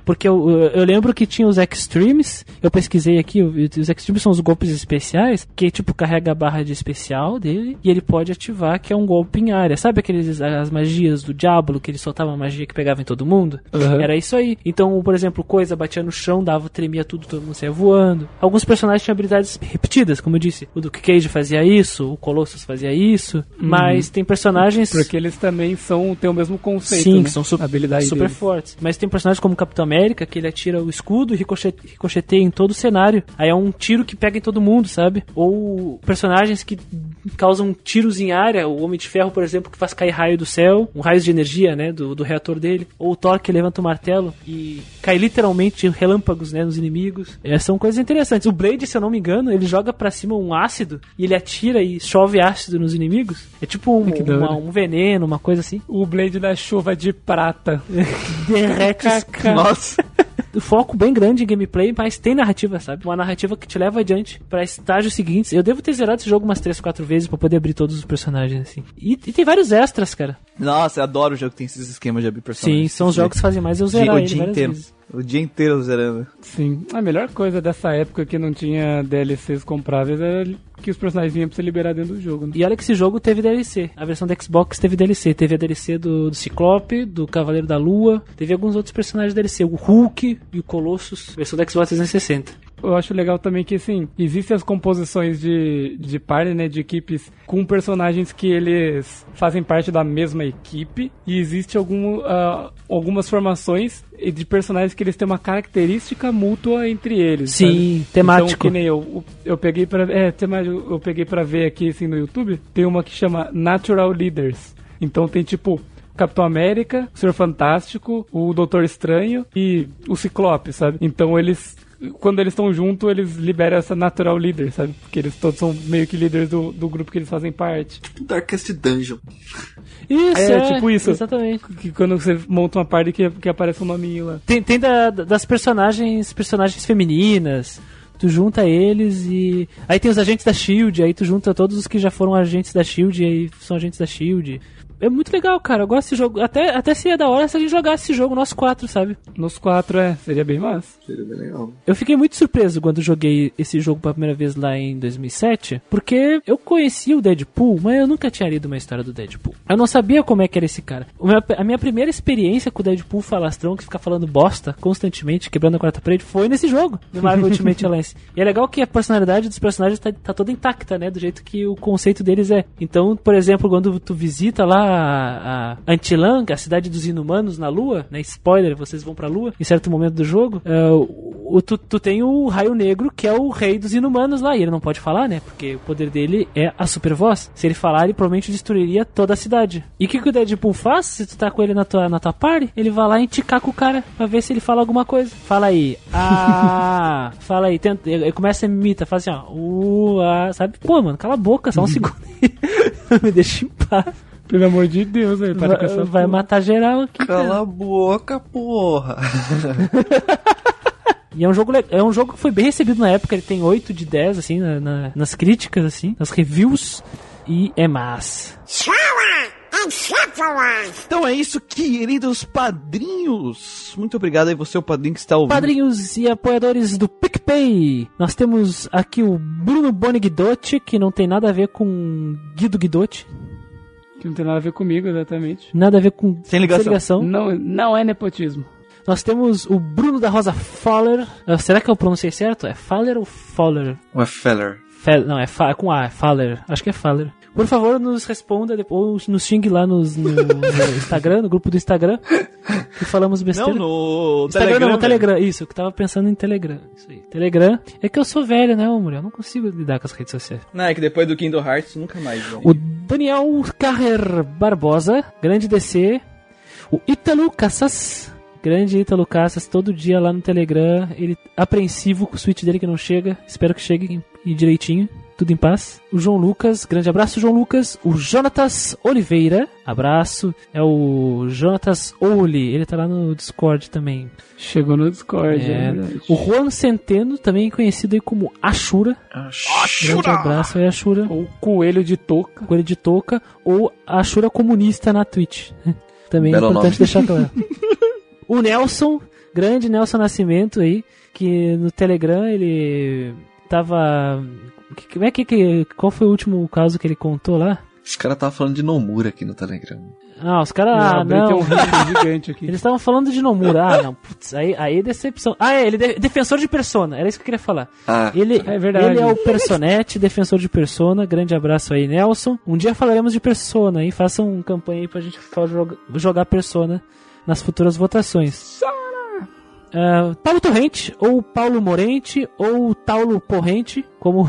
Porque eu lembro que tinha os Extremes, eu pesquisei aqui, os Extremes são os golpes especiais, que tipo carrega a barra de especial dele, e ele pode ativar, que é um golpe em área. Sabe as magias do Diablo, que ele soltava uma magia que pegava em todo mundo? Uhum. Era isso aí. Então, por exemplo, coisa batia no chão, tremia tudo, todo mundo saia voando. Alguns personagens tinham habilidades repetidas, como eu disse. O Duke Cage fazia isso, o Colossus fazia isso, mas tem personagens... Porque eles também têm o mesmo conceito, sim, né? São super deles. fortes. Mas tem personagens como o Capitão América, que ele atira o escudo e ricocheteia em todo o cenário. Aí é um tiro que pega em todo mundo, sabe? Ou personagens que causam tiros em área. O Homem de Ferro, por exemplo, que faz cair raio do céu, um raio de energia, né, do reator dele. Ou o Thor, que levanta o martelo e cai literalmente relâmpagos, né, nos inimigos. São coisas interessantes. O Blade, se eu não me engano, ele joga pra cima um ácido e ele atira e chove ácido nos inimigos. É tipo um veneno, uma coisa assim. O Blade da chuva de prata. Derrete. Nossa. Foco bem grande em gameplay, mas tem narrativa, sabe? Uma narrativa que te leva adiante pra estágios seguintes. Eu devo ter zerado esse jogo umas 3, 4 vezes pra poder abrir todos os personagens, assim. E tem vários extras, cara. Nossa, eu adoro o jogo que tem esses esquemas de abrir personagens. Sim, são os jogos que fazem mais eu zerar ele várias vezes. O dia inteiro zerando. Sim, a melhor coisa dessa época que não tinha DLCs compráveis era que os personagens vinham pra ser liberados dentro do jogo, né? E olha que esse jogo teve DLC. A versão do Xbox teve DLC. Teve a DLC do Ciclope, do Cavaleiro da Lua. Teve alguns outros personagens DLC. O Hulk e o Colossus. Versão do Xbox 360. Eu acho legal também que, assim, existem as composições de party, né, de equipes com personagens que eles fazem parte da mesma equipe, e existe algumas formações de personagens que eles têm uma característica mútua entre eles. Sim, sabe? temático. Então, que nem eu peguei pra ver aqui, assim, no YouTube, tem uma que chama Natural Leaders. Então tem, tipo, Capitão América, o Senhor Fantástico, o Doutor Estranho e o Ciclope, sabe? Então quando eles estão juntos, eles liberam essa Natural Leader, sabe? Porque eles todos são meio que líderes do grupo que eles fazem parte. Darkest Dungeon. Isso, tipo isso. Exatamente. Que quando você monta uma party que aparece um nominho lá. Tem das personagens femininas. Tu junta eles e... Aí tem os agentes da SHIELD, aí tu junta todos os que já foram agentes da SHIELD e aí são agentes da SHIELD. É muito legal, cara. Eu gosto desse jogo. Até seria da hora se a gente jogasse esse jogo, nós 4, sabe? Nos 4, seria bem massa. Seria bem legal. Eu fiquei muito surpreso quando joguei esse jogo pela primeira vez lá em 2007, porque eu conhecia o Deadpool, mas eu nunca tinha lido uma história do Deadpool. Eu não sabia como é que era esse cara. A minha primeira experiência com o Deadpool falastrão, que fica falando bosta constantemente, quebrando a quarta parede, foi nesse jogo, no Marvel Ultimate Alliance. E é legal que a personalidade dos personagens tá toda intacta, né? Do jeito que o conceito deles é. Então, por exemplo, quando tu visita lá a Antilan, a cidade dos inumanos na Lua, né? Spoiler, vocês vão pra Lua em certo momento do jogo. Tu tem o Raio Negro, que é o rei dos inumanos lá, e ele não pode falar, né? Porque o poder dele é a super voz. Se ele falar, ele provavelmente destruiria toda a cidade. E o que o Deadpool faz? Se tu tá com ele na tua party, ele vai lá enticar com o cara pra ver se ele fala alguma coisa. Fala aí. Fala aí. Ele começa a me imitar, faz assim, ó. Sabe? Pô, mano, cala a boca, só um segundo aí. Me deixa em paz. Pelo amor de Deus, velho. Vai matar geral aqui. Cala a boca, porra. E é um jogo que foi bem recebido na época. Ele tem 8 de 10, assim, nas críticas, assim, nas reviews. E é massa. Então é isso, queridos padrinhos. Muito obrigado aí você, o padrinho que está ouvindo. Padrinhos e apoiadores do PicPay. Nós temos aqui o Bruno Boni Guidotti, que não tem nada a ver com Guido Guidotti. Que não tem nada a ver comigo, exatamente. Nada a ver com... Sem ligação. Não é nepotismo. Nós temos o Bruno da Rosa Faller. Será que eu pronunciei certo? É Faller ou Faller? Ou é Feller? Não, é com A, é Faller. Acho que é Faller. Por favor, nos responda depois, nos xingue lá no Instagram, no grupo do Instagram, que falamos besteira. Não, no Instagram Telegram. não, no Telegram. Isso, eu tava pensando em Telegram. Isso aí. Telegram. É que eu sou velho, né, Muriel? Eu não consigo lidar com as redes sociais. Não, é que depois do Kingdom Hearts, nunca mais. Véio. O Daniel Carrer Barbosa, grande DC. O Ítalo Cassas, grande Ítalo Cassas, todo dia lá no Telegram. Ele apreensivo com o Switch dele que não chega. Espero que chegue direitinho. Tudo em paz. O João Lucas, grande abraço, João Lucas. O Jonatas Oliveira, abraço. É o Jonatas Oli, ele tá lá no Discord também. Chegou no Discord, é verdade. O Juan Centeno, também conhecido aí como Ashura. Grande abraço aí, Ashura. Ou Coelho de Touca. Coelho de Touca. Ou Ashura Comunista na Twitch. Também é Belo importante nome. deixar claro. O Nelson, grande Nelson Nascimento aí, que no Telegram ele tava... Qual foi o último caso que ele contou lá? Os caras estavam falando de Nomura aqui no Telegram. Ah, os caras... não. Tem um risco gigante aqui. Eles estavam falando de Nomura. Ah, não. Putz, aí é decepção. Ah, ele é defensor de Persona. Era isso que eu queria falar. Ah, Ele é verdade. Ele é o Personete, defensor de Persona. Grande abraço aí, Nelson. Um dia falaremos de Persona, hein? Façam uma campanha aí pra gente jogar Persona nas futuras votações. Paulo Torrente, ou Paulo Morente, ou Taulo Porrente, como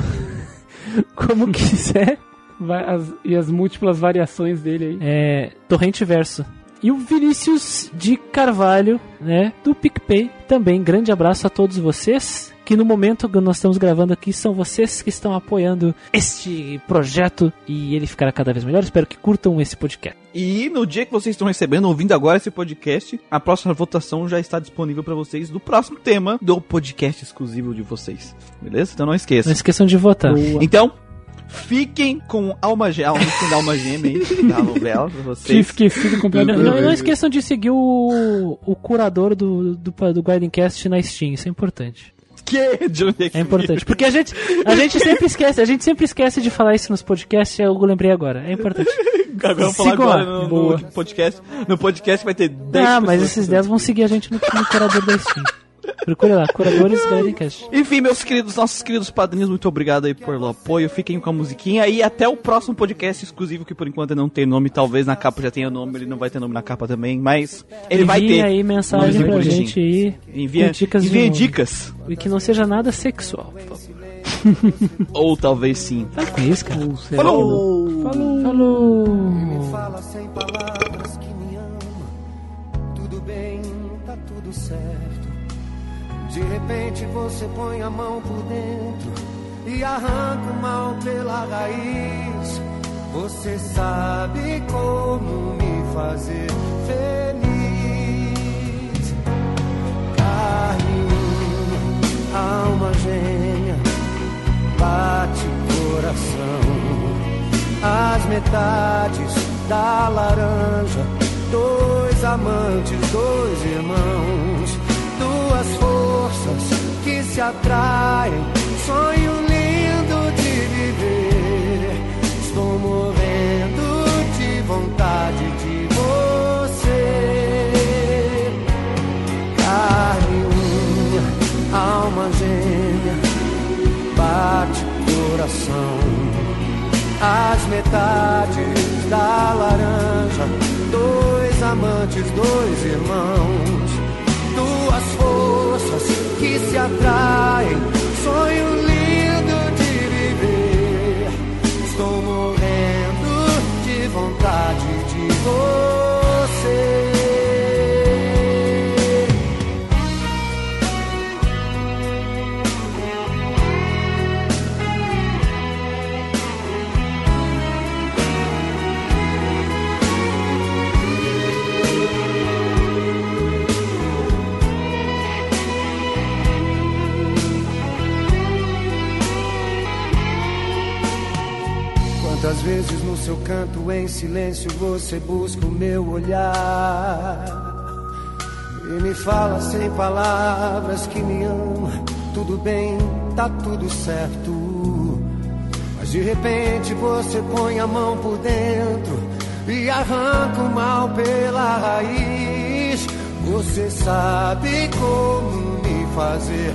quiser. E as múltiplas variações dele aí. Torrente Verso. E o Vinícius de Carvalho, né, do PicPay. Também, grande abraço a todos vocês, que no momento que nós estamos gravando aqui, são vocês que estão apoiando este projeto e ele ficará cada vez melhor. Espero que curtam esse podcast. E no dia que vocês estão recebendo, ouvindo agora esse podcast, a próxima votação já está disponível para vocês do próximo tema do podcast exclusivo de vocês. Beleza? Então não esqueçam. Não esqueçam de votar. Boa. Então, fiquem com a música da Alma Gêmea aí, da novela, pra Tinha vocês. esquecido completamente. Não esqueçam de seguir o curador do Guardiancast na Steam, isso é importante. De onde é que É importante, porque a gente sempre esquece de falar isso nos podcasts, eu lembrei agora, é importante. Agora eu vou falar Sigam agora lá. no podcast. No podcast vai ter 10 Ah, mas pessoas. esses 10 vão seguir a gente no curador da Steam. Procure lá, Curadores Guardiancast. Enfim, nossos queridos padrinhos, muito obrigado aí pelo apoio. Fiquem com a musiquinha e até o próximo podcast exclusivo, que por enquanto não tem nome. Talvez na capa já tenha nome, ele não vai ter nome na capa também, mas ele vai ter. Envia aí mensagem Nomezinho pra bonitinho. gente aí. Envia com dicas de envia nome. dicas. E que não seja nada sexual, por favor. Ou talvez sim. Para com isso, cara. Falou! Falou! Me fala sem palavras que me ama. Tudo bem, tá tudo certo. De repente você põe a mão por dentro e arranca o mal pela raiz. Você sabe como me fazer feliz. Carne, alma gêmea, bate coração. As metades da laranja, dois amantes, dois irmãos, duas forças que se atraem, sonho lindo de viver. Estou morrendo de vontade de você. Carne, unha, alma gêmea, bate coração. As metades da laranja, dois amantes, dois irmãos, duas forças que se atraem, sonho lindo de viver. Estou morrendo de vontade de você. Quantas vezes no seu canto em silêncio você busca o meu olhar e me fala sem palavras que me ama. Tudo bem, tá tudo certo. Mas de repente você põe a mão por dentro e arranca o mal pela raiz. Você sabe como me fazer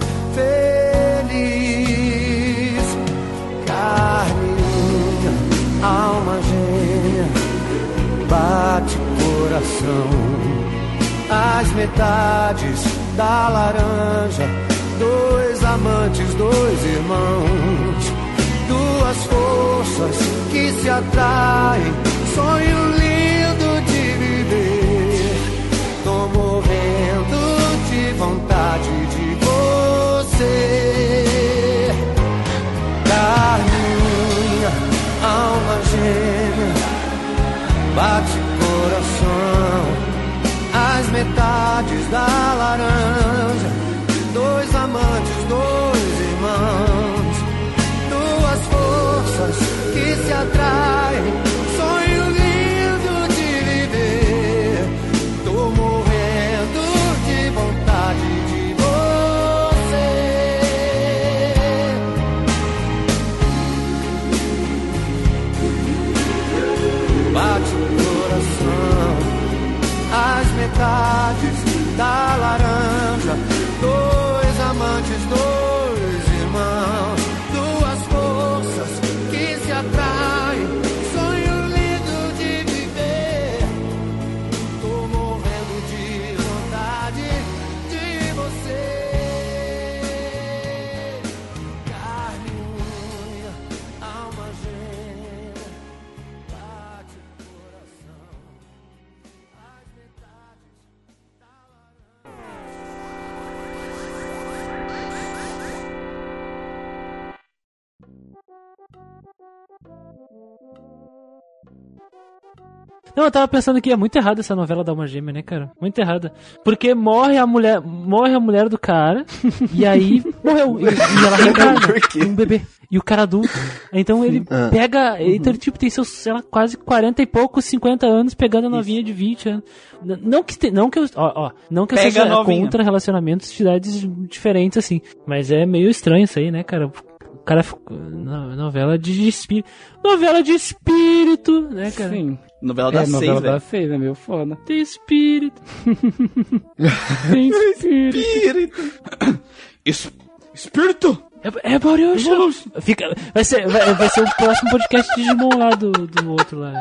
feliz. Carne, alma gêmea, bate coração. As metades da laranja, dois amantes, dois irmãos, duas forças que se atraem, sonho lindo de viver. Tô morrendo de vontade de você. Carne, alma gêmea, bate coração. As metades da laranja, dois amantes, dois irmãos, duas forças que se atraem, sonho lindo de viver. Tô morrendo de vontade Não, eu tava pensando que é muito errado essa novela da Alma Gêmea, né, cara? Muito errada. Porque morre a mulher do cara, e aí morreu. E ela reencarna um bebê. E o cara adulto. Então ele pega. Então ele tipo tem seus, sei lá, quase 40 e poucos, 50 anos pegando a novinha de 20 anos. Não que eu seja contra relacionamentos de idades diferentes, assim. Mas é meio estranho isso aí, né, cara? O cara ficou. Novela de espírito. Novela de espírito, né, cara? Sim. Novela das 6, velho. Novela das 6, é meio foda. Tem espírito. Tem espírito. Espírito! É Borucho! Vai ser o próximo podcast de Digimon lá do outro lá.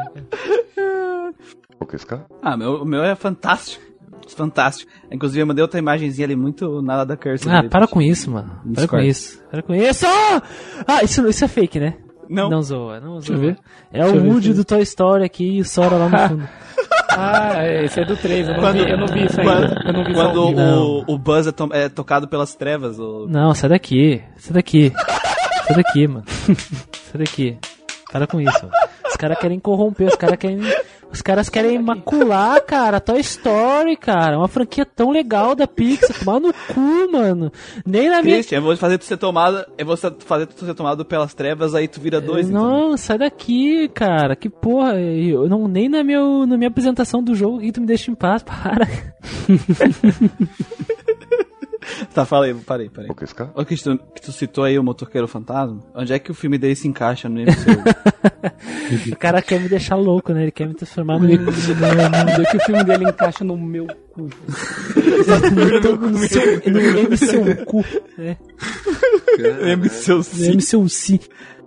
Ah, o meu é fantástico. Fantástico. Inclusive, eu mandei outra imagenzinha ali, muito nada da Cursor. Ah, para com isso, mano. Para com isso. Ah, isso é fake, né? Não zoa. Deixa eu ver. É o Woody do Toy Story aqui e o Sora lá no fundo. Ah, esse é do 3, eu não vi isso ainda. Eu não vi quando o Buzz é tocado pelas trevas. Não, sai daqui, mano. Sai daqui. Para com isso, mano. Os caras querem corromper, os caras querem macular, cara, Toy Story, cara. Uma franquia tão legal da Pixar. Tomar no cu, mano. Nem na minha... Eu vou fazer tu ser tomado pelas trevas, aí tu vira 2. Não, então. sai daqui, cara. Que porra. Nem na minha apresentação do jogo aqui tu me deixa em paz. Para. Tá, fala aí, parei. O que tu citou aí, o Motoqueiro Fantasma, onde é que o filme dele se encaixa no MCU? O cara quer me deixar louco, né? Ele quer me transformar no... Onde é que o filme dele encaixa no meu cu? No MCU cu, né? MCU.